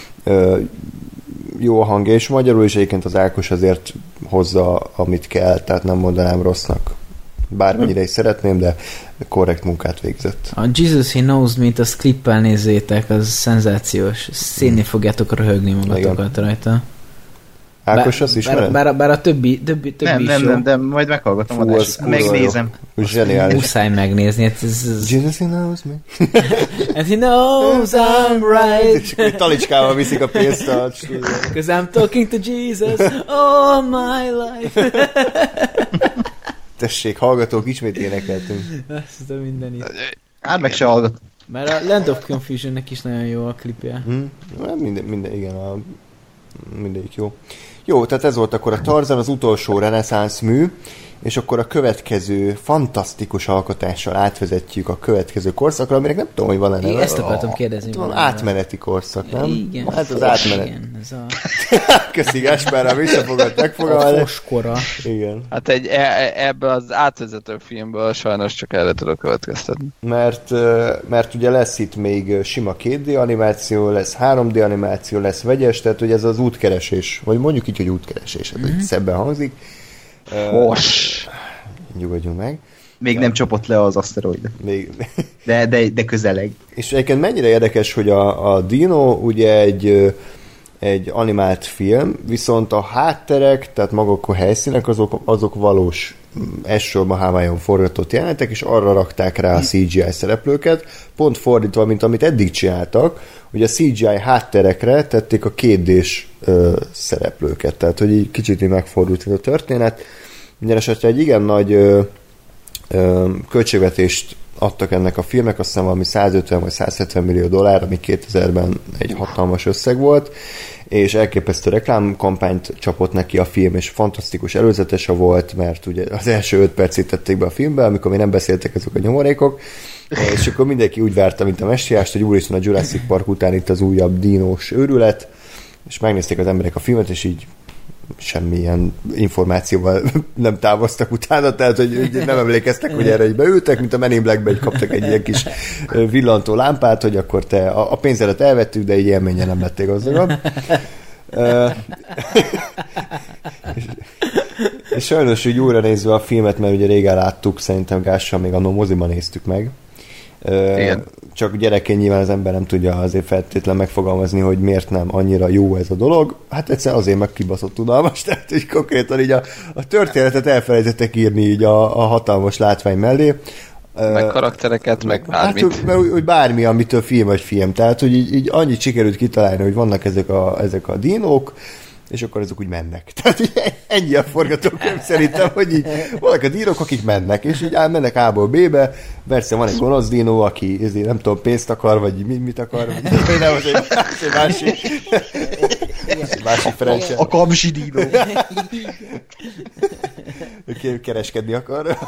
jó a hangja, és magyarul is egyébként az Ákos azért hozza, amit kell, tehát nem mondanám rossznak. Bármennyire is szeretném, de korrekt munkát végzett. A Jesus He Knows Me-t, azt klippel nézzétek, az szenzációs. Szénni fogjátok röhögni magatokat rajta. Ákos, azt ismered? Bár, bár, bár a többi, többi, többi nem, is nem, jó. Nem, de majd meghallgatom. Fú, az megnézem. Zseniális. Muszáj megnézni. Ez, ez... Jesus He Knows Me. And He knows I'm right. És akkor talicskával viszik a pénzt a... Because I'm talking to Jesus all my life. Tessék, hallgatók, ismét énekeltünk. Azt a mindenit. Hát meg se hallgat. Mert a Land of Confusionnek is nagyon jó a klipje. Hmm. Minden, minden, igen, a, mindegyik jó. Jó, tehát ez volt akkor a Tarzan, az utolsó reneszánsz mű, és akkor a következő fantasztikus alkotással átvezetjük a következő korszakra, aminek nem tudom, hogy van ennek. Ezt akartam kérdezni. Tudom, átmeneti korszak, nem? Igen. Hát az átmenet. Igen, ez a... Köszi Gáspárra, visszafogott megfogalmazni. A foskora. Igen. Hát egy, e, ebből az átvezető filmből sajnos csak erre tudok következtetni. Mert, mert ugye lesz itt még sima két dé animáció, lesz három dé animáció, lesz vegyes, tehát ugye ez az útkeresés, vagy mondjuk így, hogy útkeresés, ez mm-hmm. szebben hangzik. Fos! Uh, nyugodjunk meg. Még de, nem csapott le az aszteroid. Még... De, de, de közeleg. És egyébként mennyire érdekes, hogy a, a Dino ugye egy, egy animált film, viszont a hátterek, tehát maguk a helyszínek, azok, azok valós elsősorban Hawaiion forgatott jelenetek, és arra rakták rá a cé gé i szereplőket, pont fordítva, mint amit eddig csináltak, hogy a cé gé i hátterekre tették a két dés ö, szereplőket, tehát hogy így kicsit így megfordult a történet. Minden esetre egy igen nagy ö, ö, költségvetést adtak ennek a filmnek, azt hiszem valami százötven vagy százhetven millió dollár, ami kétezerben egy hatalmas összeg volt, és elképesztő reklámkampányt csapott neki a film, és fantasztikus előzetese volt, mert ugye az első öt percét tették be a filmbe, amikor még nem beszéltek ezek a nyomorékok, és akkor mindenki úgy várta, mint a messiást, hogy úristen a Jurassic Park után itt az újabb dínós őrület, és megnézték az emberek a filmet, és így semmilyen információval nem távoztak utána, tehát hogy nem emlékeztek, hogy erre így beültek, mint a Men in Blackbe, hogy kaptak egy ilyen kis villantó lámpát, hogy akkor te a, a pénzedet elvettük, de így élményen nem lettél gazdagabb. És sajnos úgy újra nézve a filmet, mert ugye régen láttuk, szerintem Gással még annól moziban néztük meg. Igen. Csak gyerekként nyilván az ember nem tudja azért feltétlen megfogalmazni, hogy miért nem annyira jó ez a dolog. Hát egyszer azért meg kibaszott tudalmas, tehát hogy konkrétan így a, a történetet elfelejtettek írni így a, a hatalmas látvány mellé. Meg karaktereket, meg bármit. Hát, hogy, hogy bármi, amitől film vagy film. Tehát, hogy így, így annyit sikerült kitalálni, hogy vannak ezek a, ezek a dinók, és akkor azok úgy mennek. Tehát így ennyi a forgatókönyv szerintem, hogy így vannak a dínok, akik mennek, és így áll, mennek A-ból B-be, persze van egy gonosz dínó, aki ezért nem tudom, pénzt akar, vagy mit, mit akar, vagy nem, az egy, egy másik másik franchise. A kamsi dínó. Kereskedni akar.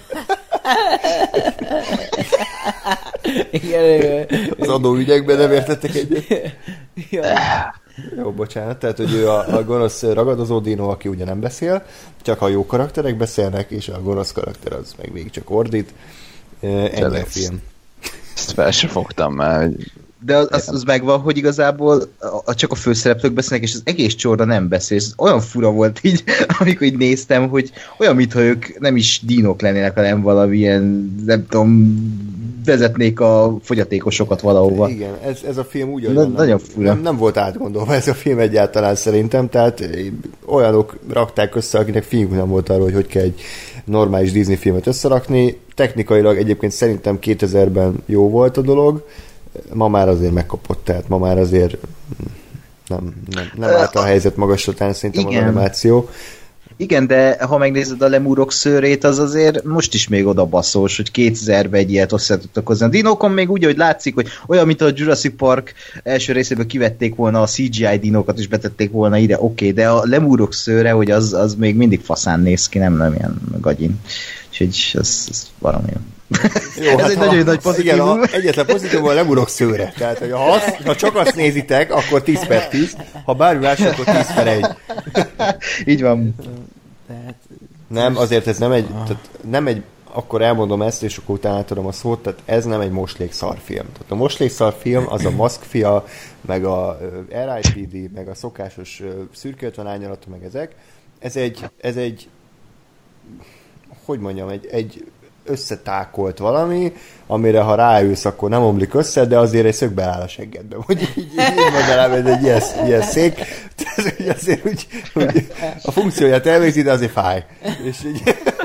Igen, az adóügyekben nem értettek egyet. Jó, bocsánat, tehát, hogy ő a, a gonosz ragadozó dinó, aki ugye nem beszél, csak a jó karakterek beszélnek, és a gonosz karakter az meg végig csak ordít. Ennyi a film. Ezt fel sem fogtam már. De az, az, az megvan, hogy igazából a, csak a főszereplők beszélnek, és az egész csorda nem beszél. Ez olyan fura volt így, amikor így néztem, hogy olyan, mintha ők nem is dinók lennének, hanem valamilyen, nem tudom, vezetnék a fogyatékosokat valahova. Igen, ez, ez a film úgy, Na, nem, nem, nem volt átgondolva ez a film egyáltalán szerintem, tehát olyanok rakták össze, akinek filmük nem volt arról, hogy hogy kell egy normális Disney filmet összerakni. Technikailag egyébként szerintem kétezerben jó volt a dolog, ma már azért megkapott, tehát ma már azért nem, nem, nem állt a helyzet magaslatán szerintem az animáció. Igen, de ha megnézed a lemúrok szőrét, az azért most is még oda basszós, hogy kétezerben egy ilyet össze tudtak hozni. A dinókon még úgy, hogy látszik, hogy olyan, mint a Jurassic Park első részéből kivették volna a cé gé i dinókat, és betették volna ide, oké, okay, de a lemúrok szőre, hogy az, az még mindig faszán néz ki, nem, nem ilyen gagyin. Úgyhogy ez, ez valami jó. Jó, ez hát egy ha, nagyon nagy pozitívum. Igen, egyetlen pozitívum a lemurok szőre. Tehát, hogy ha, azt, ha csak azt nézitek, akkor tíz per tíz, ha bármi más, akkor tíz per egy. Így van. Tehát, nem, azért ez nem egy, tehát nem egy, akkor elmondom ezt, és akkor utána átadom a szót, tehát ez nem egy moslékszarfilm. Tehát a moslékszarfilm az a Maszkfia, meg a er i pé dé, meg a szokásos Szürke ötven árnyalata, meg ezek. Ez egy, ez egy, hogy mondjam, egy, egy összetákolt valami, amire ha ráülsz, akkor nem omlik össze, de azért egy szögbe áll a seggedbe. Hogy így, így, így mondanám, ez egy ilyen, ilyen szék. Tehát, hogy azért úgy, úgy a funkcióját elvégzi, de azért fáj. És így...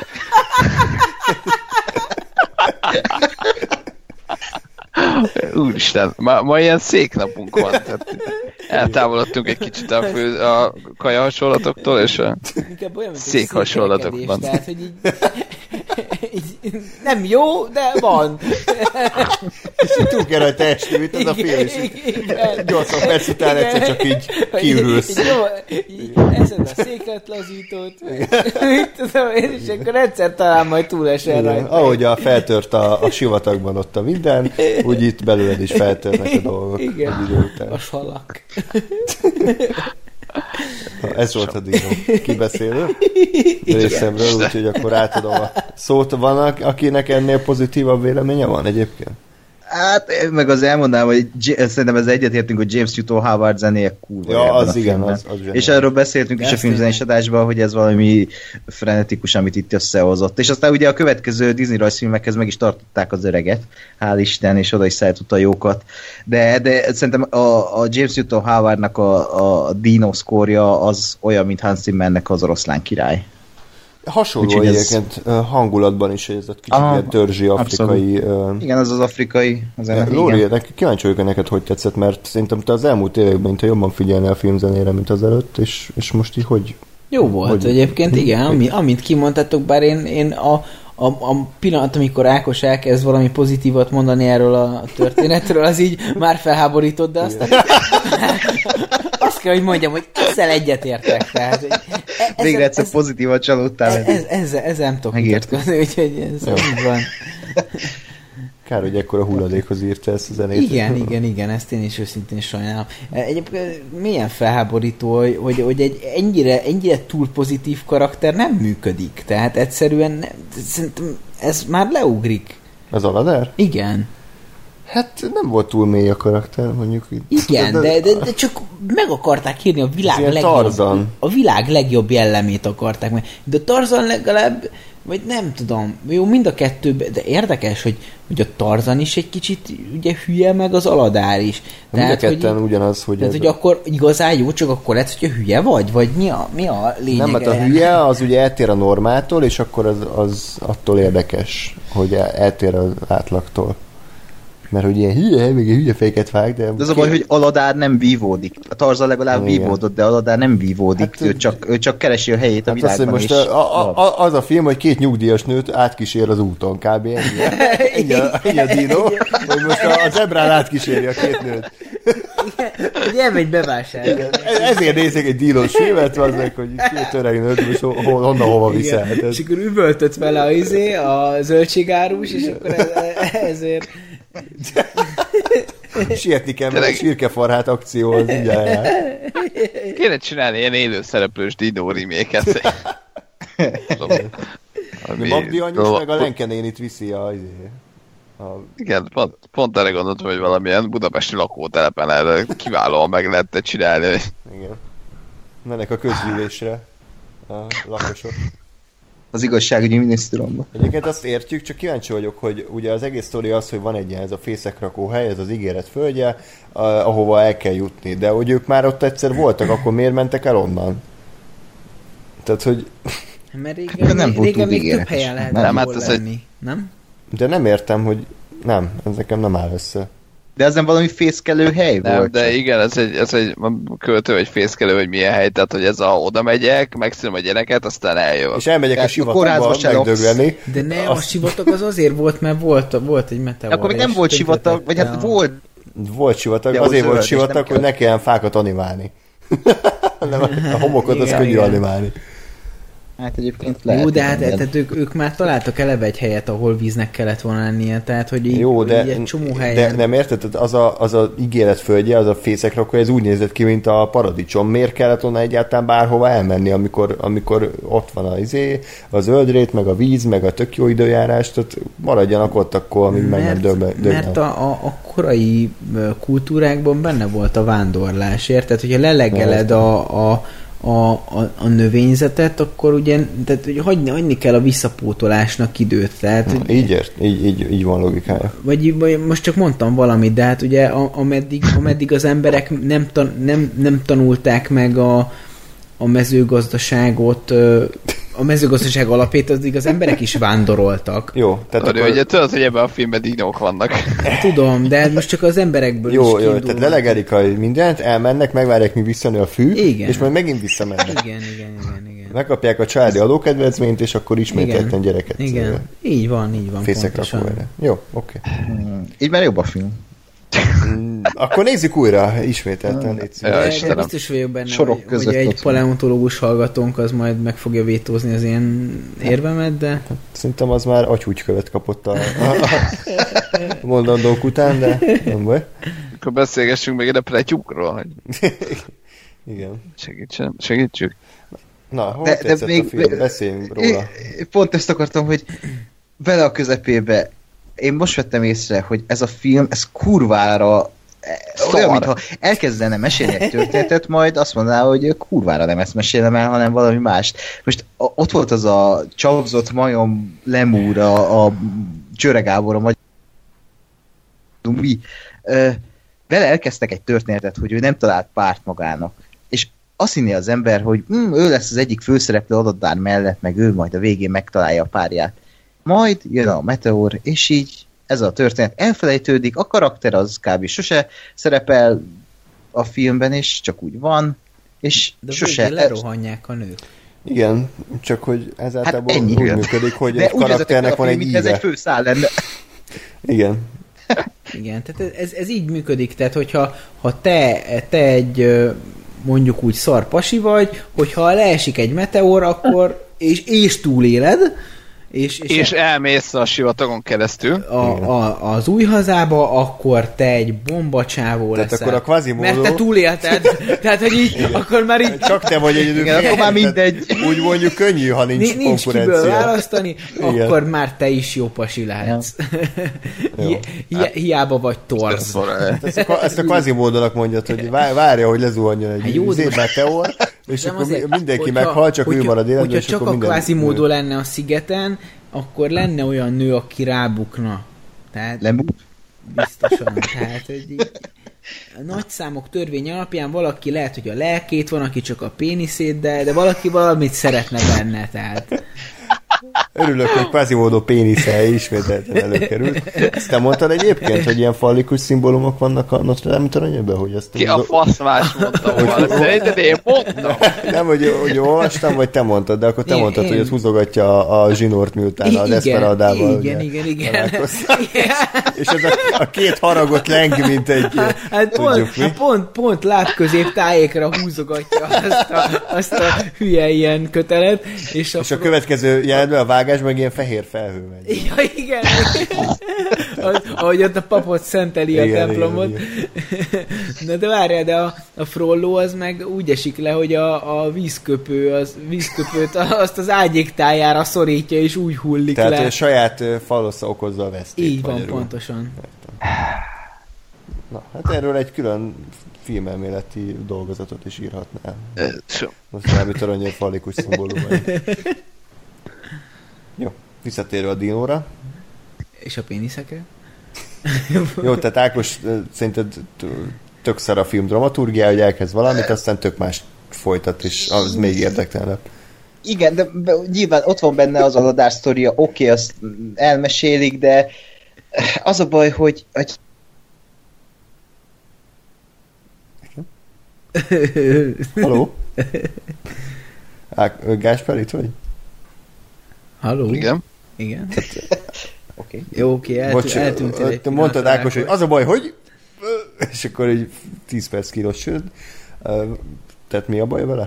Úristen, ma, ma ilyen széknapunk van, tehát eltávolodtunk egy kicsit a, fő, a kaja hasonlatoktól, és a szék hasonlatokban. Tehát, hogy így, így nem jó, de van. És így túl kell rajta esni, mint az a film, és nyolcvan perc után egyszer csak így kiürülsz. Eszed a székletlazítót, mit tudom én, és akkor egyszer talán majd túlesel rajta. Ahogy a feltört a, a sivatagban ott a minden, úgy itt belőled is feltörnek a dolgok. Igen, a salak. Na, ez volt a dinó kibeszélő részemről, úgyhogy akkor átadom a szót. Van, akinek ennél pozitívabb véleménye van egyébként? Hát, meg az elmondanám, hogy J- szerintem ez egyetértünk, hogy James Newton Howard zenéje cool. Ja, az igen, az, az És erről beszéltünk is a filmzenés adásban, hogy ez valami frenetikus, amit itt összehozott. És aztán ugye a következő Disney rajzfilmekhez meg is tartották az öreget, hál' Isten, és oda is szállította a jókat. De, de szerintem a, a James Newton Howardnak a, a Dino szkórja az olyan, mint Hans Zimmernek az Oroszlán király. Hasonló egyébként ez... hangulatban is, hogy ez a kicsit ah, ilyen törzsi afrikai... Uh... Igen, az az afrikai. Az Lóri, kíváncsi vagyok, neked hogy tetszett, mert szerintem te az elmúlt években, mintha jobban figyelnél a filmzenére, mint az előtt, és, és most így hogy... Jó volt hogy... egyébként, igen, ami, amit kimondtatok, bár én, én a, a, a pillanat, amikor Ákos elkezd valami pozitívat mondani erről a történetről, az így már felháborított, de aztán... Azt kell, hogy mondjam, hogy ezzel egyetértek. Tehát, hogy e- végre egyszer pozitívat csalódtál. Ez, ez, ezzel, ezzel nem tudok mutatkozni, úgyhogy ez úgy van. Kár, hogy ekkora hulladékhoz írta ezt a zenét. Igen, igen, igen, ezt én is őszintén sajnálom. Egyébként milyen felháborító, hogy, hogy, hogy egy ennyire, ennyire túl pozitív karakter nem működik. Tehát egyszerűen nem, szerintem ez már leugrik. Az Aladdin? Igen. Hát nem volt túl mély a karakter, mondjuk így. Igen, de, de, de, de csak meg akarták írni a világ legjobb, Tarzan. a világ legjobb jellemét akarták meg. De a Tarzan legalább, vagy nem tudom, jó, mind a kettőben, de érdekes, hogy, hogy a Tarzan is egy kicsit ugye hülye, meg az Aladár is. Mind a ketten hogy, ugyanaz, hogy... Tehát, hogy akkor igazán jó, csak akkor lehet, hogyha hülye vagy? Vagy mi a, mi a lényege? Nem, mert a hülye az ugye eltér a normától, és akkor az, az attól érdekes, hogy eltér az átlagtól. Mert hogy ilyen hülye, még egy hülye fejeket vág, de... De az a baj, hogy Aladár nem vívódik. A Tarzan legalább igen. vívódott, de Aladár nem vívódik. Hát, ő, csak, ő csak keresi a helyét a hát világban. Azt, most a, a, a, az a film, hogy két nyugdíjas nőt átkísér az úton, kb. Ennyi, ennyi, a, ennyi a dino, hogy most a, a zebrán átkíséri a két nőt. Hogy elmegy bevásárolni. Ezért nézik egy dínos filmet, az meg, hogy két öreg nőt, most honnan hova viszel. Hát és akkor üvöltött vele a, izé, a zöldségárus, és akkor ez, ezért... Sietni kell, mert a sírkefarhát akció az mindjárt. Kéne csinálni ilyen élőszereplős Dino remake-et. Magdi anyus meg a Lenke nénit viszi a... a... Igen, pont, pont erre gondoltam, hogy valamilyen budapesti lakótelepen erre kiválóan meg lehetne csinálni. Igen. Mennek a közgyűlésre a lakosok. Az igazságügyi minisztériumban. Egyébként azt értjük, csak kíváncsi vagyok, hogy ugye az egész sztori az, hogy van egy ilyen ez a fészekrakó hely, ez az ígéret földje, ahova el kell jutni. De hogy ők már ott egyszer voltak, akkor miért mentek el onnan? Tehát, hogy... Mert régen, nem régen még több helyen lehet nem, hát lenni, egy... nem? De nem értem, hogy nem, ez nekem nem áll össze. De ez nem valami fészkelő hely nem, volt? De csak. Igen, ez egy, ez egy költő, hogy fészkelő, hogy milyen hely, tehát hogy ez a oda megyek, megszülöm a gyereket, aztán eljövök. És elmegyek tehát a sivatagba megdögleni. De nem, azt... a sivatag az azért volt, mert volt, volt egy meteor. Akkor még nem volt sivatag, vagy hát volt. Volt sivatag, azért volt sivatag, hogy ne kelljen fákat animálni. A homokot az könnyű animálni. Hát egyébként lehet. Jó, de hát tehát ők, ők már találtak eleve egy helyet, ahol víznek kellett volna lennie, tehát hogy így, jó, de, így egy csomó helyen... De nem érted? Az a, az a ígéret földje, az a fészekrakó, ez úgy nézett ki, mint a paradicsom. Miért kellett volna egyáltalán bárhova elmenni, amikor, amikor ott van az izé, a zöldrét, meg a víz, meg a tök jó időjárás, tehát maradjanak ott akkor, amíg meg nem dögbe. Mert a, a, a korai kultúrákban benne volt a vándorlás, érted? Hogyha lelegeled a, a A, a, a növényzetet, akkor ugye tehát, hogy hagyni, hagyni kell a visszapótolásnak időt. Tehát, hogy, így ért, így, így, így van logikája. Vagy, vagy most csak mondtam valamit, de hát ugye a, ameddig, ameddig az emberek nem, tan, nem, nem tanulták meg a, a mezőgazdaságot, a mezőgazdaság alapját, addig az emberek is vándoroltak. Jó. Tehát akkor... ugye tudod, hogy ebben a filmben dinók vannak. Tudom, de most csak az emberekből jó, is Jó, kiindul. tehát lelegelik a mindent, elmennek, megvárják, mi visszanő a fű, igen. És majd megint visszamennek. Igen, igen, igen, igen. Megkapják a családi adókedvezményt, és akkor ismételten gyereket. Igen, uh, így van, így van. Fészekrakó erre. Jó, oké. Okay. Hmm. Így már jobb a film. Akkor nézzük újra, ismételten. Ja, de biztos vagyok benne, Sorok hogy, hogy egy paleontológus hallgatónk az majd meg fogja vétózni az én érvemet, de... Hát, szerintem az már agyhúgykövet kapott a, a, a mondandók után, de nem baj. Akkor beszélgessünk még egy pletyukról, hogy... Igen. Segítsen, segítsük. Na, hol de, tetszett de még, a film? Beszéljünk róla. Pont ezt akartam, hogy vele a közepébe én most vettem észre, hogy ez a film, ez kurvára Szar. Olyan, mintha elkezdene mesélni egy történetet, majd azt mondaná, hogy kurvára nem ezt mesélem el, hanem valami mást. Most a, ott volt az a csapzott majom lemúr, a, a Csőre Gábor, a magyar mi. Vele elkezdtek egy történetet, hogy ő nem talált párt magának. És azt hinné az ember, hogy hm, ő lesz az egyik főszereplő Aladár mellett, meg ő majd a végén megtalálja a párját. Majd jön a meteor, és így ez a történet elfelejtődik, a karakter az kb. Sose szerepel a filmben, és csak úgy van, és de sose... De lerohanják a nők. Igen, csak hogy ez hát általában ennyi, úgy igen. működik, hogy de egy karakternek van egy íve. Ez egy főszál lenne. Igen. Igen, tehát ez, ez így működik, tehát hogyha ha te, te egy mondjuk úgy szar pasi vagy, hogyha leesik egy meteor, akkor és, és túléled, És, és, és elmész a sivatagon keresztül. A, a, az új hazába, akkor te egy bombacsávó leszel. Tehát akkor a Quasimodo... Mert te túlélted. Tehát, hogy így, igen. Akkor már így... Csak te vagy egyedül. Igen, akkor már mindegy. Úgy mondjuk könnyű, ha nincs, nincs konkurencia. Nincs kiből választani, igen. Akkor már te is jó pasi lehetsz. Hi, hi, hiába vagy torz. Ezt a, ezt a Quasimodónak mondjad, hogy várja, hogy lezuhanjon egy meteor, és akkor azért, mindenki hogyha, meghal, csak hogyha, ő marad életben. Hogyha csak a Quasimodo lenne a szigeten, akkor lenne olyan nő, aki rábukna. Tehát Lemuk? Biztosan. Tehát, hogy így, a nagyszámok törvény alapján valaki lehet, hogy a lelkét, van, aki csak a péniszét, de, de valaki valamit szeretne benne, tehát... Örülök, hogy Quasimodo pénisze ismételten előkerült. Ezt te mondtad egyébként, hogy ilyen fallikus szimbólumok vannak a Notre Dame toronyában? Hogy azt ki a fasz más mondta volna? Szerinted én mondtam? Nem, hogy, hogy olvastam, vagy te mondtad, de akkor te én, mondtad, én... hogy az húzogatja a, a zsinort, miután I- a Desperadával. Igen, igen, igen. igen. És ez a, a két haragot leng, mint egy... Hát, hát pont, pont, pont lábközép tájékra húzogatja azt a, azt a hülye ilyen kötelet. És, és a következő jelenetben a vágás meg ilyen fehér felhő megy. Ja, igen. Az, ahogy ott a papot szenteli a igen, templomot. Igen, igen. Na de várjál, de a, a Frollo az meg úgy esik le, hogy a, a vízköpő, az vízköpőt azt az ágyéktájára szorítja, és úgy hullik tehát, le. Tehát a saját falosza okozza a vesztét. Így van, magyarul. Pontosan. Na, hát erről egy külön filmelméleti dolgozatot is írhatnál. Most nem itt aranyér fallikus szimbólumai. Jó, visszatérve a dinóra. És a péniszekre? Jó, tehát Ákos szerinted tök szar a film dramaturgiája, hogy elkezd valamit, aztán tök más folytat, és az még érdektelnebb. Igen, de nyilván ott van benne az aladás sztoria, oké, okay, azt elmesélik, de az a baj, hogy, hogy... Haló? Á, Gáspár, itt vagy? Halló? Igen. Igen. Oké. Okay. Jó, oké, okay, eltűnt, eltűntél egy mondtad Ákos, hogy az a baj, hogy... És akkor egy tíz perc kínos sőt. Tehát mi a baj vele?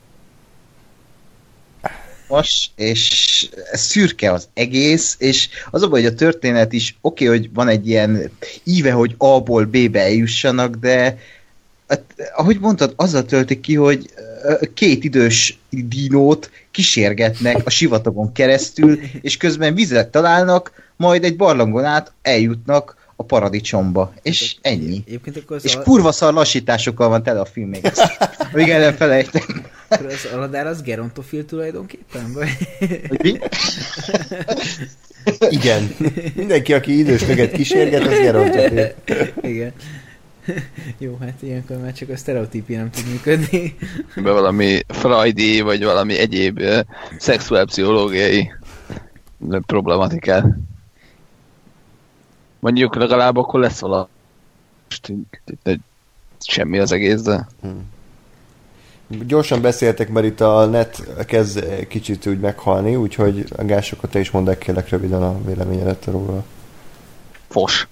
Most, és szürke az egész, és az a baj, hogy a történet is oké, okay, hogy van egy ilyen íve, hogy A-ból B-be eljussanak, de hát, ahogy mondtad, azzal töltik ki, hogy két idős dinót kísérgetnek a sivatagon keresztül, és közben vizet találnak, majd egy barlangon át eljutnak a paradicsomba. És ennyi. És kurva szar lassításokkal van tele a film még ezt. Még el nem felejtem. Az Aladár az gerontofil tulajdonképpen? Mi? Igen. Mindenki, aki idős nöget kísérget, az gerontofil. Igen. Jó, hát ilyenkor már csak a sztereotípia nem tud működni. Be valami freudi, vagy valami egyéb uh, szexuálpszichológiai problematikát. Mondjuk legalább akkor lesz valami. Semmi az egész, de... Hmm. Gyorsan beszéltek, mert itt a net kezd kicsit úgy meghalni, úgyhogy a gásokat te is mondd el, kérlek röviden a véleményedet róla. Fos.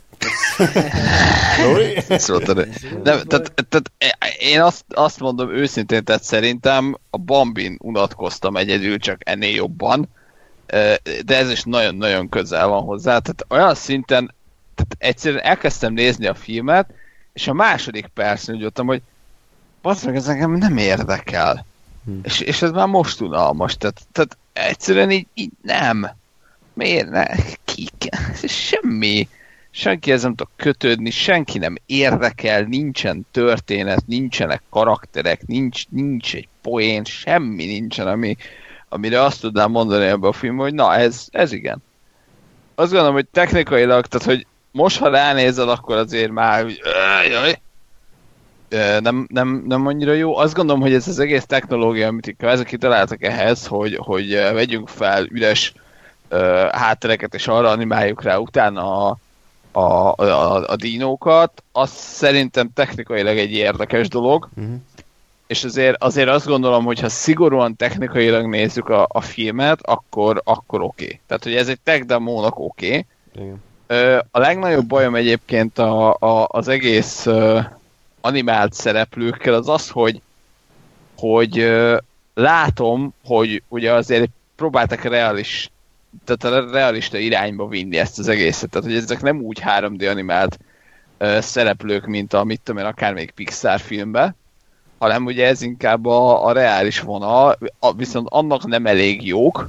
Nem, tehát, tehát én azt, azt mondom őszintén, tehát szerintem a Bambin unatkoztam egyedül, csak ennél jobban, de ez is nagyon-nagyon közel van hozzá, tehát olyan szinten, tehát egyszerűen elkezdtem nézni a filmet, és a második percen úgy jöttem, hogy bazd meg, ez engem nem érdekel. Hmm. És, és ez már most unalmas, tehát, tehát egyszerűen így, így nem. Miért ne? Ki? Semmi. Senkihez nem tudok kötődni, senki nem érdekel, nincsen történet, nincsenek karakterek, nincs, nincs egy poén, semmi nincsen, ami, amire azt tudnám mondani ebben a filmben, hogy na, ez, ez igen. Azt gondolom, hogy technikailag, tehát, hogy most, ha ránézel, akkor azért már úgy, jaj, nem, nem, nem annyira jó. Azt gondolom, hogy ez az egész technológia, amit ezek kitaláltak ehhez, hogy, hogy vegyünk fel üres uh, háttereket, és arra animáljuk rá utána a A, a, a dinókat, az szerintem technikailag egy érdekes dolog, uh-huh. és azért, azért azt gondolom, hogy ha szigorúan technikailag nézzük a, a filmet, akkor, akkor oké. Okay. Tehát, hogy ez egy tech demónak oké. Okay. A legnagyobb bajom egyébként a, a, az egész uh, animált szereplőkkel az az, hogy, hogy uh, látom, hogy ugye azért próbáltak realis tehát a realista irányba vinni ezt az egészet. Tehát, hogy ezek nem úgy három dé animált uh, szereplők, mint a, mit tudom én, akár még Pixar filmben, hanem ugye ez inkább a, a reális vonal, a, viszont annak nem elég jók,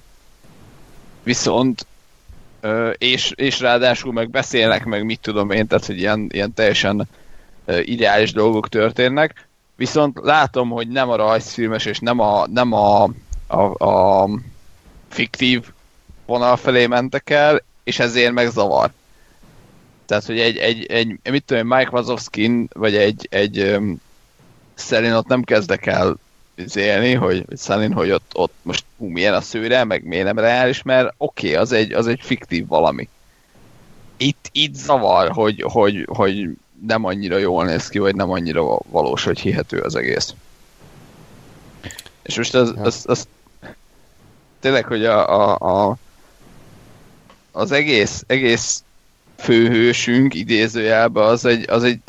viszont uh, és, és ráadásul meg beszélnek, meg mit tudom én, tehát, hogy ilyen, ilyen teljesen uh, ideális dolgok történnek, viszont látom, hogy nem a rajzfilmes, és nem a, nem a, a, a fiktív vonal felé mentek el, és ezért meg zavar. Tehát, hogy egy, egy, egy mit tudom, Mike Wazowskin, vagy egy, egy um, Szelin ott nem kezdek el élni, hogy Szelin, hogy ott, ott most hú, milyen a szőre, meg miért nem reális, mert oké, okay, az, egy, az egy fiktív valami. Itt, itt zavar, hogy, hogy, hogy nem annyira jól néz ki, vagy nem annyira valós, hogy hihető az egész. És most az, az, az tényleg, hogy a, a, a, az egész, egész főhősünk idézőjelben az egy, az egy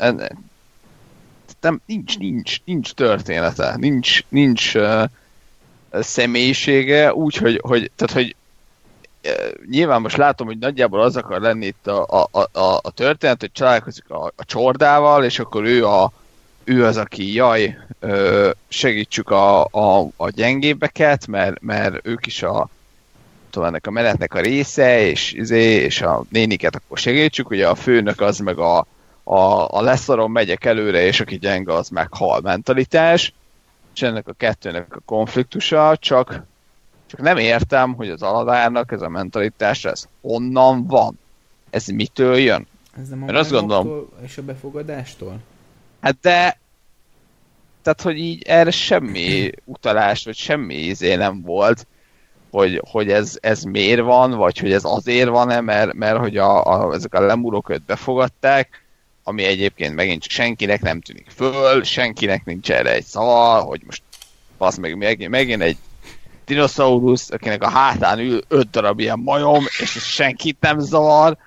nem, nincs, nincs, nincs története, nincs, nincs uh, személyisége, úgy, hogy, hogy, tehát, hogy uh, nyilván most látom, hogy nagyjából az akar lenni itt a, a, a, a történet, hogy találkozik a, a csordával, és akkor ő, a, ő az, aki jaj, uh, segítsük a, a, a gyengébbeket, mert, mert ők is a ennek a menetnek a része, és, és a néniket akkor segítsük, ugye a főnök az meg a, a, a leszarom megyek előre, és aki gyenge, az meghal mentalitás, és ennek a kettőnek a konfliktusa, csak, csak nem értem, hogy az Aladárnak ez a mentalitás, ez honnan van? Ez mitől jön? Ez nem a Mert azt gondolom, és a befogadástól? Hát de tehát, hogy így erre semmi utalás, vagy semmi izé nem volt, hogy, hogy ez, ez miért van, vagy hogy ez azért van-e, mert, mert hogy a, a, ezek a lemurok őt befogadták, ami egyébként megint csak senkinek nem tűnik föl, senkinek nincs erre egy szava, hogy most basz meg megint, megint egy dinoszaurusz, akinek a hátán ül öt darab ilyen majom, és ez senkit nem zavar,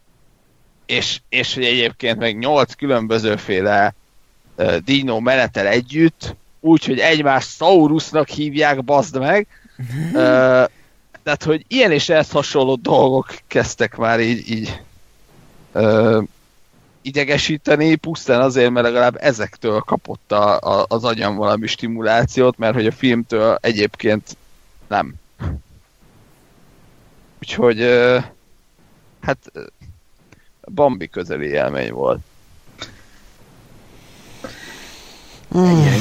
és, és hogy egyébként meg nyolc különbözőféle uh, dinó menetel együtt, úgyhogy egymás Saurusnak hívják, baszd meg. uh, tehát, hogy ilyen és ehhez hasonló dolgok kezdtek már így, így uh, idegesíteni, pusztán azért, mert legalább ezektől kapott a, a, az agyam valami stimulációt, mert hogy a filmtől egyébként nem. Úgyhogy uh, hát Bambi közeli élmény volt. Hmm.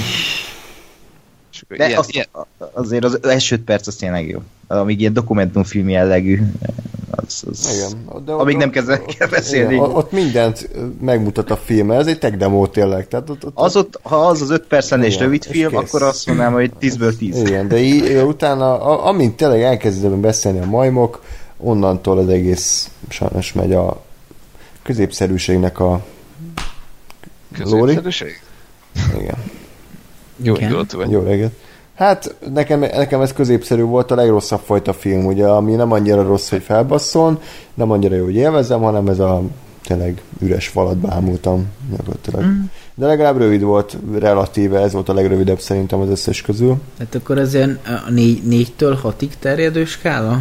De ilyen, azt, ilyen... azért az első perc az tényleg jó. Amíg ilyen dokumentumfilm jellegű, az, az, igen, de amíg ott, nem kezdek kell beszélni. Igen, ott mindent megmutat a film, ez egy tech demo tényleg. Tehát ott, ott, az ott, ha az az öt percen és rövid film, kész. Akkor azt mondanám, hogy tízből tíz. Igen, de így, utána, a, amint tényleg elkezdődöm beszélni a majmok, onnantól az egész sajnos megy a középszerűségnek a középszerűség? Igen. Jó indult vagy. Jó reggelt. Hát nekem, nekem ez középszerű volt, a legrosszabb fajta film, ugye, ami nem annyira rossz, hogy felbasszon, nem annyira jó, hogy élvezem, hanem ez a tényleg üres falat bámultam. Mm. De legalább rövid volt, relatíve, ez volt a legrövidebb szerintem az összes közül. Hát akkor ez ilyen a négy, négytől hatig terjedő skála?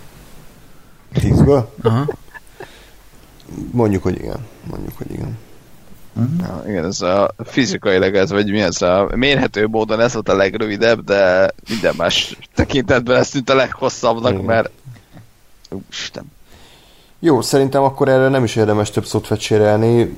Tízből? Aha. Mondjuk, hogy igen. Mondjuk, hogy igen. Uh-huh. Ja, igen, ez a fizikailag ez, vagy mi ez a mérhető módon ez volt a legrövidebb, de minden más tekintetben ez tűnt a leghosszabbnak, igen. Mert Isten. Jó, szerintem akkor erre nem is érdemes több szót fecsérelni.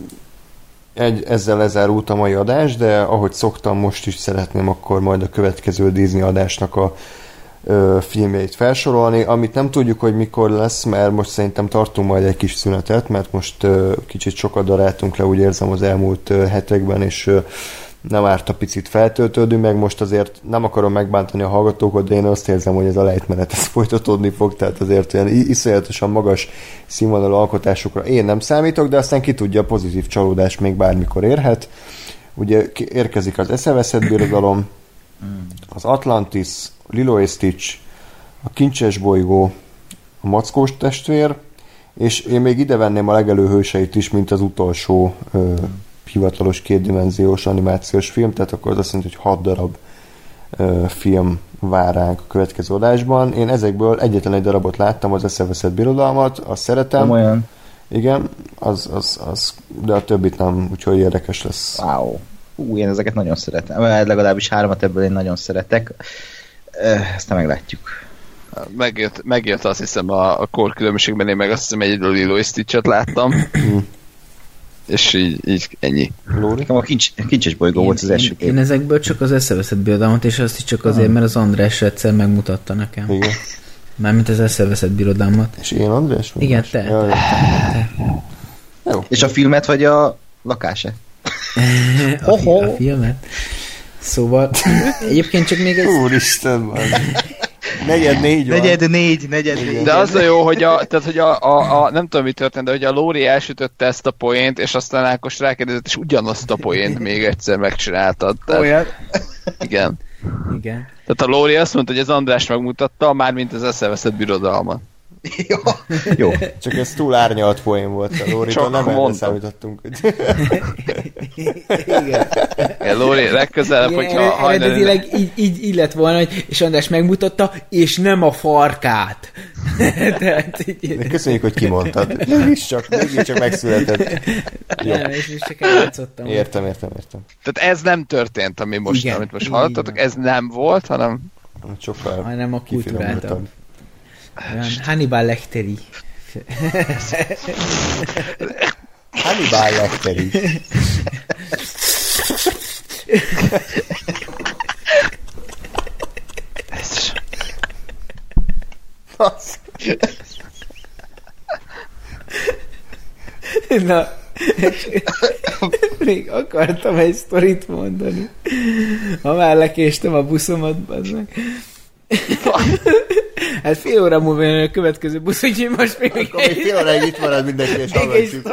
Egy, ezzel lezárult a mai adás, de ahogy szoktam, most is szeretném akkor majd a következő Disney adásnak a ö, filmjeit felsorolni, amit nem tudjuk, hogy mikor lesz, mert most szerintem tartunk majd egy kis szünetet, mert most ö, kicsit sokat daráltunk le, úgy érzem az elmúlt ö, hetekben, és ö, nem árt a picit feltöltődünk, meg most azért nem akarom megbántani a hallgatókat, de én azt érzem, hogy ez a lejtmenet ez folytatódni fog, tehát azért olyan iszonyatosan magas színvonalú alkotásokra én nem számítok, de aztán ki tudja, a pozitív csalódás még bármikor érhet. Ugye érkezik az Eszeveszett Birodalom, az Atlantis, Lilo és Stitch, a Kincses bolygó, a Mackós testvér, és én még ide venném a legelőhőseit is, mint az utolsó ö, hivatalos kétdimenziós animációs film, tehát akkor az azt mondja, hogy hat darab ö, film vár ránk a következő adásban. Én ezekből egyetlen egy darabot láttam, az Eszeveszett Birodalmat, azt szeretem. Nem olyan. Igen, az, az, az, de a többit nem, úgyhogy érdekes lesz. Wow. Ú, én ezeket nagyon szeretem. Legalábbis háromat ebből én nagyon szeretek. Ezt nem meglátjuk. Megjött, megjött azt hiszem a, a korkülönbségben, én meg azt hiszem egyedül Lilo és Stitch-et láttam. És így, így ennyi. Nekem a kincs, kincses bolygó én, volt az első én, én ezekből csak az Eszeveszett Birodalmat, és azt is csak azért, mert az András egyszer megmutatta nekem. Igen. Mármint az Eszeveszett Birodalmat. És én András? Igen, te. Ja, te, te. Jó. És a filmet, vagy a lakása? a, fi, a filmet? Szóval egyébként csak még egy... Úristen, van. Negyed négy van. Negyed négy, negyed négy. De az a jó, hogy, a, tehát, hogy a, a, a, nem tudom, mi történt, de hogy a Lóri elsütötte ezt a poént, és aztán Ákos rákérdezett, és ugyanazt a poént még egyszer megcsináltad. Tehát, olyan? Igen. Igen. Tehát a Lóri azt mondta, hogy az András megmutatta, mármint az Eszeveszett Birodalmat. Jó. Jó. Csak ez túl árnyalt poén volt a Lóritól, nem erre számítottunk. Igen. Igen, Lóri, legközelebb, igen, hogyha hajnali... Eredetileg így, így, így lett volna, hogy és András megmutatta, és nem a farkát. Tehát, így... Köszönjük, hogy kimondtad. Mégiscsak, mégiscsak megszületett. Nem, és most csak eljátszottam. Értem, értem, értem. Tehát ez nem történt, ami most, igen, amit most hallottatok, ez nem volt, hanem... Sokkal hanem a kultúráltabb. Hannibal Lecteri. Hannibal Lecteri. Na, még akartam egy sztorit mondani. Ha már lekéstem a buszomat, bazd meg. Hát fél óra múlva jön a következő busz, úgyhogy most még... Akkor még fél óráig itt marad mindenki, és hallgatjuk.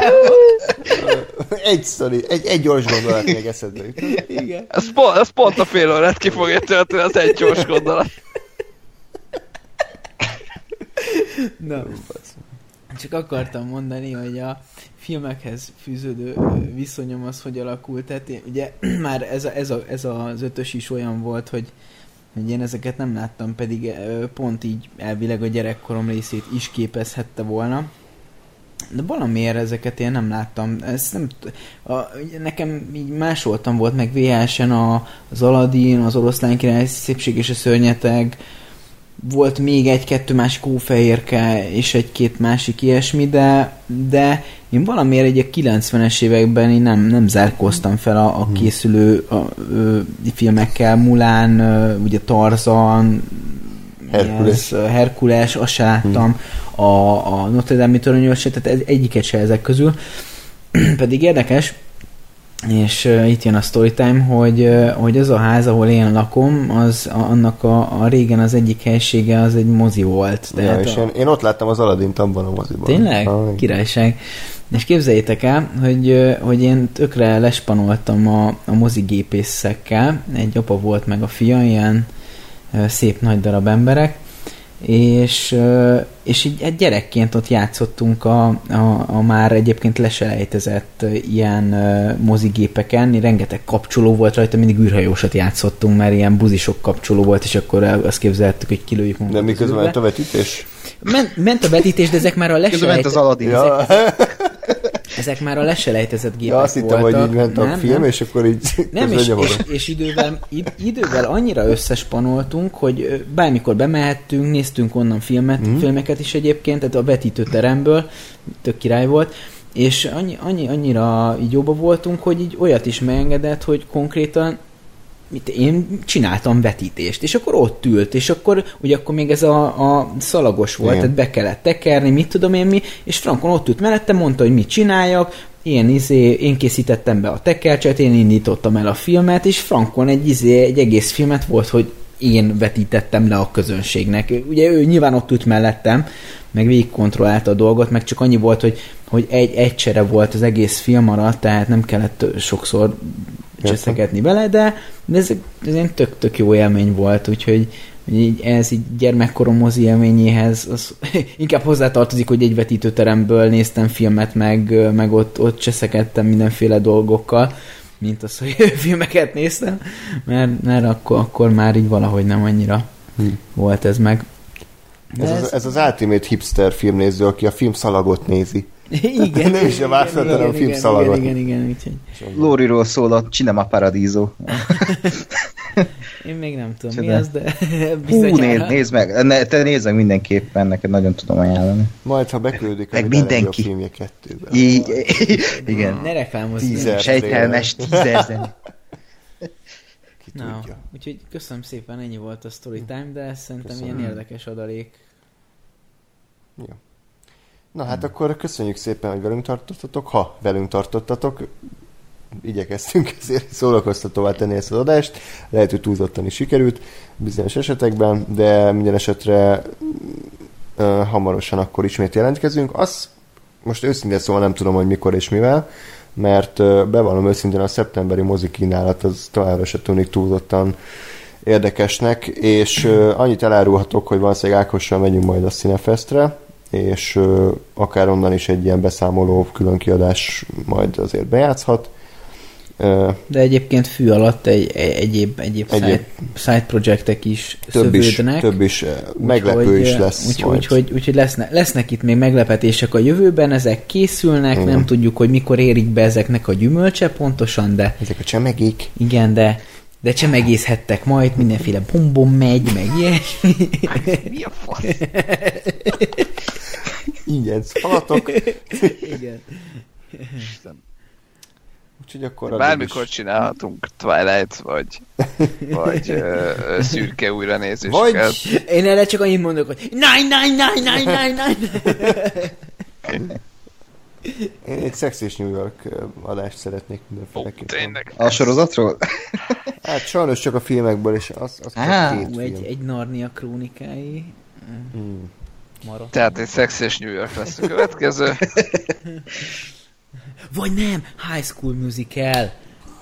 Egy sztori, egy, egy gyors gondolat még eszedbe jut. Igen. Ez pont, ez pont a fél órát ki fogja tölteni, az egy gyors gondolat. Na, csak akartam mondani, hogy a filmekhez fűződő viszonyom az hogy alakult. Tehát én, ugye már ez, a, ez, a, ez az ötös is olyan volt, hogy hogy én ezeket nem láttam, pedig pont így elvileg a gyerekkorom részét is képezhette volna. De valamiért ezeket én nem láttam. Ezt nem, a, nekem így másoltam volt meg vé há es-en a, az Aladdin, az Oroszlán király, Szépség és a szörnyeteg, volt még egy-kettő másik Hófehérke és egy-két másik ilyesmi, de, de én valamiért egy a kilencvenes években én nem, nem zárkóztam fel a, a készülő a, a, a filmekkel, Mulan, a, ugye Tarzan, Herkules, Herkules, azt se láttam, hmm. a, a Notre Dame-i toronyról se, tehát egyiket se ezek közül. Pedig érdekes, és uh, itt jön a storytime, hogy, uh, hogy az a ház, ahol én lakom, az a, annak a, a régen az egyik helysége az egy mozi volt. Ja, és a... én, én ott láttam az Aladdint abban a moziban. Tényleg? Ah, királyság. És képzeljétek el, hogy, uh, hogy én tökre lespanoltam a, a mozigépészekkel. Egy apa volt meg a fia, ilyen uh, szép nagy darab emberek, és, és így egy gyerekként ott játszottunk a, a, a már egyébként leselejtezett ilyen mozigépeken, rengeteg kapcsoló volt rajta, mindig űrhajósat játszottunk, mert ilyen buzisok kapcsoló volt, és akkor azt képzeltük, hogy kilőjük magunkat. De miközben ment a vetítés? Ment, ment a vetítés, de ezek már a leselejtezett... az Aladdin. Ja. Ezek már a leselejtezett gépek ja, azt voltak. hittem, hogy így ment a nem, film, nem. és akkor így... Nem, és, és, és idővel, id, idővel annyira összespanoltunk, hogy bármikor bemehettünk, néztünk onnan filmet, mm. filmeket is egyébként, tehát a vetítőteremből, tök király volt, és annyi, annyi, annyira így jóba voltunk, hogy így olyat is megengedett, hogy konkrétan mit, én csináltam vetítést, és akkor ott ült, és akkor ugye akkor még ez a, a szalagos volt, igen. Tehát be kellett tekerni, mit tudom én mi, és Frankon ott ült mellette, mondta, hogy mit csináljak, én, izé, én készítettem be a tekercset, én indítottam el a filmet, és Frankon egy, izé, egy egész filmet volt, hogy én vetítettem le a közönségnek. Ugye ő nyilván ott ült mellettem, meg végigkontrollálta a dolgot, meg csak annyi volt, hogy, hogy egy egyszerre volt az egész film alatt, tehát nem kellett sokszor cseszegetni bele, de ez, ez egy tök-tök jó élmény volt, úgyhogy így, ez így gyermekkorom mozi élményéhez az, inkább hozzátartozik, hogy egy vetítőteremből néztem filmet, meg, meg ott, ott cseszekedtem mindenféle dolgokkal, mint az, hogy filmeket néztem, mert, mert akkor, akkor már így valahogy nem annyira hmm. volt ez meg. Ez, ez, az, ez az ultimate hipster filmnéző, aki a filmszalagot nézi. Igen. Nem is a várfeltelen a filmszalagot. Igen, igen, igen. igen Lóriról szól a Cinema Paradiso. Én még nem tudom, Csoda. Mi az, de Hú, nézd, nézd meg. Ne, te nézd meg mindenképpen, neked nagyon tudom ajánlani. Majd, ha beküldik, meg mindenki. A filmje kettőben. I- igen. Ne reklámozni. Sejtelmes tízezer zene. Na, úgyhogy köszönöm szépen, ennyi volt a Storytime, de szerintem köszönöm. Ilyen érdekes adalék. Ja. Na hát hmm. akkor köszönjük szépen, hogy velünk tartottatok. Ha velünk tartottatok, igyekeztünk ezért szórakoztatóvá tenni ezt az adást. Lehet, hogy túlzottan is sikerült bizonyos esetekben, de minden esetre uh, hamarosan akkor ismét jelentkezünk. Azt most őszintén szóval nem tudom, hogy mikor és mivel, mert uh, bevallom őszintén a szeptemberi mozikínálat az továbbra se tűnik túlzottan érdekesnek, és uh, annyit elárulhatok, hogy valószínűleg Ákossal megyünk majd a Cinefestre, és uh, akár onnan is egy ilyen beszámoló külön kiadás majd azért bejátszhat. Uh, De egyébként fű alatt egy, egy, egyéb, egyéb, egyéb side, side projectek is több szövődnek. Is, több is, meglepő úgy, is lesz. Úgyhogy úgy, úgy, úgy, lesznek, lesznek itt még meglepetések a jövőben, ezek készülnek, igen. Nem tudjuk, hogy mikor érik be ezeknek a gyümölcse pontosan, de... Ezek a csemegék. Igen, de de csemegészhettek majd, mindenféle bombom megy, meg ilyesmi. Mi a fasz? Ingyen szalatok. Igen. Úgyhogy akkor bármikor is csinálhatunk Twilight, vagy, vagy ö, ö, szürke újranézéseket. Vagy... Én erre csak annyit mondok, hogy nine, nine, nine, nine, nine, nine. Én egy Sex és New York adást szeretnék mindenféleképpen. Tényleg? A sorozatról? Hát sajnos csak a filmekből, és az, az ah, két egy, film. egy Narnia krónikái. Hmm. Maradt. Tehát egy Sex és New York lesz a következő. Vagy nem, High School Musical.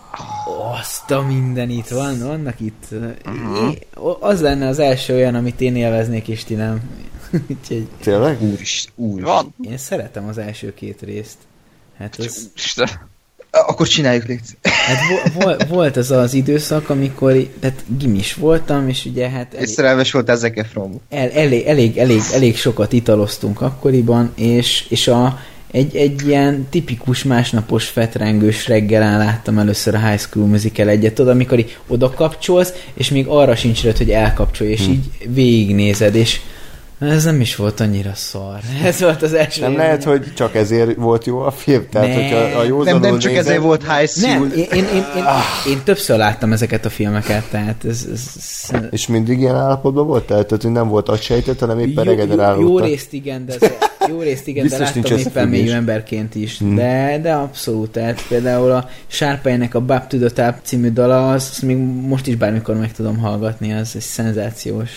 Azt a mindenit van, vannak itt. Uh-huh. Az lenne az első olyan, amit én élveznék, és ti nem. Úgyhogy... Tényleg? Úristen, úr. Van. Én szeretem az első két részt. Hát az... Úristen. Akkor csináljuk, légy. Hát vo- vo- volt az az időszak, amikor hát gimis voltam, és ugye hát... És szerelmes volt ezek Efron. El, elég, elég, elég, elég sokat italoztunk akkoriban, és, és a, egy, egy ilyen tipikus másnapos fetrengős reggelen láttam először a High School Musical egyet, tudod, amikor így oda kapcsolsz, és még arra sincs röd, hogy elkapcsolj, és hmm. így végignézed, és ez nem is volt annyira szar. Ez volt az első. Nem lehet, hogy csak ezért volt jó a film? Tehát, ne. hogyha a józanul nem, nem csak nézed... ezért volt High School. Nem, én, én, én, én, én többször láttam ezeket a filmeket, tehát ez... ez, ez... És mindig ilyen állapotban volt? Tehát, hogy nem volt agysejtett, hanem éppen jó, regenerálódtak. Jó, jó részt igen, de, ez, jó részt igen, de láttam éppen mélyű emberként is. Hmm. De, de abszolút, tehát például a Sharpay-nek a Bob to the Top című dala, az, az még most is bármikor meg tudom hallgatni, az egy szenzációs.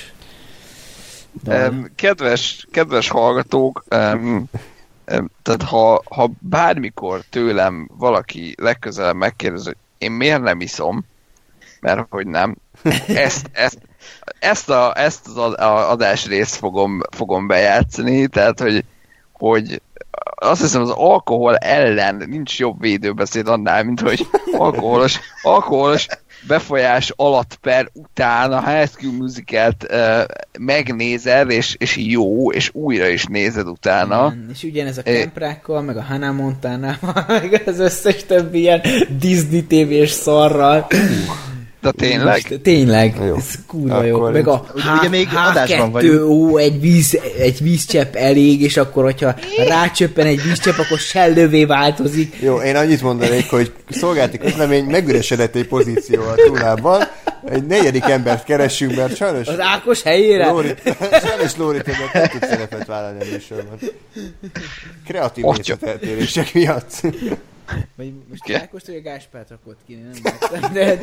Um, kedves, kedves hallgatók, um, um, tehát ha, ha bármikor tőlem valaki legközelebb megkérdez, hogy én miért nem iszom, mert hogy nem, ezt, ezt, ezt, a, ezt az adásrészt fogom, fogom bejátszani, tehát hogy, hogy azt hiszem az alkohol ellen nincs jobb védőbeszéd annál, mint hogy alkoholos, alkoholos befolyás alatt per után a High School Musical-t uh, megnézed, és, és jó, és újra is nézed utána. Igen, és ugyanez a Kemprákkal, meg a Hannah Montanával, meg az összes többi ilyen Disney tévés szarral. De tényleg? Most, tényleg, jó. Ez kurva jó. Meg a ugye még adásban há kettő ó, egy, víz, egy vízcsepp elég, és akkor, hogyha rácsöppen egy vízcsepp, akkor sellővé változik. Jó, én annyit mondanék, hogy szolgálti közlemény megüresedett egy pozíció a túlában. Egy negyedik embert keressünk, mert sajnos... Az Ákos helyére? Lóri, sajnos Lóri többet nem tud szerepet vállalni a műsorban. Kreatív nézeteltérések miatt. Vagy most okay. Ákost, hogy a Gáspárt rakott ki, nem láttam, de...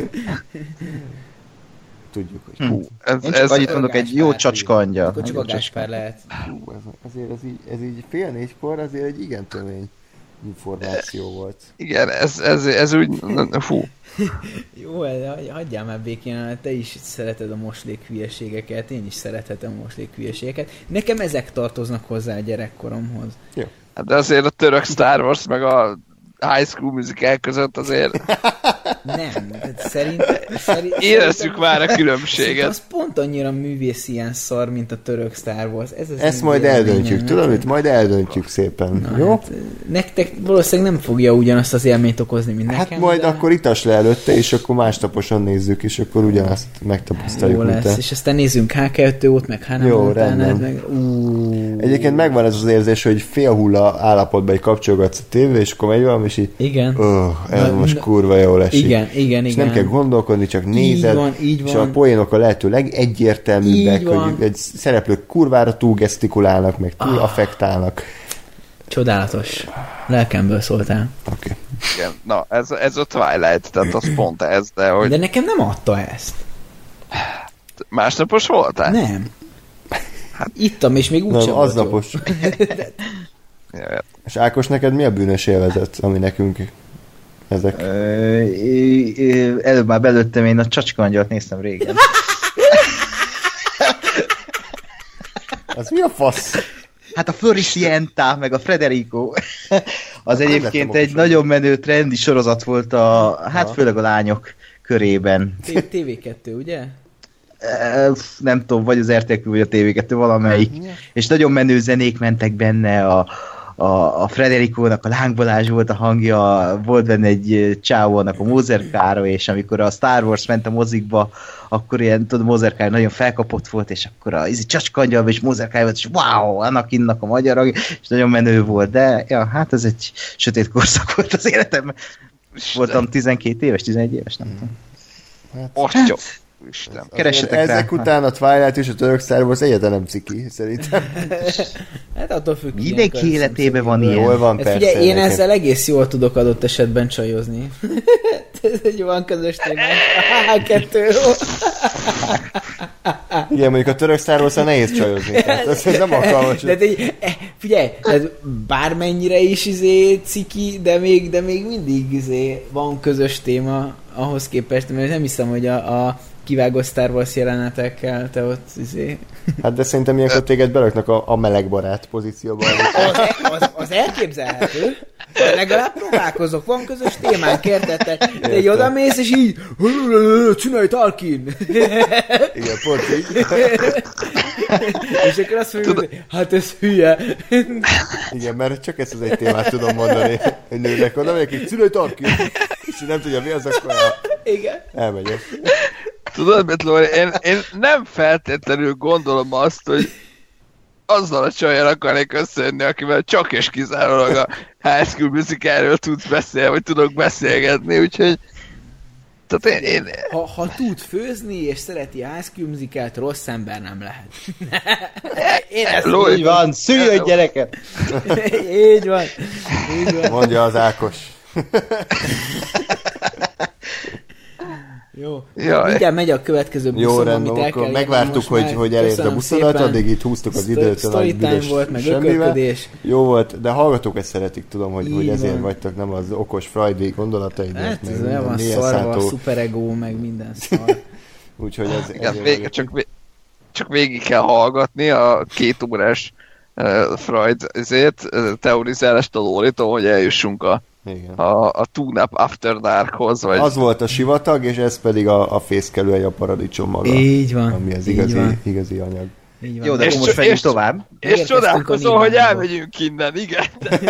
Tudjuk, hogy... Hú, ez, Én csak ez annyit mondok, egy jó csacska angyal. Akkor csak a Gáspár lehet. Hú, ez, azért ez így, ez így fél négykor azért egy igen tömény információ volt. Igen, ez, ez, ez úgy... Fú. Jó, hagyjál már békén, te is szereted a moslék hülyeségeket, én is szerethetem a moslék hülyeségeket. Nekem ezek tartoznak hozzá a gyerekkoromhoz. Jó. De azért a török Star Wars, meg a High School Musical között azért... Nem, szerint, szerint, érezzük már a különbséget. Az pont annyira művész ilyen szar, mint a török Star Wars. Ez az Ezt majd eldöntjük, tudod mit? Majd eldöntjük szépen. Na, jó? Hát, nektek valószínűleg nem fogja ugyanazt az élményt okozni, mint hát nekem. majd de... akkor itas le előtte, és akkor másnaposan nézzük, és akkor ugyanazt megtapasztaljuk. Jó lesz, te. És aztán nézzünk há kettőt, meg Hannah Montanát, meg... Egyébként megvan ez az érzés, hogy félhulla állapotban így kapcsolgatsz a tévé, és akkor megy valami, és így... Igen. Oh, ez na, most na, kurva jól esik. Igen, igen, és igen. nem kell gondolkodni, csak nézed, így van, így és van. a poénok a lehető legegyértelműbbek, hogy egy szereplők kurvára túl gesztikulálnak, meg túl ah. affektálnak. Csodálatos. Lelkemből szóltál. Oké. Okay. Igen, na, ez, ez a Twilight, tehát az pont ez, de hogy... De nekem nem adta ezt. Másnapos voltál? Nem. Hát... Ittam, és még úgysem volt aznapos. Ja. És Ákos, neked mi a bűnös élvezet, ami nekünk ezek? Ö, előbb már belőttem, én a Csacska angyalt néztem régen. Az mi a fasz? Hát a Floricienta, meg a Frederico. Az egyébként egy nagyon menő trendi sorozat volt a, hát főleg a lányok körében. té vé kettő, ugye? Nem tudom, vagy az er té kú, vagy a té vé kettő, valamelyik. És nagyon menő zenék mentek benne, a, a, a Frederikónak a Láng Balázs volt a hangja, volt benne egy csávónak a Mózer Károly, és amikor a Star Wars ment a mozikba, akkor ilyen, tudod, Mózer Károly nagyon felkapott volt, és akkor a Csacskangyal és Mózer Károly volt, és wow, Anakinnak a magyar hangja, és nagyon menő volt, de ja, hát ez egy sötét korszak volt az életemben. Voltam tizenkét éves, tizenegy éves, nem tudom. Hát, Atya. Isten. Keressetek ezek rá. Után a Twilight és a török Star Wars egyáltalán nem ciki, szerintem. Hát attól függ. Mindenki életében van ilyen. Jól van, hát persze. Figyelj, én nekem. Ezzel egész jól tudok adott esetben csajozni. Ez egy van közös témánk. há kettő. Igen, mondjuk a török Star Wars-ra nehéz csajozni. Tehát ez nem alkalmas. De, de, figyelj, bármennyire is izé ciki, de még, de még mindig izé van közös téma ahhoz képest, mert nem hiszem, hogy a, a kivágó Star Wars jelenetekkel te ott izé... Hát de szerintem ilyenkor téged beraknak a, a melegbarát pozícióba. Az, az, az elképzelhető. De legalább próbálkozok, van közös témánk, érted? Te egy odamész, és így csinálj Tarkin! Igen, pont így. És akkor azt mondjuk, hogy hát ez hülye. Igen, mert csak ezt az egy témát tudom mondani, hogy nőnek oda, megyek, csinálj Tarkin! És nem tudja mi az, akkor igen. elmegyek. Tudod, mit Lóri, én, én nem feltétlenül gondolom azt, hogy azzal a csajjal akarnék összejönni, akivel csak és kizárólag a High School Musicalről tudsz beszélni, vagy tudok beszélgetni, úgyhogy tehát én, én... Ha, ha tud főzni, és szereti High School Musicalt, rossz ember nem lehet. Én ezt Lóri, így van, szüljön gyereket! Így van, így van. Mondja az Ákos. Jó. Mindjárt megy a következő buszom, jó, rendben, amit el kell megvártuk, hogy, hogy elérd a buszodat, addig itt húztuk az időt. Story time volt, meg ökölködés. Jó volt, de hallgatók ezt szeretik, tudom, hogy, hogy ezért van. Vagytok, nem az okos Friday gondolataid. Hát ez olyan van szarva, a szuperego, meg minden szar. Úgyhogy ez... Igen, vége, csak, vé, csak végig kell hallgatni a két órás uh, Freud ezért, uh, teorizálást a Lóritól, hogy eljussunk a Igen. a, a Tune Up After Darkhoz. Vagy... Az volt a sivatag, és ez pedig a, a fészkelőhely, a paradicsom maga. Így van. Ami az igazi, igazi anyag. Jó, de és most fejünk tovább. És csodálkozol, hogy elmegyünk innen, igen.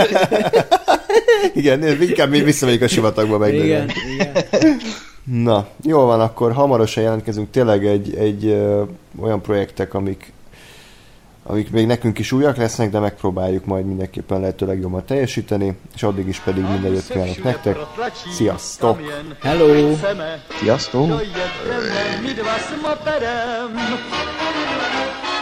Igen, inkább mi visszamegyünk a sivatagba megnézni. Igen, igen. Na, jól van, akkor hamarosan jelentkezünk tényleg egy, egy ö, olyan projektek, amik amik még nekünk is újak lesznek, de megpróbáljuk majd mindenképpen lehetőleg jobban teljesíteni, és addig is pedig minden jót kívánok nektek. Sziasztok! Hello! Sziasztok!